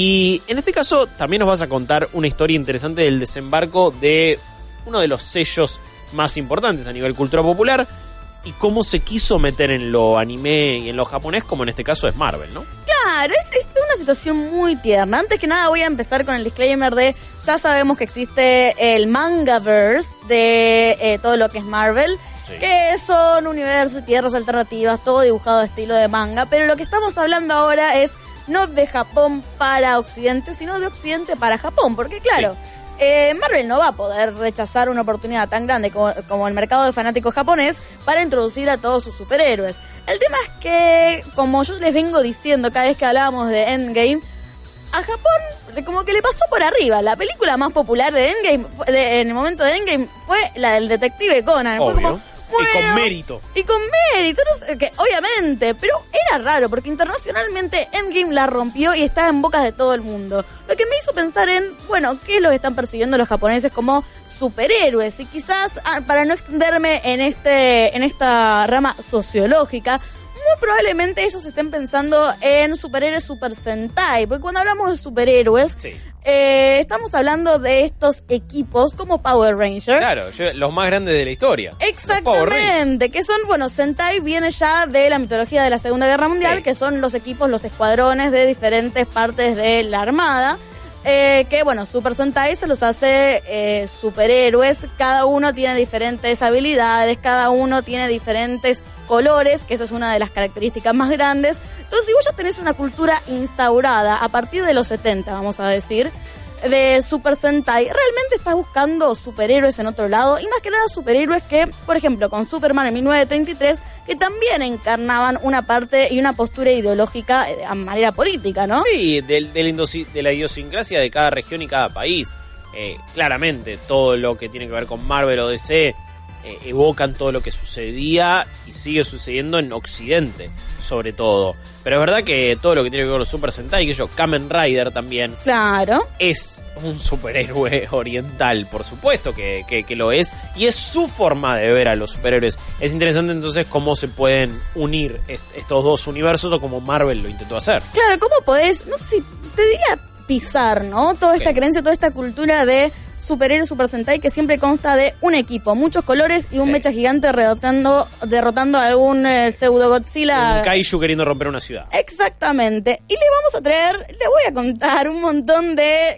Y en este caso también nos vas a contar una historia interesante del desembarco de uno de los sellos más importantes a nivel cultura popular y cómo se quiso meter en lo anime y en lo japonés, como en este caso es Marvel, ¿no? Claro, es, es una situación muy tierna. Antes que nada voy a empezar con el disclaimer de ya sabemos que existe el Mangaverse de eh, todo lo que es Marvel, sí, que son universos y tierras alternativas, todo dibujado de estilo de manga, pero lo que estamos hablando ahora es no de Japón para Occidente, sino de Occidente para Japón, porque claro... Sí. Eh, Marvel no va a poder rechazar una oportunidad tan grande como, como el mercado de fanáticos japonés para introducir a todos sus superhéroes. El tema es que, como yo les vengo diciendo cada vez que hablábamos de Endgame, a Japón como que le pasó por arriba. La película más popular de Endgame, de, en el momento de Endgame, fue la del detective Conan. Obvio. Fue como, bueno, y con mérito. Y con mérito, no sé, que, obviamente, pero era raro porque internacionalmente Endgame la rompió y estaba en bocas de todo el mundo. Lo que me hizo pensar en, bueno, ¿qué es lo que están persiguiendo los japoneses como superhéroes? Y quizás, para no extenderme en este en esta rama sociológica, muy probablemente ellos estén pensando en superhéroes Super Sentai, porque cuando hablamos de superhéroes, sí, eh, estamos hablando de estos equipos como Power Rangers. Claro, los más grandes de la historia. Exactamente, que son, bueno, Sentai viene ya de la mitología de la Segunda Guerra Mundial, sí, que son los equipos, los escuadrones de diferentes partes de la Armada. Eh, que bueno, Super Sentai se los hace eh, superhéroes, cada uno tiene diferentes habilidades, cada uno tiene diferentes colores, que eso es una de las características más grandes. Entonces, si vos ya tenés una cultura instaurada a partir de los setenta, vamos a decir, de Super Sentai, realmente estás buscando superhéroes en otro lado, y más que nada superhéroes que, por ejemplo, con Superman en mil novecientos treinta y tres, que también encarnaban una parte y una postura ideológica a manera política, ¿no? Sí, de, de, la, indosi, de la idiosincrasia de cada región y cada país. Eh, claramente, todo lo que tiene que ver con Marvel o D C eh, evocan todo lo que sucedía y sigue sucediendo en Occidente, sobre todo. Pero es verdad que todo lo que tiene que ver con los Super Sentai, que yo, Kamen Rider también, claro, es un superhéroe oriental, por supuesto que, que, que lo es, y es su forma de ver a los superhéroes. Es interesante entonces cómo se pueden unir est- estos dos universos, o como Marvel lo intentó hacer. Claro, cómo podés, no sé si te diría pisar, ¿no? Toda esta okay. creencia, toda esta cultura de superhéroe Super Sentai que siempre consta de un equipo, muchos colores y un sí. mecha gigante derrotando, derrotando a algún eh, pseudo Godzilla. Un kaiju queriendo romper una ciudad. Exactamente. Y le vamos a traer, le voy a contar un montón de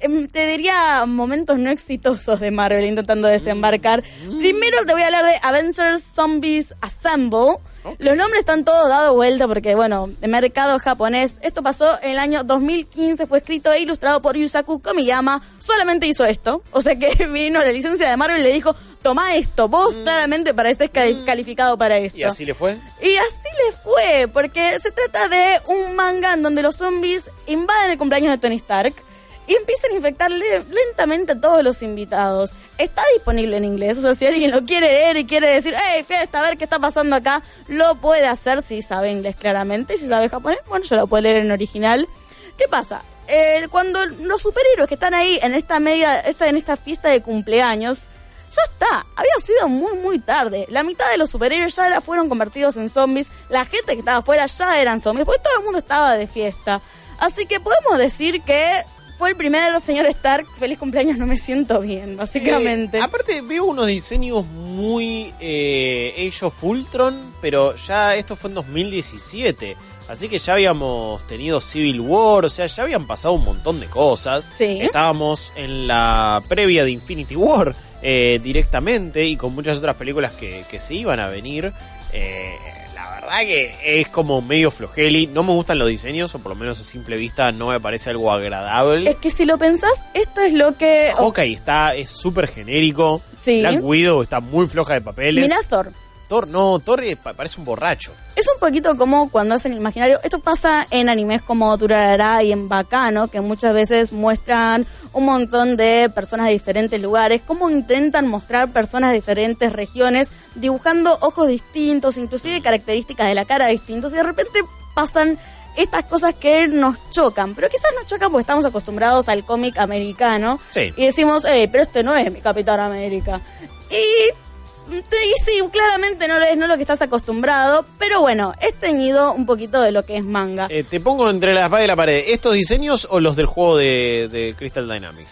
em, te diría momentos no exitosos de Marvel intentando desembarcar. Mm. Primero te voy a hablar de Avengers Zombies Assemble. Okay. Los nombres están todos dados vuelta porque, bueno, de mercado japonés. Esto pasó en el año dos mil quince, fue escrito e ilustrado por Yusaku Komiyama. Solamente hizo esto. O sea que vino la licencia de Marvel y le dijo, toma esto, vos mm. claramente pareces mm. calificado para esto. ¿Y así le fue? Y así le fue, porque se trata de un manga en donde los zombies invaden el cumpleaños de Tony Stark y empiezan a infectarle lentamente a todos los invitados. Está disponible en inglés, o sea, si alguien lo quiere leer y quiere decir, hey, fiesta, a ver qué está pasando acá, lo puede hacer si sabe inglés claramente, y si sabe japonés, bueno, ya lo puede leer en original. ¿Qué pasa? Eh, cuando los superhéroes que están ahí en esta media, esta, en esta fiesta de cumpleaños, ya está, había sido muy muy tarde. La mitad de los superhéroes ya era, fueron convertidos en zombies, la gente que estaba afuera ya eran zombies, porque todo el mundo estaba de fiesta. Así que podemos decir que fue el primer señor Stark, feliz cumpleaños, no me siento bien, básicamente. Eh, aparte veo unos diseños muy eh, Age of Ultron, pero ya esto fue en dos mil diecisiete. Así que ya habíamos tenido Civil War, o sea, ya habían pasado un montón de cosas. Sí. Estábamos en la previa de Infinity War eh, directamente y con muchas otras películas que, que se iban a venir. Eh, la verdad que es como medio flojeli. No me gustan los diseños, o por lo menos a simple vista no me parece algo agradable. Es que si lo pensás, esto es lo que... Hawkeye está, es súper genérico. Sí. Black Widow está muy floja de papeles. Mirá Thor. Thor, no, Thor parece un borracho. Es un poquito como cuando hacen el imaginario. Esto pasa en animes como Turarara y en Bacano, que muchas veces muestran un montón de personas de diferentes lugares, cómo intentan mostrar personas de diferentes regiones, dibujando ojos distintos, inclusive características de la cara distintos, y de repente pasan estas cosas que nos chocan, pero quizás nos chocan porque estamos acostumbrados al cómic americano. Sí. Y decimos, hey, pero este no es mi Capitán América. Y... Y sí, claramente no es no lo que estás acostumbrado, pero bueno, es teñido un poquito de lo que es manga. Eh, te pongo entre la espada y la pared, ¿estos diseños o los del juego de, de Crystal Dynamics?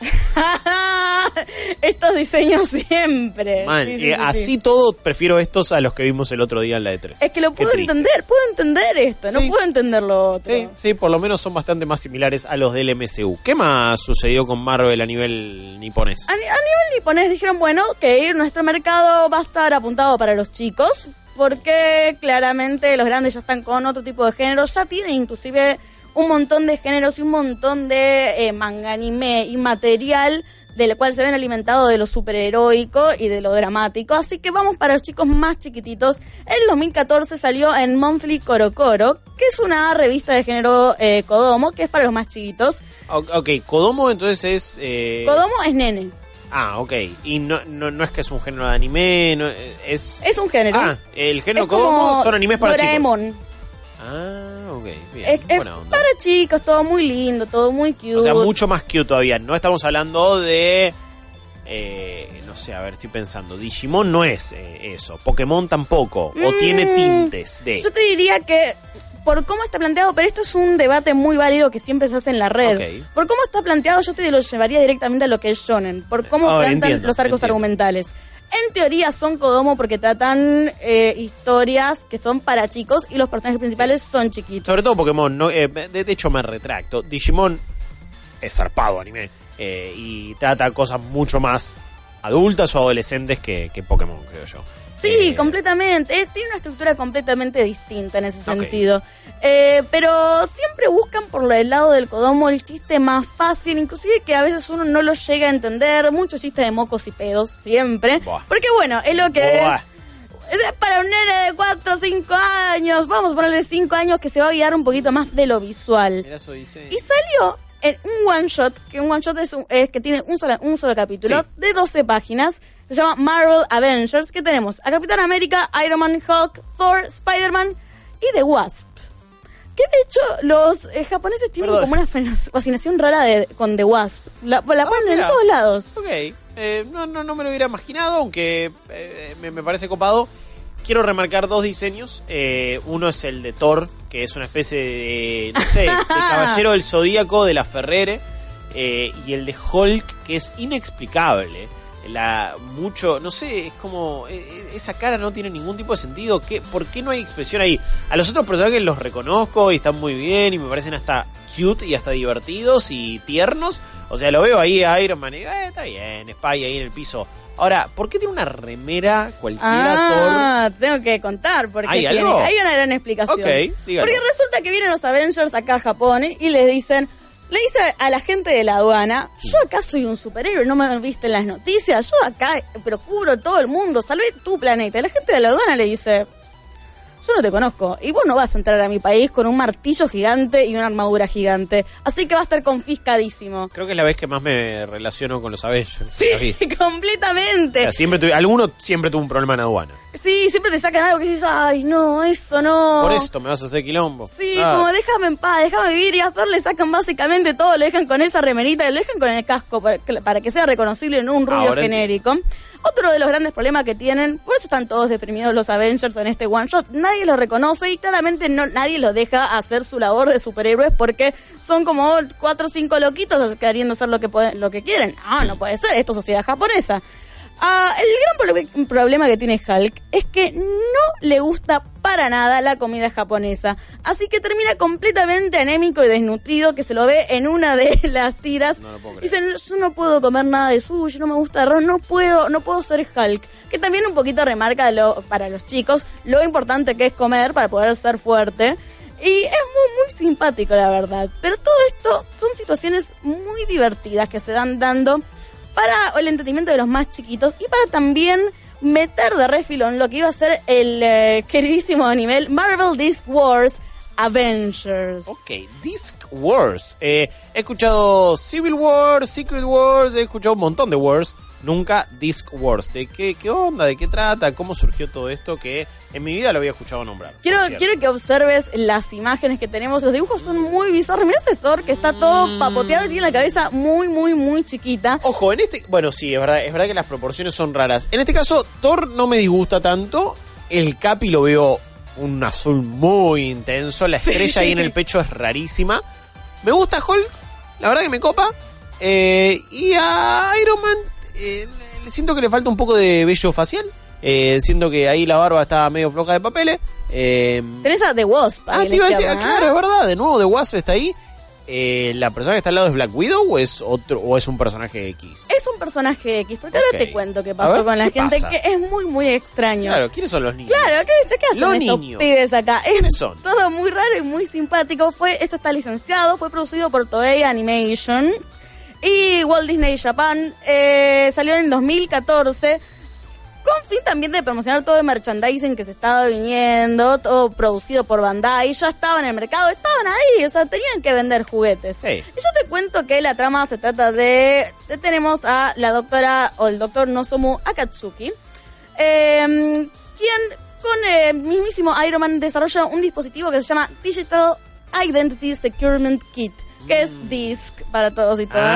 Estos diseños siempre. Man, sí, sí, eh, sí, así sí. todo prefiero estos a los que vimos el otro día en la E tres. Es que lo Qué puedo triste. entender, puedo entender esto, no Sí. puedo entender lo otro. Sí, sí, por lo menos son bastante más similares a los del M C U. ¿Qué más sucedió con Marvel a nivel niponés? A, a nivel niponés dijeron, bueno, que nuestro mercado va a estar apuntado para los chicos, porque claramente los grandes ya están con otro tipo de géneros, ya tienen inclusive un montón de géneros y un montón de eh, manga, anime y material del cual se ven alimentados de lo superheroico y de lo dramático, así que vamos para los chicos más chiquititos. En dos mil catorce salió en Monthly Coro Coro, que es una revista de género eh, Kodomo, que es para los más chiquitos. Ok, Kodomo entonces es... Eh... Kodomo es nene. Ah, ok. Y no, no, no es que es un género de anime, no, es... Es un género. Ah, el género es Kodomo como son animes para Doraemon. chicos. Ah, ok, bien. Es, es Buena onda. para chicos, todo muy lindo, todo muy cute. O sea, mucho más cute todavía. No estamos hablando de... Eh, no sé, a ver, estoy pensando. Digimon no es eh, eso. Pokémon tampoco. O Mm, tiene tintes de... Yo te diría que... Por cómo está planteado, pero esto es un debate muy válido que siempre se hace en la red. Ok. Por cómo está planteado, yo te lo llevaría directamente a lo que es shonen. Por cómo Ah, plantean entiendo, los arcos entiendo. argumentales. En teoría son Kodomo porque tratan eh, historias que son para chicos y los personajes principales son chiquitos. Sobre todo Pokémon, no, eh, de, de hecho me retracto. Digimon es zarpado anime eh, y trata cosas mucho más adultas o adolescentes que, que Pokémon, creo yo. Sí, Eh, completamente. Eh, tiene una estructura completamente distinta en ese Ok. sentido. Eh, pero siempre buscan por el lado del Kodomo el chiste más fácil, inclusive que a veces uno no lo llega a entender. Muchos chistes de mocos y pedos, siempre. Buah. Porque bueno, es lo que... Buah. Es para un nene de cuatro o cinco años. Vamos a ponerle cinco años que se va a guiar un poquito más de lo visual. Mirá, eso dice... Y salió en un one shot, que un one shot es, un- es que tiene un solo, un solo capítulo Sí. de doce páginas. Se llama Marvel Avengers, que tenemos a Capitán América, Iron Man, Hulk, Thor, Spider-Man y The Wasp. Que de hecho los eh, japoneses tienen Perdón. como una fas- fascinación rara de, con The Wasp. La, la ponen en mira. todos lados. Ok, eh, no, no, no me lo hubiera imaginado, aunque eh, me, me parece copado. Quiero remarcar dos diseños. Eh, uno es el de Thor, que es una especie de, no sé, de caballero del Zodíaco de la Ferrere. Eh, y el de Hulk, que es inexplicable. la mucho, no sé, es como eh, esa cara no tiene ningún tipo de sentido. ¿Qué, ¿Por qué no hay expresión ahí? A los otros personajes los reconozco y están muy bien y me parecen hasta cute y hasta divertidos y tiernos. O sea, lo veo ahí a Iron Man y eh, está bien, Spy ahí en el piso. Ahora, ¿por qué tiene una remera cualquiera Ah, Thor? Tengo que contar porque ¿Hay tiene, algo? hay una gran explicación. Ok, dígalo. Porque resulta que vienen los Avengers acá a Japón y les dicen, le dice a la gente de la aduana, yo acá soy un superhéroe, no me viste en las noticias, yo acá procuro todo el mundo, salvé tu planeta. Y la gente de la aduana le dice, yo no te conozco y vos no vas a entrar a mi país con un martillo gigante y una armadura gigante, así que va a estar confiscadísimo. Creo que es la vez que más me relaciono con los Avengers. Sí, completamente. O sea, siempre tuve, alguno siempre tuvo un problema en aduana. Sí, siempre te sacan algo que dices, ay, no, eso no. Por esto me vas a hacer quilombo. Sí, Ah. como déjame en paz, déjame vivir. Y a Thor le sacan básicamente todo, le dejan con esa remerita, y lo dejan con el casco para que, para que sea reconocible en un rubio Ahora genérico. Otro de los grandes problemas que tienen, por eso están todos deprimidos los Avengers en este one shot, nadie los reconoce y claramente no, nadie los deja hacer su labor de superhéroes porque son como cuatro o cinco loquitos queriendo hacer lo que pueden, lo que quieren. No, no puede ser, esto es sociedad japonesa. Ah, el gran pro- problema que tiene Hulk es que no le gusta para nada la comida japonesa, así que termina completamente anémico y desnutrido, que se lo ve en una de las tiras. No lo puedo creer. Dicen, yo no puedo comer nada de sushi, no me gusta arroz, no puedo, no puedo ser Hulk. Que también un poquito remarca lo, para los chicos lo importante que es comer para poder ser fuerte. Y es muy, muy simpático, la verdad. Pero todo esto son situaciones muy divertidas que se van dando para el entretenimiento de los más chiquitos y para también meter de refilón lo que iba a ser el eh, queridísimo nivel Marvel Disc Wars Avengers. Ok, Disc Wars. Eh, he escuchado Civil War, Secret Wars, he escuchado un montón de wars. Nunca Disc Wars. ¿De qué, qué onda? ¿De qué trata? ¿Cómo surgió todo esto? Que en mi vida lo había escuchado nombrar. Quiero, por cierto. quiero que observes las imágenes que tenemos. Los dibujos son muy bizarros. Mirá ese Thor que está todo papoteado y tiene la cabeza muy, muy, muy chiquita. Ojo, en este... Bueno, sí, es verdad, es verdad que las proporciones son raras. En este caso, Thor no me disgusta tanto. El Capi lo veo un azul muy intenso. La Sí. estrella ahí en el pecho es rarísima. Me gusta Hulk. La verdad que me copa. Eh, y a Iron Man... Eh, siento que le falta un poco de vello facial. Eh, siento que ahí la barba está medio floja de papeles. Eh, Tenés a The Wasp. ahí ah, en te iba a la decir, ah, izquierda, claro, ¿eh? es verdad. De nuevo, The Wasp está ahí. Eh, ¿La persona que está al lado es Black Widow o es otro o es un personaje X? Es un personaje X, porque Ok. ahora te cuento qué A pasó ver, con la ¿qué gente, pasa? que es muy, muy extraño. Claro, ¿quiénes son los niños? Claro, ¿qué, ¿qué hacen Los estos niños. pibes acá? ¿Quiénes Es son? todo muy raro y muy simpático. Fue, esto está licenciado, fue producido por Toei Animation y Walt Disney Japan. Eh, salió en el dos mil catorce. Con fin también de promocionar todo el merchandising que se estaba viniendo, todo producido por Bandai, ya estaba en el mercado, estaban ahí, o sea, tenían que vender juguetes. Sí. Y yo te cuento que la trama se trata de, de tenemos a la doctora o el doctor Nozomu Akatsuki, eh, quien con el mismísimo Iron Man desarrolla un dispositivo que se llama Digital Identity Securement Kit, que es DISC para todos y todas.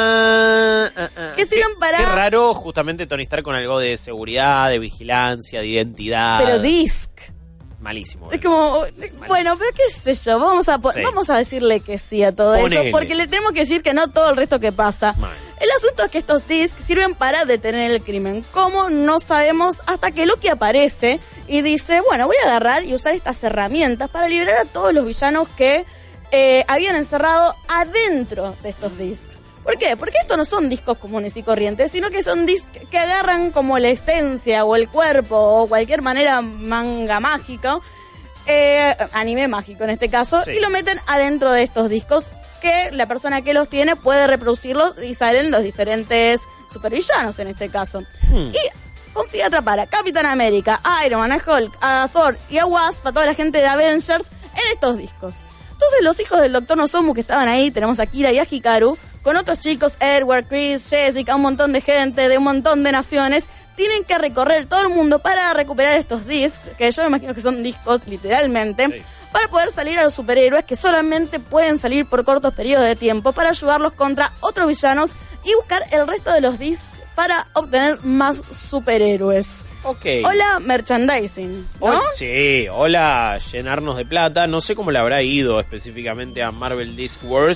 Ah, ah, ah. Que sirven Qué- para- Qué raro justamente Tony Stark con algo de seguridad, de vigilancia, de identidad. Pero DISC. Malísimo. Es como, bueno, pero qué sé yo, vamos a, po- Sí. vamos a decirle que sí a todo Ponele. eso, porque le tenemos que decir que no todo el resto que pasa. Mal. El asunto es que estos discs sirven para detener el crimen. ¿Cómo? No sabemos, hasta que Loki aparece y dice, bueno, voy a agarrar y usar estas herramientas para liberar a todos los villanos que eh, habían encerrado adentro de estos discs. ¿Por qué? Porque estos no son discos comunes y corrientes, sino que son discos que agarran como la esencia o el cuerpo o cualquier manera manga mágico, eh, anime mágico en este caso, Sí. y lo meten adentro de estos discos que la persona que los tiene puede reproducirlos y salen los diferentes supervillanos en este caso. Hmm. Y consigue atrapar a Capitán América, a Iron Man, a Hulk, a Thor y a Wasp, a toda la gente de Avengers en estos discos. Entonces los hijos del Doctor Nozomu que estaban ahí, tenemos a Kira y a Hikaru, con otros chicos, Edward, Chris, Jessica, un montón de gente de un montón de naciones, tienen que recorrer todo el mundo para recuperar estos discs, que yo me imagino que son discos literalmente, Sí. para poder salir a los superhéroes que solamente pueden salir por cortos periodos de tiempo para ayudarlos contra otros villanos y buscar el resto de los discs para obtener más superhéroes. Ok. Hola, merchandising, ¿no? Hola, sí, hola, llenarnos de plata. No sé cómo le habrá ido específicamente a Marvel Disc Wars,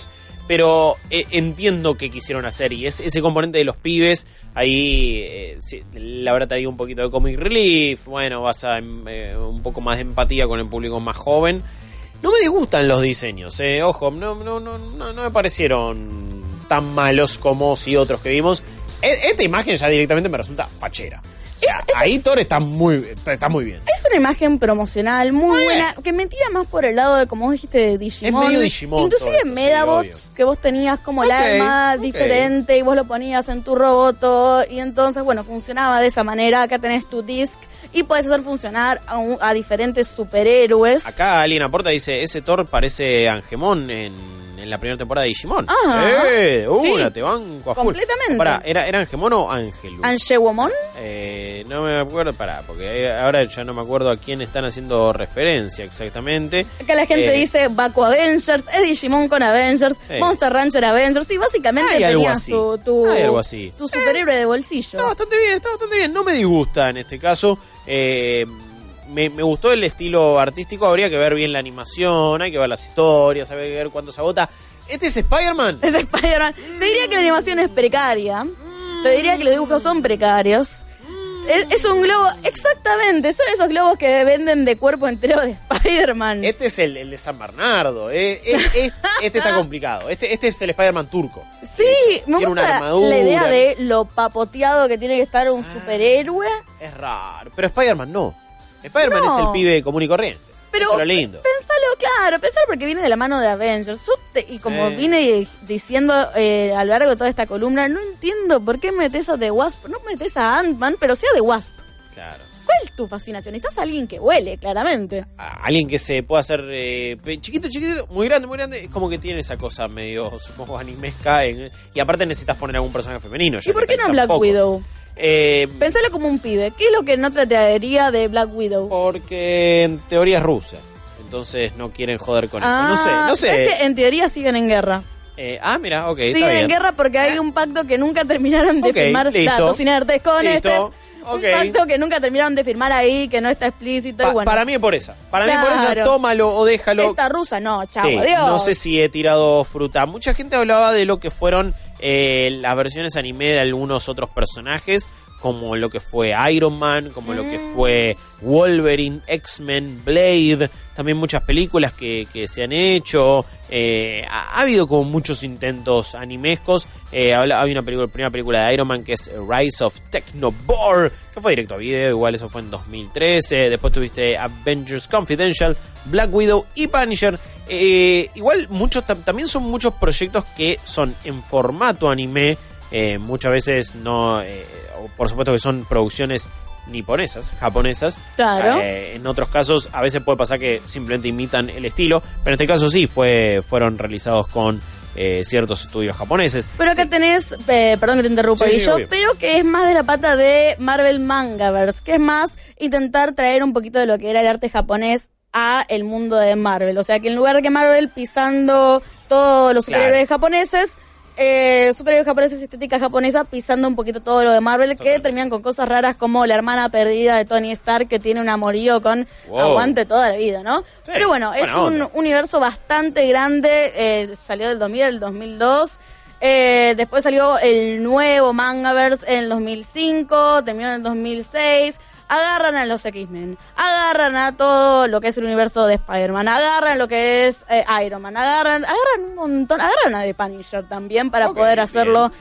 pero eh, entiendo qué quisieron hacer y es, ese componente de los pibes, ahí eh, sí, la verdad te digo un poquito de comic relief, bueno, vas a eh, un poco más de empatía con el público más joven. No me disgustan los diseños, eh, ojo, no, no, no, no, no me parecieron tan malos como si otros que vimos. E- esta imagen ya directamente me resulta fachera. O sea, Es- es- ahí Thor está muy, está, está muy bien. Es una imagen promocional muy, Muy buena, que me tira más por el lado de, como vos dijiste, de Digimon. Es medio Digimon Inclusive todo esto, sí, Medabots, obvio. que vos tenías como Ok, la arma ok. diferente y vos lo ponías en tu roboto y entonces, bueno, funcionaba de esa manera. Acá tenés tu disc y puedes hacer funcionar a, un- a diferentes superhéroes. Acá alguien aporta, dice, ese Thor parece Angemon en, en la primera temporada de Digimon. Ah, ¡Eh! Una, sí, te banco a full. completamente. Pará, ¿era, ¿era Angemon o Angelus? Angewomon. Eh, no me acuerdo, pará, porque ahora ya no me acuerdo a quién están haciendo referencia exactamente. Acá la gente Eh, dice Baku Avengers, es Digimon con Avengers, Sí. Monster Rancher Avengers, y básicamente Hay algo tenías así. tu, tu, Hay algo así. tu superhéroe de bolsillo. Está bastante bien, está bastante bien. No me disgusta en este caso. Eh, me, me gustó el estilo artístico. Habría que ver bien la animación, hay que ver las historias, hay que ver cuánto se agota. ¿Este es Spider-Man? Es Spider-Man. Te diría que la animación es precaria. Te diría que los dibujos son precarios. Es, es un globo, exactamente, son esos globos que venden de cuerpo entero de Spider-Man. Este es el, el de San Bernardo. eh. Eh, eh, este está complicado. Este, este es el Spider-Man turco. Sí, me Tiene una gusta armadura. la idea de lo papoteado que tiene que estar un superhéroe. Es raro. Pero Spider-Man no. Spider-Man No. es el pibe común y corriente. Pero Eso es lo lindo. Pensalo, claro, pensalo porque viene de la mano de Avengers. Yo te- y como Eh. vine diciendo eh, a lo largo de toda esta columna, no entiendo por qué metes a The Wasp. No metes a Ant-Man, pero sí a The Wasp. Claro. ¿Cuál es tu fascinación? Estás alguien que huele, claramente. A- Alguien que se pueda hacer eh, pe- chiquito, chiquito, muy grande, muy grande. Es como que tiene esa cosa medio, supongo, animesca. en- y aparte necesitas poner algún personaje femenino. ya ¿Y por que qué no hay Black tampoco. Widow? Eh, Pensalo como un pibe. ¿Qué es lo que no te atraería de Black Widow? porque en teoría es rusa. Entonces no quieren joder con Ah, eso. No sé, no ¿sabes sé. que en teoría siguen en guerra? Eh, ah, mira, ok. Siguen está en bien. guerra porque hay un pacto que nunca terminaron de Ok, firmar. listo. Datos inertes con Listo, este. ok. Un pacto que nunca terminaron de firmar ahí, que no está explícito. Pa- y bueno, Para mí es por esa. Para mí es por Claro. esa, tómalo o déjalo. esta rusa no, chavo, Sí, adiós. no sé si he tirado fruta. Mucha gente hablaba de lo que fueron eh, las versiones anime de algunos otros personajes, como lo que fue Iron Man, como lo que fue Wolverine, X-Men, Blade, también muchas películas que, que se han hecho. Eh, ha, ha habido como muchos intentos animescos. Eh, habla- hay una película, primera película de Iron Man que es Rise of Technobore, que fue directo a video, igual eso fue en dos mil trece. Después tuviste Avengers Confidential, Black Widow y Punisher. Eh, igual muchos tam- también son muchos proyectos que son en formato anime. Eh, muchas veces no, eh, o por supuesto que son producciones niponesas, japonesas. Claro. Eh, en otros casos a veces puede pasar que simplemente imitan el estilo, pero en este caso sí fue fueron realizados con eh, ciertos estudios japoneses. Pero acá tenés, eh, perdón que te interrumpa, Sí, sí, Guillo, obvio. pero que es más de la pata de Marvel Mangaverse, que es más intentar traer un poquito de lo que era el arte japonés a el mundo de Marvel. O sea, que en lugar de que Marvel pisando todos los superhéroes Claro. japoneses, eh, superhéroes japoneses, estética japonesa, pisando un poquito todo lo de Marvel, que terminan con cosas raras como la hermana perdida de Tony Stark, que tiene un amorío con Wow. aguante toda la vida, ¿no? Sí, Pero bueno, es buena un onda. universo bastante grande, eh, salió del dos mil al dos mil dos. Eh, después salió el nuevo Mangaverse en el dos mil cinco, terminó en el dos mil seis. Agarran a los X-Men, agarran a todo lo que es el universo de Spider-Man, agarran lo que es eh, Iron Man, agarran, agarran un montón, agarran a The Punisher también para Ok, poder hacerlo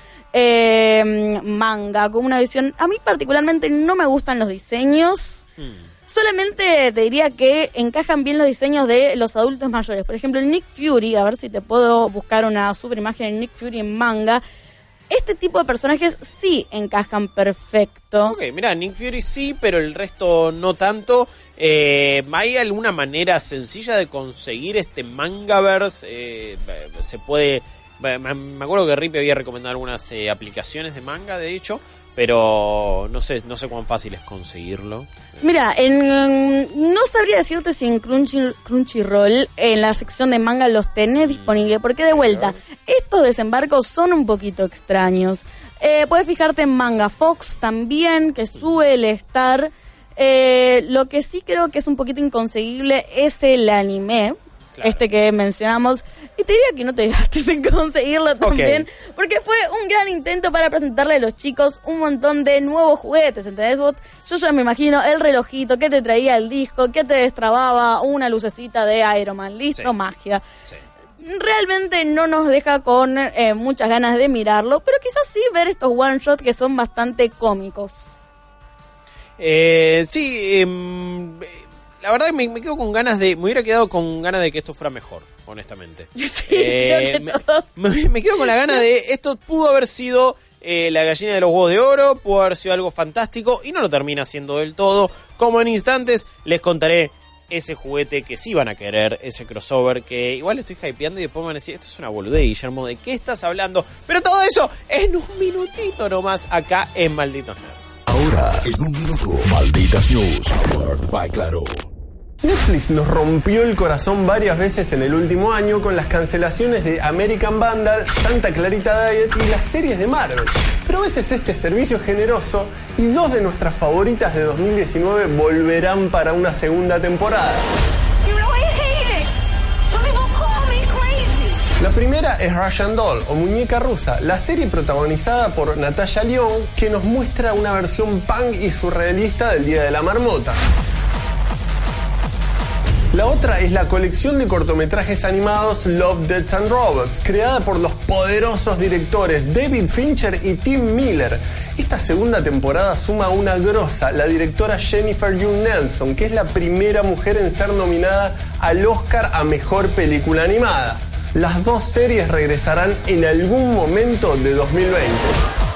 eh, manga, con una visión. A mí particularmente no me gustan los diseños. Hmm. Solamente te diría que encajan bien los diseños de los adultos mayores. Por ejemplo, el Nick Fury, a ver si te puedo buscar una super imagen de Nick Fury en manga. Este tipo de personajes sí encajan perfecto. Ok, mira, Nick Fury sí, pero el resto no tanto. Eh, ¿Hay alguna manera sencilla de conseguir este Mangaverse? Eh, se puede... Me me acuerdo que Rippy había recomendado algunas eh, aplicaciones de manga, de hecho, pero no sé, no sé cuán fácil es conseguirlo. Mira, en, no sabría decirte si en Crunchy, Crunchyroll, en la sección de manga, los tenés disponibles, porque de vuelta, estos desembarcos son un poquito extraños. Eh, puedes fijarte en Manga Fox también, que suele estar. Eh, lo que sí creo que es un poquito inconseguible es el anime, Claro. este que mencionamos. Y te diría que no te gastes en conseguirlo también, okay. porque fue un gran intento para presentarle a los chicos un montón de nuevos juguetes, ¿entendés? Vos, yo ya me imagino el relojito que te traía el disco, que te destrababa una lucecita de Iron Man, listo, sí. magia. Sí. Realmente no nos deja con eh, muchas ganas de mirarlo, pero quizás sí ver estos one shot que son bastante cómicos. Eh, sí, eh, la verdad me, me quedo con ganas de, me hubiera quedado con ganas de que esto fuera mejor, honestamente. Sí, eh, creo que todos. Me, me quedo con la gana de, esto pudo haber sido eh, la gallina de los huevos de oro, pudo haber sido algo fantástico y no lo termina siendo del todo. Como en instantes les contaré ese juguete que sí van a querer, ese crossover que igual estoy hypeando y después me van a decir, esto es una boludez, Guillermo, ¿de qué estás hablando? Pero todo eso en un minutito nomás acá en Malditos Nerds. Ahora, en un minuto, Malditas News, powered by Claro. Netflix nos rompió el corazón varias veces en el último año con las cancelaciones de American Vandal, Santa Clarita Diet y las series de Marvel. Pero a veces este servicio es generoso y dos de nuestras favoritas de dos mil diecinueve volverán para una segunda temporada. La primera es Russian Doll, o Muñeca Rusa, la serie protagonizada por Natasha Lyonne que nos muestra una versión punk y surrealista del Día de la Marmota. La otra es la colección de cortometrajes animados Love, Death and Robots, creada por los poderosos directores David Fincher y Tim Miller. Esta segunda temporada suma una grosa, la directora Jennifer Young Nelson, que es la primera mujer en ser nominada al Oscar a Mejor Película Animada. Las dos series regresarán en algún momento de dos mil veinte.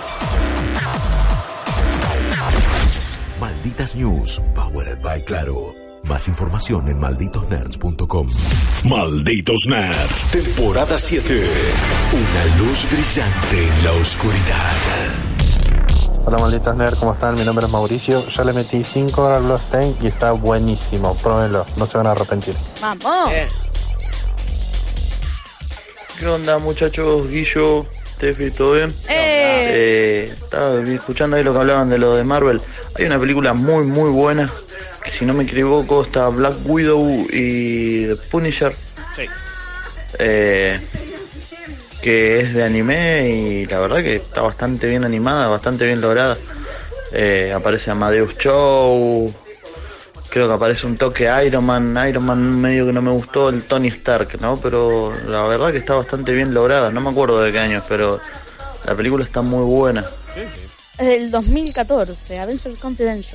Malditas News, powered by Claro. Más información en malditos nerds punto com. Malditos Nerds, temporada siete. Una luz brillante en la oscuridad. Hola malditos nerds, ¿cómo están? Mi nombre es Mauricio. Ya le metí cinco horas al Bloodstained y está buenísimo. Pruébenlo, no se van a arrepentir. ¡Vamos! Bien. ¿Qué onda muchachos? Guillo, Tefi, ¿todo bien? ¡Eh! Eh, estaba escuchando ahí lo que hablaban de lo de Marvel. Hay una película muy muy buena que si no me equivoco está Black Widow y The Punisher. Sí. Eh, que es de anime y la verdad que está bastante bien animada, bastante bien lograda. Eh, aparece Amadeus Cho, creo que aparece un toque Iron Man, Iron Man medio que no me gustó el Tony Stark, ¿no? Pero la verdad que está bastante bien lograda, no me acuerdo de qué años, pero la película está muy buena. Sí, sí. El dos mil catorce, Avengers Confidential.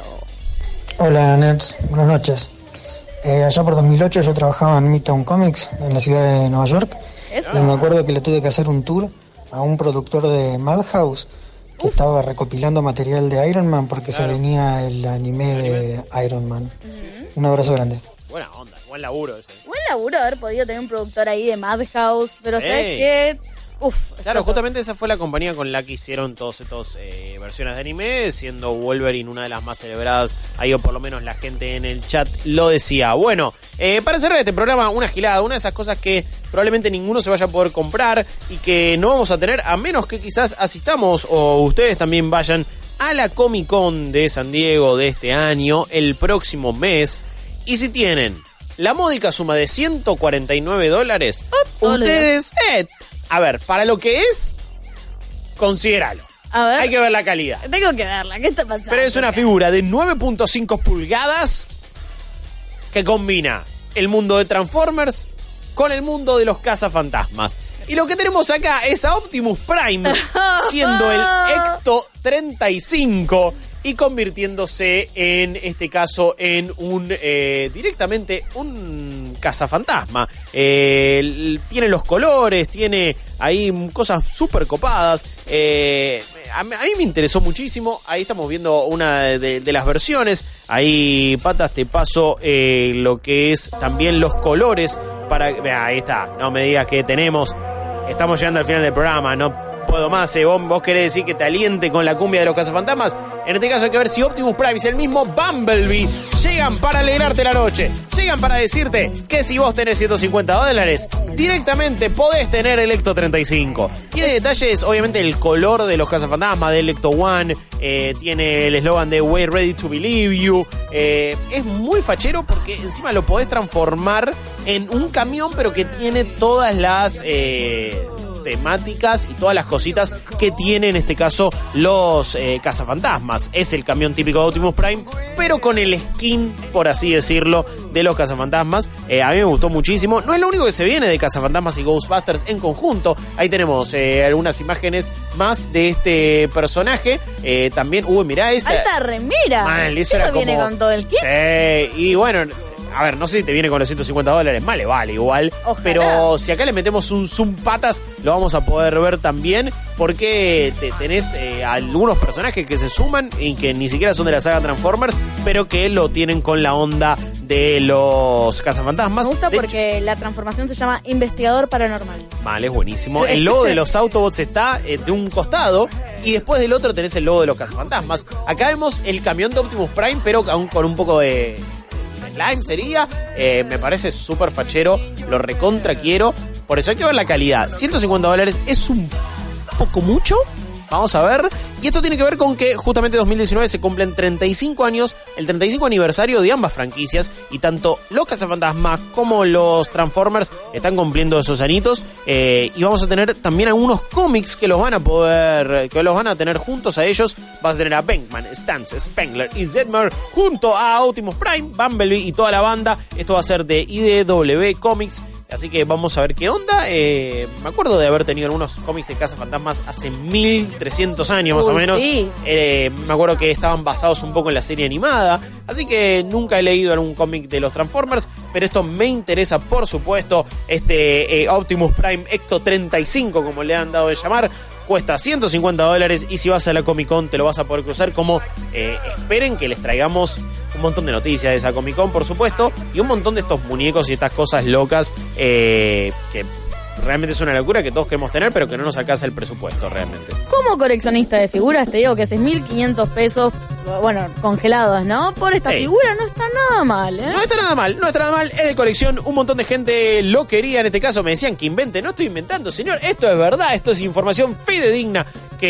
Hola nerds, buenas noches. Eh, allá por dos mil ocho yo trabajaba en Midtown Comics, en la ciudad de Nueva York. Eso. Y me acuerdo que le tuve que hacer un tour a un productor de Madhouse que Uf. estaba recopilando material de Iron Man porque claro. se venía el anime de Iron Man. Uh-huh. Un abrazo grande. Buena onda, buen laburo ese. Buen laburo haber podido tener un productor ahí de Madhouse, pero sí. ¿sabes qué? Uf, claro, justamente esa fue la compañía con la que hicieron todos estos eh, versiones de anime, siendo Wolverine una de las más celebradas, ahí o por lo menos la gente en el chat lo decía. Bueno, eh, para cerrar este programa, una gilada, una de esas cosas que probablemente ninguno se vaya a poder comprar y que no vamos a tener, a menos que quizás asistamos o ustedes también vayan a la Comic Con de San Diego de este año, el próximo mes, y si tienen la módica suma de ciento cuarenta y nueve dólares, oh, ustedes... Eh, A ver, para lo que es, considéralo. A ver. Hay que ver la calidad. Tengo que verla, ¿qué está pasando? Pero es una figura de nueve punto cinco pulgadas que combina el mundo de Transformers con el mundo de los cazafantasmas. Y lo que tenemos acá es a Optimus Prime siendo el Ecto treinta y cinco y convirtiéndose en este caso en un eh, directamente un cazafantasma. Eh, tiene los colores, tiene ahí cosas súper copadas. Eh, a, a mí me interesó muchísimo. Ahí estamos viendo una de, de las versiones. Ahí, Patas, te paso eh, lo que es también los colores. Para, ahí está, no me digas que tenemos. Estamos llegando al final del programa, no puedo más, eh. ¿Vos, vos querés decir que te aliente con la cumbia de los cazafantasmas? En este caso hay que ver si Optimus Prime es el mismo Bumblebee. Llegan para alegrarte la noche. Llegan para decirte que si vos tenés ciento cincuenta dólares, directamente podés tener el Ecto treinta y cinco. Tiene detalles, obviamente, el color de los cazafantasmas del Ecto One. Eh, tiene el eslogan de We're Ready to Believe You. Eh, es muy fachero porque encima lo podés transformar en un camión, pero que tiene todas las... Eh, temáticas y todas las cositas que tiene en este caso los eh, cazafantasmas. Es el camión típico de Optimus Prime, pero con el skin, por así decirlo, de los cazafantasmas. Eh, a mí me gustó muchísimo. No es lo único que se viene de cazafantasmas y Ghostbusters en conjunto. Ahí tenemos eh, algunas imágenes más de este personaje. Eh, también, uy, mirá esa. ¡Alta remera! Mal, eso ¿Eso era viene como, con todo el kit? Sí, y bueno... A ver, no sé si te viene con los ciento cincuenta dólares, más le vale igual. Ojalá. Pero si acá le metemos un zoom patas, lo vamos a poder ver también. Porque te, tenés eh, algunos personajes que se suman y que ni siquiera son de la saga Transformers, pero que lo tienen con la onda de los cazafantasmas. Me gusta de porque la transformación se llama Investigador Paranormal. Mal, es buenísimo. El logo de los Autobots está eh, de un costado y después del otro tenés el logo de los cazafantasmas. Acá vemos el camión de Optimus Prime, pero aún con un poco de... slime sería, eh, me parece súper fachero, lo recontra quiero, por eso hay que ver la calidad. ciento cincuenta dólares es un poco mucho, vamos a ver. Y esto tiene que ver con que justamente dos mil diecinueve se cumplen treinta y cinco años, el treinta y cinco aniversario de ambas franquicias, y tanto los cazafantasmas como los Transformers están cumpliendo esos añitos, eh, y vamos a tener también algunos cómics que los van a poder, que los van a tener juntos a ellos. Vas a tener a Venkman, Stantz, Spengler y Zedmer junto a Optimus Prime, Bumblebee y toda la banda. Esto va a ser de I D W Comics. Así que vamos a ver qué onda. Eh, me acuerdo de haber tenido algunos cómics de cazafantasmas hace mil trescientos años más Uy, o menos. Sí. Eh, me acuerdo que estaban basados un poco en la serie animada. Así que nunca he leído algún cómic de los Transformers, pero esto me interesa, por supuesto. Este eh, Optimus Prime Ecto treinta y cinco, como le han dado de llamar, cuesta ciento cincuenta dólares y si vas a la Comic Con te lo vas a poder cruzar. Como eh, esperen que les traigamos un montón de noticias de esa Comic Con, por supuesto, y un montón de estos muñecos y estas cosas locas eh, que realmente es una locura que todos queremos tener, pero que no nos alcanza el presupuesto realmente. Como coleccionista de figuras te digo que seis mil quinientos pesos, bueno, congelados, ¿no? Por esta Sí. figura no está nada mal, ¿eh? No está nada mal, no está nada mal, es de colección, un montón de gente lo quería, en este caso me decían que invente, no estoy inventando, señor, esto es verdad, esto es información fidedigna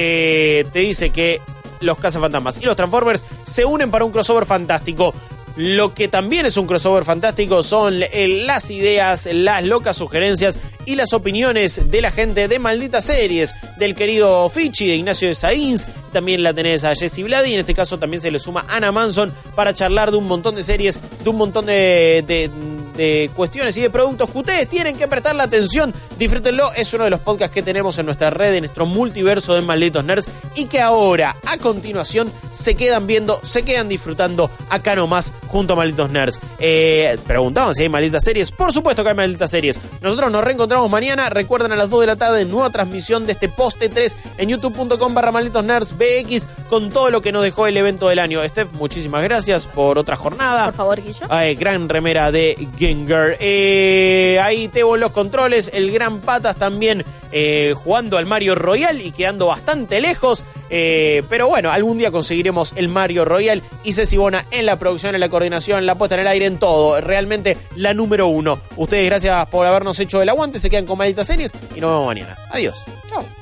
que te dice que los cazafantasmas y los Transformers se unen para un crossover fantástico. Lo que también es un crossover fantástico son eh, las ideas, las locas sugerencias y las opiniones de la gente de Malditas Series, del querido Fichi, de Ignacio de Sainz. También la tenés a Jessy Vladi, en este caso también se le suma Ana Manson para charlar de un montón de series, de un montón de, de, de cuestiones y de productos que ustedes tienen que prestarle atención. Disfrútenlo, es uno de los podcasts que tenemos en nuestra red, en nuestro multiverso de Malditos Nerds, y que ahora, a continuación, se quedan viendo, se quedan disfrutando acá nomás junto a Malditos Nerds. Eh, preguntaban si hay Malditas Series. Por supuesto que hay Malditas Series. Nosotros nos reencontramos mañana. Recuerden, a las dos de la tarde, nueva transmisión de este Poste tres en youtube punto com barra Malditos Nerds B X con todo lo que nos dejó el evento del año. Steph, muchísimas gracias por otra jornada. Por favor, Guillo. Ay, gran remera de Gengar. Eh, ahí Tebo en los controles. El gran Patas también eh, jugando al Mario Royal y quedando bastante lejos. Eh, pero bueno, algún día conseguiremos el Mario Royal. Y Ceci Bona en la producción, en la coordinación, la puesta en el aire, en todo. Realmente la número uno. Ustedes, gracias por habernos hecho el aguante. Se quedan con Malditas Series y nos vemos mañana. Adiós. Chao.